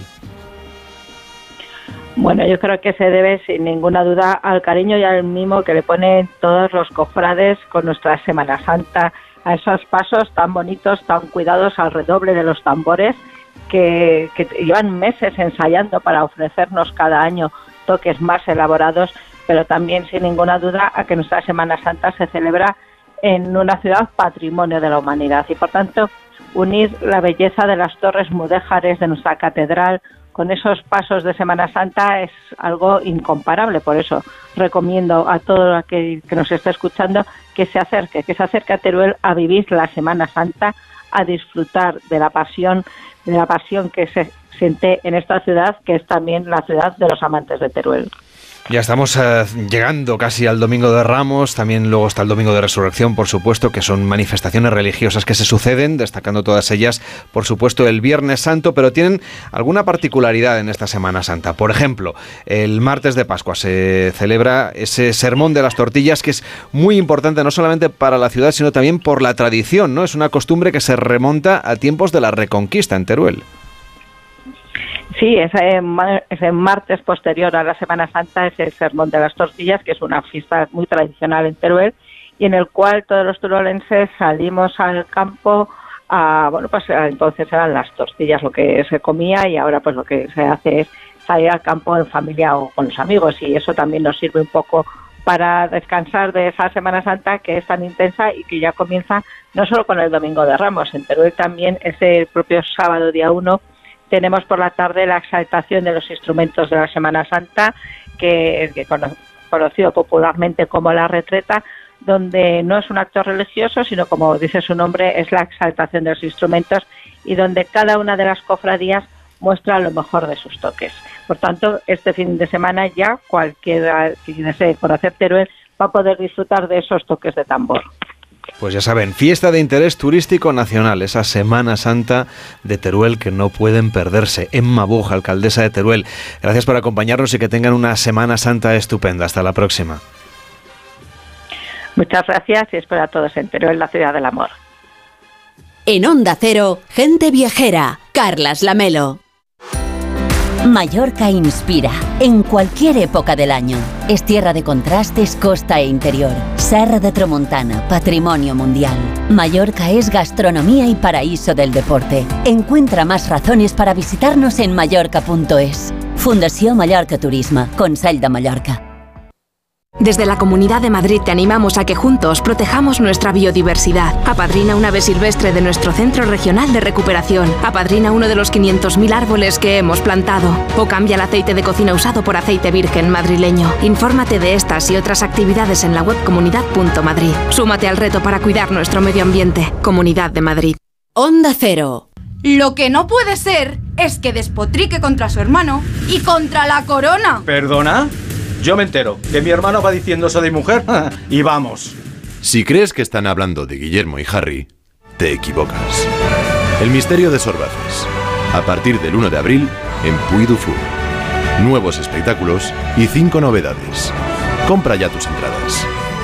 Speaker 8: Bueno, yo creo que se debe sin ninguna duda al cariño y al mimo que le ponen todos los cofrades con nuestra Semana Santa, a esos pasos tan bonitos, tan cuidados al redoble de los tambores, Que, que llevan meses ensayando para ofrecernos cada año toques más elaborados, pero también sin ninguna duda a que nuestra Semana Santa se celebra en una ciudad patrimonio de la humanidad y por tanto unir la belleza de las torres mudéjares de nuestra catedral con esos pasos de Semana Santa es algo incomparable. Por eso recomiendo a todo aquel que nos esté escuchando que se acerque, que se acerque a Teruel a vivir la Semana Santa, a disfrutar de la pasión de la pasión que se siente en esta ciudad, que es también la ciudad de los amantes de Teruel.
Speaker 1: Ya estamos eh, llegando casi al Domingo de Ramos, también luego está el Domingo de Resurrección, por supuesto, que son manifestaciones religiosas que se suceden, destacando todas ellas, por supuesto, el Viernes Santo, pero tienen alguna particularidad en esta Semana Santa. Por ejemplo, el martes de Pascua se celebra ese Sermón de las Tortillas, que es muy importante no solamente para la ciudad, sino también por la tradición, ¿no? Es una costumbre que se remonta a tiempos de la Reconquista en Teruel.
Speaker 8: Sí, ese, ese martes posterior a la Semana Santa es el Sermón de las Tortillas, que es una fiesta muy tradicional en Teruel y en el cual todos los teruelenses salimos al campo a, bueno, pues entonces eran las tortillas lo que se comía y ahora pues lo que se hace es salir al campo en familia o con los amigos y eso también nos sirve un poco para descansar de esa Semana Santa que es tan intensa y que ya comienza no solo con el Domingo de Ramos, en Teruel también ese propio sábado día uno tenemos por la tarde la exaltación de los instrumentos de la Semana Santa, que es conocido popularmente como la retreta, donde no es un acto religioso, sino como dice su nombre, es la exaltación de los instrumentos y donde cada una de las cofradías muestra lo mejor de sus toques. Por tanto, este fin de semana ya cualquiera que desee conocer Teruel va a poder disfrutar de esos toques de tambor.
Speaker 1: Pues ya saben, fiesta de interés turístico nacional, esa Semana Santa de Teruel que no pueden perderse. Emma Buch, alcaldesa de Teruel, gracias por acompañarnos y que tengan una Semana Santa estupenda. Hasta la próxima.
Speaker 8: Muchas gracias y espero a todos en Teruel, la ciudad del amor.
Speaker 2: En Onda Cero, Gente Viajera, Carlas Lamelo.
Speaker 22: Mallorca inspira, en cualquier época del año. Es tierra de contrastes, costa e interior. Serra de Tramuntana, patrimonio mundial. Mallorca es gastronomía y paraíso del deporte. Encuentra más razones para visitarnos en mallorca punto es. Fundació Mallorca Turisme, Consell de Mallorca.
Speaker 6: Desde la Comunidad de Madrid te animamos a que juntos protejamos nuestra biodiversidad. Apadrina un ave silvestre de nuestro Centro Regional de Recuperación. Apadrina uno de los quinientos mil árboles que hemos plantado. O cambia el aceite de cocina usado por aceite virgen madrileño. Infórmate de estas y otras actividades en la web comunidad punto madrid. Súmate al reto para cuidar nuestro medio ambiente. Comunidad de Madrid.
Speaker 2: Onda Cero.
Speaker 9: Lo que no puede ser es que despotrique contra su hermano y contra la corona.
Speaker 10: ¿Perdona? Yo me entero que mi hermano va diciendo eso de mujer y vamos.
Speaker 11: Si crees que están hablando de Guillermo y Harry, te equivocas. El misterio de Sorbaces. A partir del uno de abril en Puy du Fou. Nuevos espectáculos y cinco novedades. Compra ya tus entradas.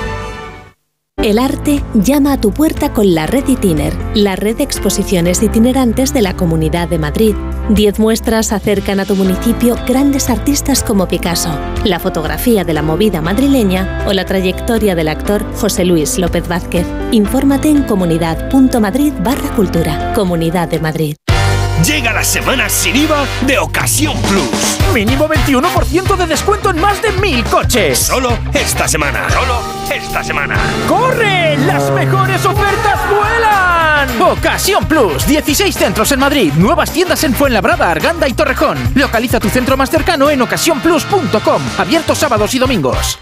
Speaker 12: El arte llama a tu puerta con la Red Itiner, la red de exposiciones itinerantes de la Comunidad de Madrid. Diez muestras acercan a tu municipio grandes artistas como Picasso, la fotografía de la movida madrileña o la trayectoria del actor José Luis López Vázquez. Infórmate en comunidad punto madrid barra cultura. Comunidad de Madrid.
Speaker 14: Llega la semana sin I V A de Ocasión Plus.
Speaker 16: Mínimo veintiuno por ciento de descuento en más de mil coches.
Speaker 14: Solo esta semana. Solo esta semana.
Speaker 16: ¡Corre! ¡Las mejores ofertas vuelan! Ocasión Plus. dieciséis centros en Madrid. Nuevas tiendas en Fuenlabrada, Arganda y Torrejón. Localiza tu centro más cercano en ocasión plus punto com. Abierto sábados y domingos.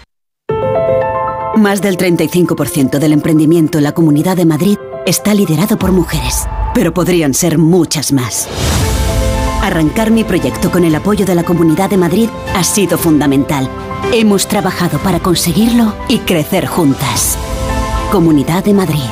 Speaker 22: Más del treinta y cinco por ciento del emprendimiento en la Comunidad de Madrid está liderado por mujeres, pero podrían ser muchas más. Arrancar mi proyecto con el apoyo de la Comunidad de Madrid ha sido fundamental. Hemos trabajado para conseguirlo y crecer juntas. Comunidad de Madrid.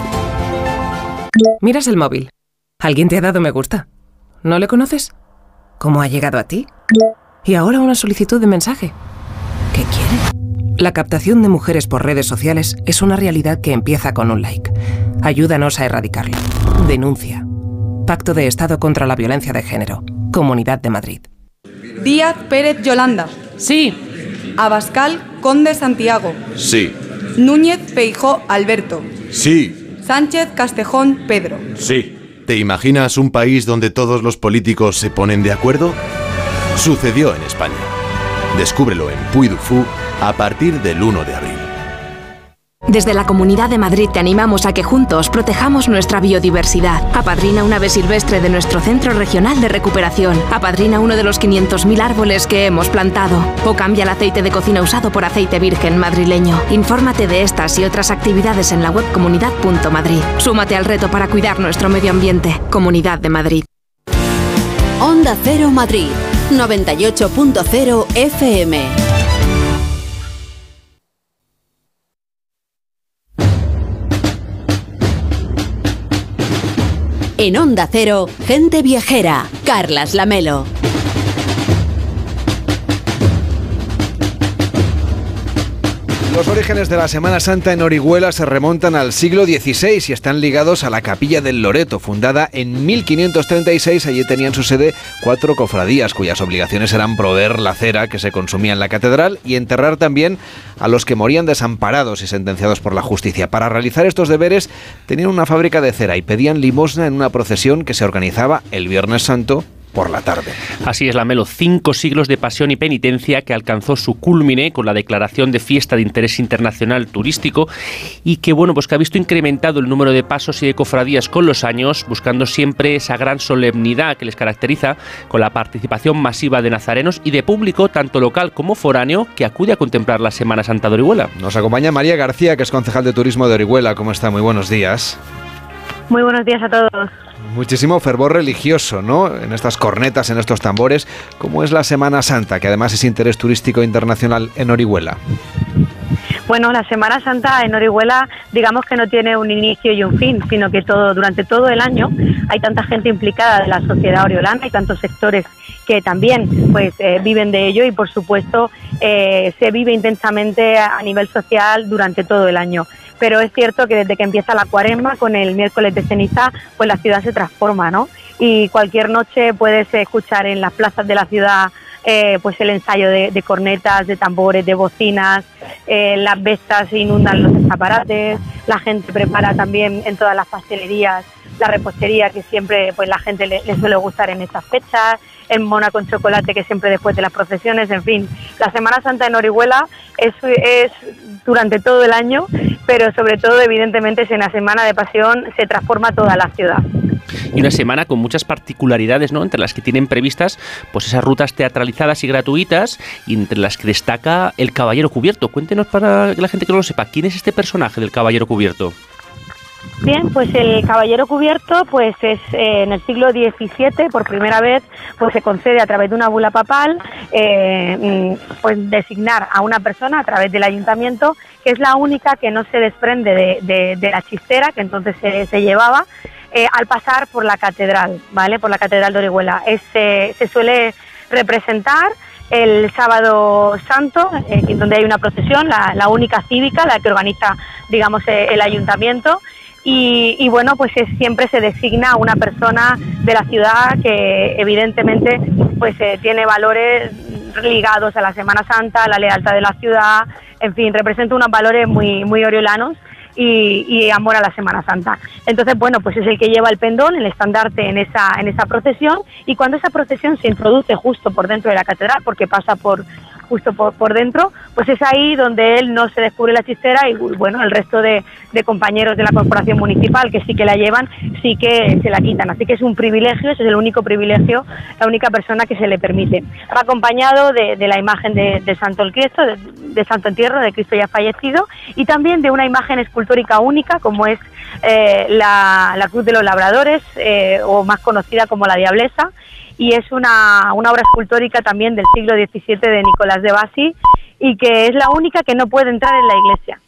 Speaker 17: Miras el móvil. ¿Alguien te ha dado me gusta? ¿No le conoces? ¿Cómo ha llegado a ti? Y ahora una solicitud de mensaje. ¿Qué quiere? La captación de mujeres por redes sociales es una realidad que empieza con un like. Ayúdanos a erradicarla. Denuncia. Pacto de Estado contra la Violencia de Género. Comunidad de Madrid.
Speaker 9: Díaz Pérez Yolanda.
Speaker 17: Sí.
Speaker 9: Abascal Conde Santiago.
Speaker 11: Sí.
Speaker 9: Núñez Feijó Alberto.
Speaker 11: Sí.
Speaker 9: Sánchez Castejón Pedro.
Speaker 11: Sí. ¿Te imaginas un país donde todos los políticos se ponen de acuerdo? Sucedió en España. Descúbrelo en Puy du Fou a partir del uno de abril.
Speaker 6: Desde la Comunidad de Madrid te animamos a que juntos protejamos nuestra biodiversidad. Apadrina un ave silvestre de nuestro Centro Regional de Recuperación. Apadrina uno de los quinientos mil árboles que hemos plantado. O cambia el aceite de cocina usado por aceite virgen madrileño. Infórmate de estas y otras actividades en la web comunidad punto madrid. Súmate al reto para cuidar nuestro medio ambiente. Comunidad de Madrid.
Speaker 2: Onda Cero Madrid, noventa y ocho punto cero F M. En Onda Cero, Gente Viajera, Carlas Lamelo.
Speaker 1: Los orígenes de la Semana Santa en Orihuela se remontan al siglo dieciséis y están ligados a la Capilla del Loreto, fundada en mil quinientos treinta y seis. Allí tenían su sede cuatro cofradías, cuyas obligaciones eran proveer la cera que se consumía en la catedral y enterrar también a los que morían desamparados y sentenciados por la justicia. Para realizar estos deberes tenían una fábrica de cera y pedían limosna en una procesión que se organizaba el Viernes Santo por la tarde.
Speaker 15: Así es, Lamelo, cinco siglos de pasión y penitencia que alcanzó su culmine con la declaración de fiesta de interés internacional turístico y que, bueno, pues que ha visto incrementado el número de pasos y de cofradías con los años, buscando siempre esa gran solemnidad que les caracteriza, con la participación masiva de nazarenos y de público, tanto local como foráneo, que acude a contemplar la Semana Santa de Orihuela.
Speaker 1: Nos acompaña María García, que es concejal de turismo de Orihuela. ¿Cómo está? Muy buenos días.
Speaker 25: Muy buenos días a todos.
Speaker 1: Muchísimo fervor religioso, ¿no? En estas cornetas, en estos tambores. ¿Cómo es la Semana Santa, que además es interés turístico internacional en Orihuela?
Speaker 25: Bueno, la Semana Santa en Orihuela, digamos que no tiene un inicio y un fin, sino que todo durante todo el año hay tanta gente implicada de la sociedad oriolana y tantos sectores que también pues eh, viven de ello y por supuesto eh, se vive intensamente a nivel social durante todo el año. Pero es cierto que desde que empieza la Cuaresma, con el miércoles de ceniza, pues la ciudad se transforma, ¿no? Y cualquier noche puedes escuchar en las plazas de la ciudad eh, pues el ensayo de, de cornetas, de tambores, de bocinas, eh, las vestas inundan los escaparates, la gente prepara también en todas las pastelerías la repostería que siempre pues la gente le, le suele gustar en estas fechas, el mona con chocolate que siempre después de las procesiones, en fin. La Semana Santa en Orihuela es, es durante todo el año, pero sobre todo evidentemente es en la Semana de Pasión se transforma toda la ciudad.
Speaker 15: Y una semana con muchas particularidades, ¿no? Entre las que tienen previstas pues esas rutas teatralizadas y gratuitas, y entre las que destaca el Caballero Cubierto. Cuéntenos, para la gente que no lo sepa, ¿quién es este personaje del Caballero Cubierto?
Speaker 25: Bien, pues el Caballero Cubierto pues es eh, en el siglo diecisiete, por primera vez, pues se concede a través de una bula papal eh, pues designar a una persona a través del ayuntamiento, que es la única que no se desprende de, de, de la chistera que entonces se, se llevaba eh, al pasar por la catedral, ¿vale? Por la catedral de Orihuela. Es, eh, se suele representar el sábado santo, eh, donde hay una procesión, la, la única cívica, la que organiza, digamos, eh, el ayuntamiento. Y, y bueno, pues es, siempre se designa a una persona de la ciudad que evidentemente pues eh, tiene valores ligados a la Semana Santa, a la lealtad de la ciudad, en fin, representa unos valores muy, muy oriolanos y, y amor a la Semana Santa. Entonces, bueno, pues es el que lleva el pendón, el estandarte en esa, en esa procesión, y cuando esa procesión se introduce justo por dentro de la catedral, porque pasa por justo por, por dentro, pues es ahí donde él no se descubre la chistera y bueno, el resto de, de compañeros de la corporación municipal que sí que la llevan, sí que se la quitan. Así que es un privilegio, ese es el único privilegio, la única persona que se le permite. Va acompañado de, de la imagen de, de Santo el Cristo, de, de Santo Entierro, de Cristo ya fallecido, y también de una imagen escultórica única como es eh, la, la Cruz de los Labradores, eh, o más conocida como la Diablesa, y es una, una obra escultórica también del siglo diecisiete de Nicolás de Basi, y que es la única que no puede entrar en la iglesia.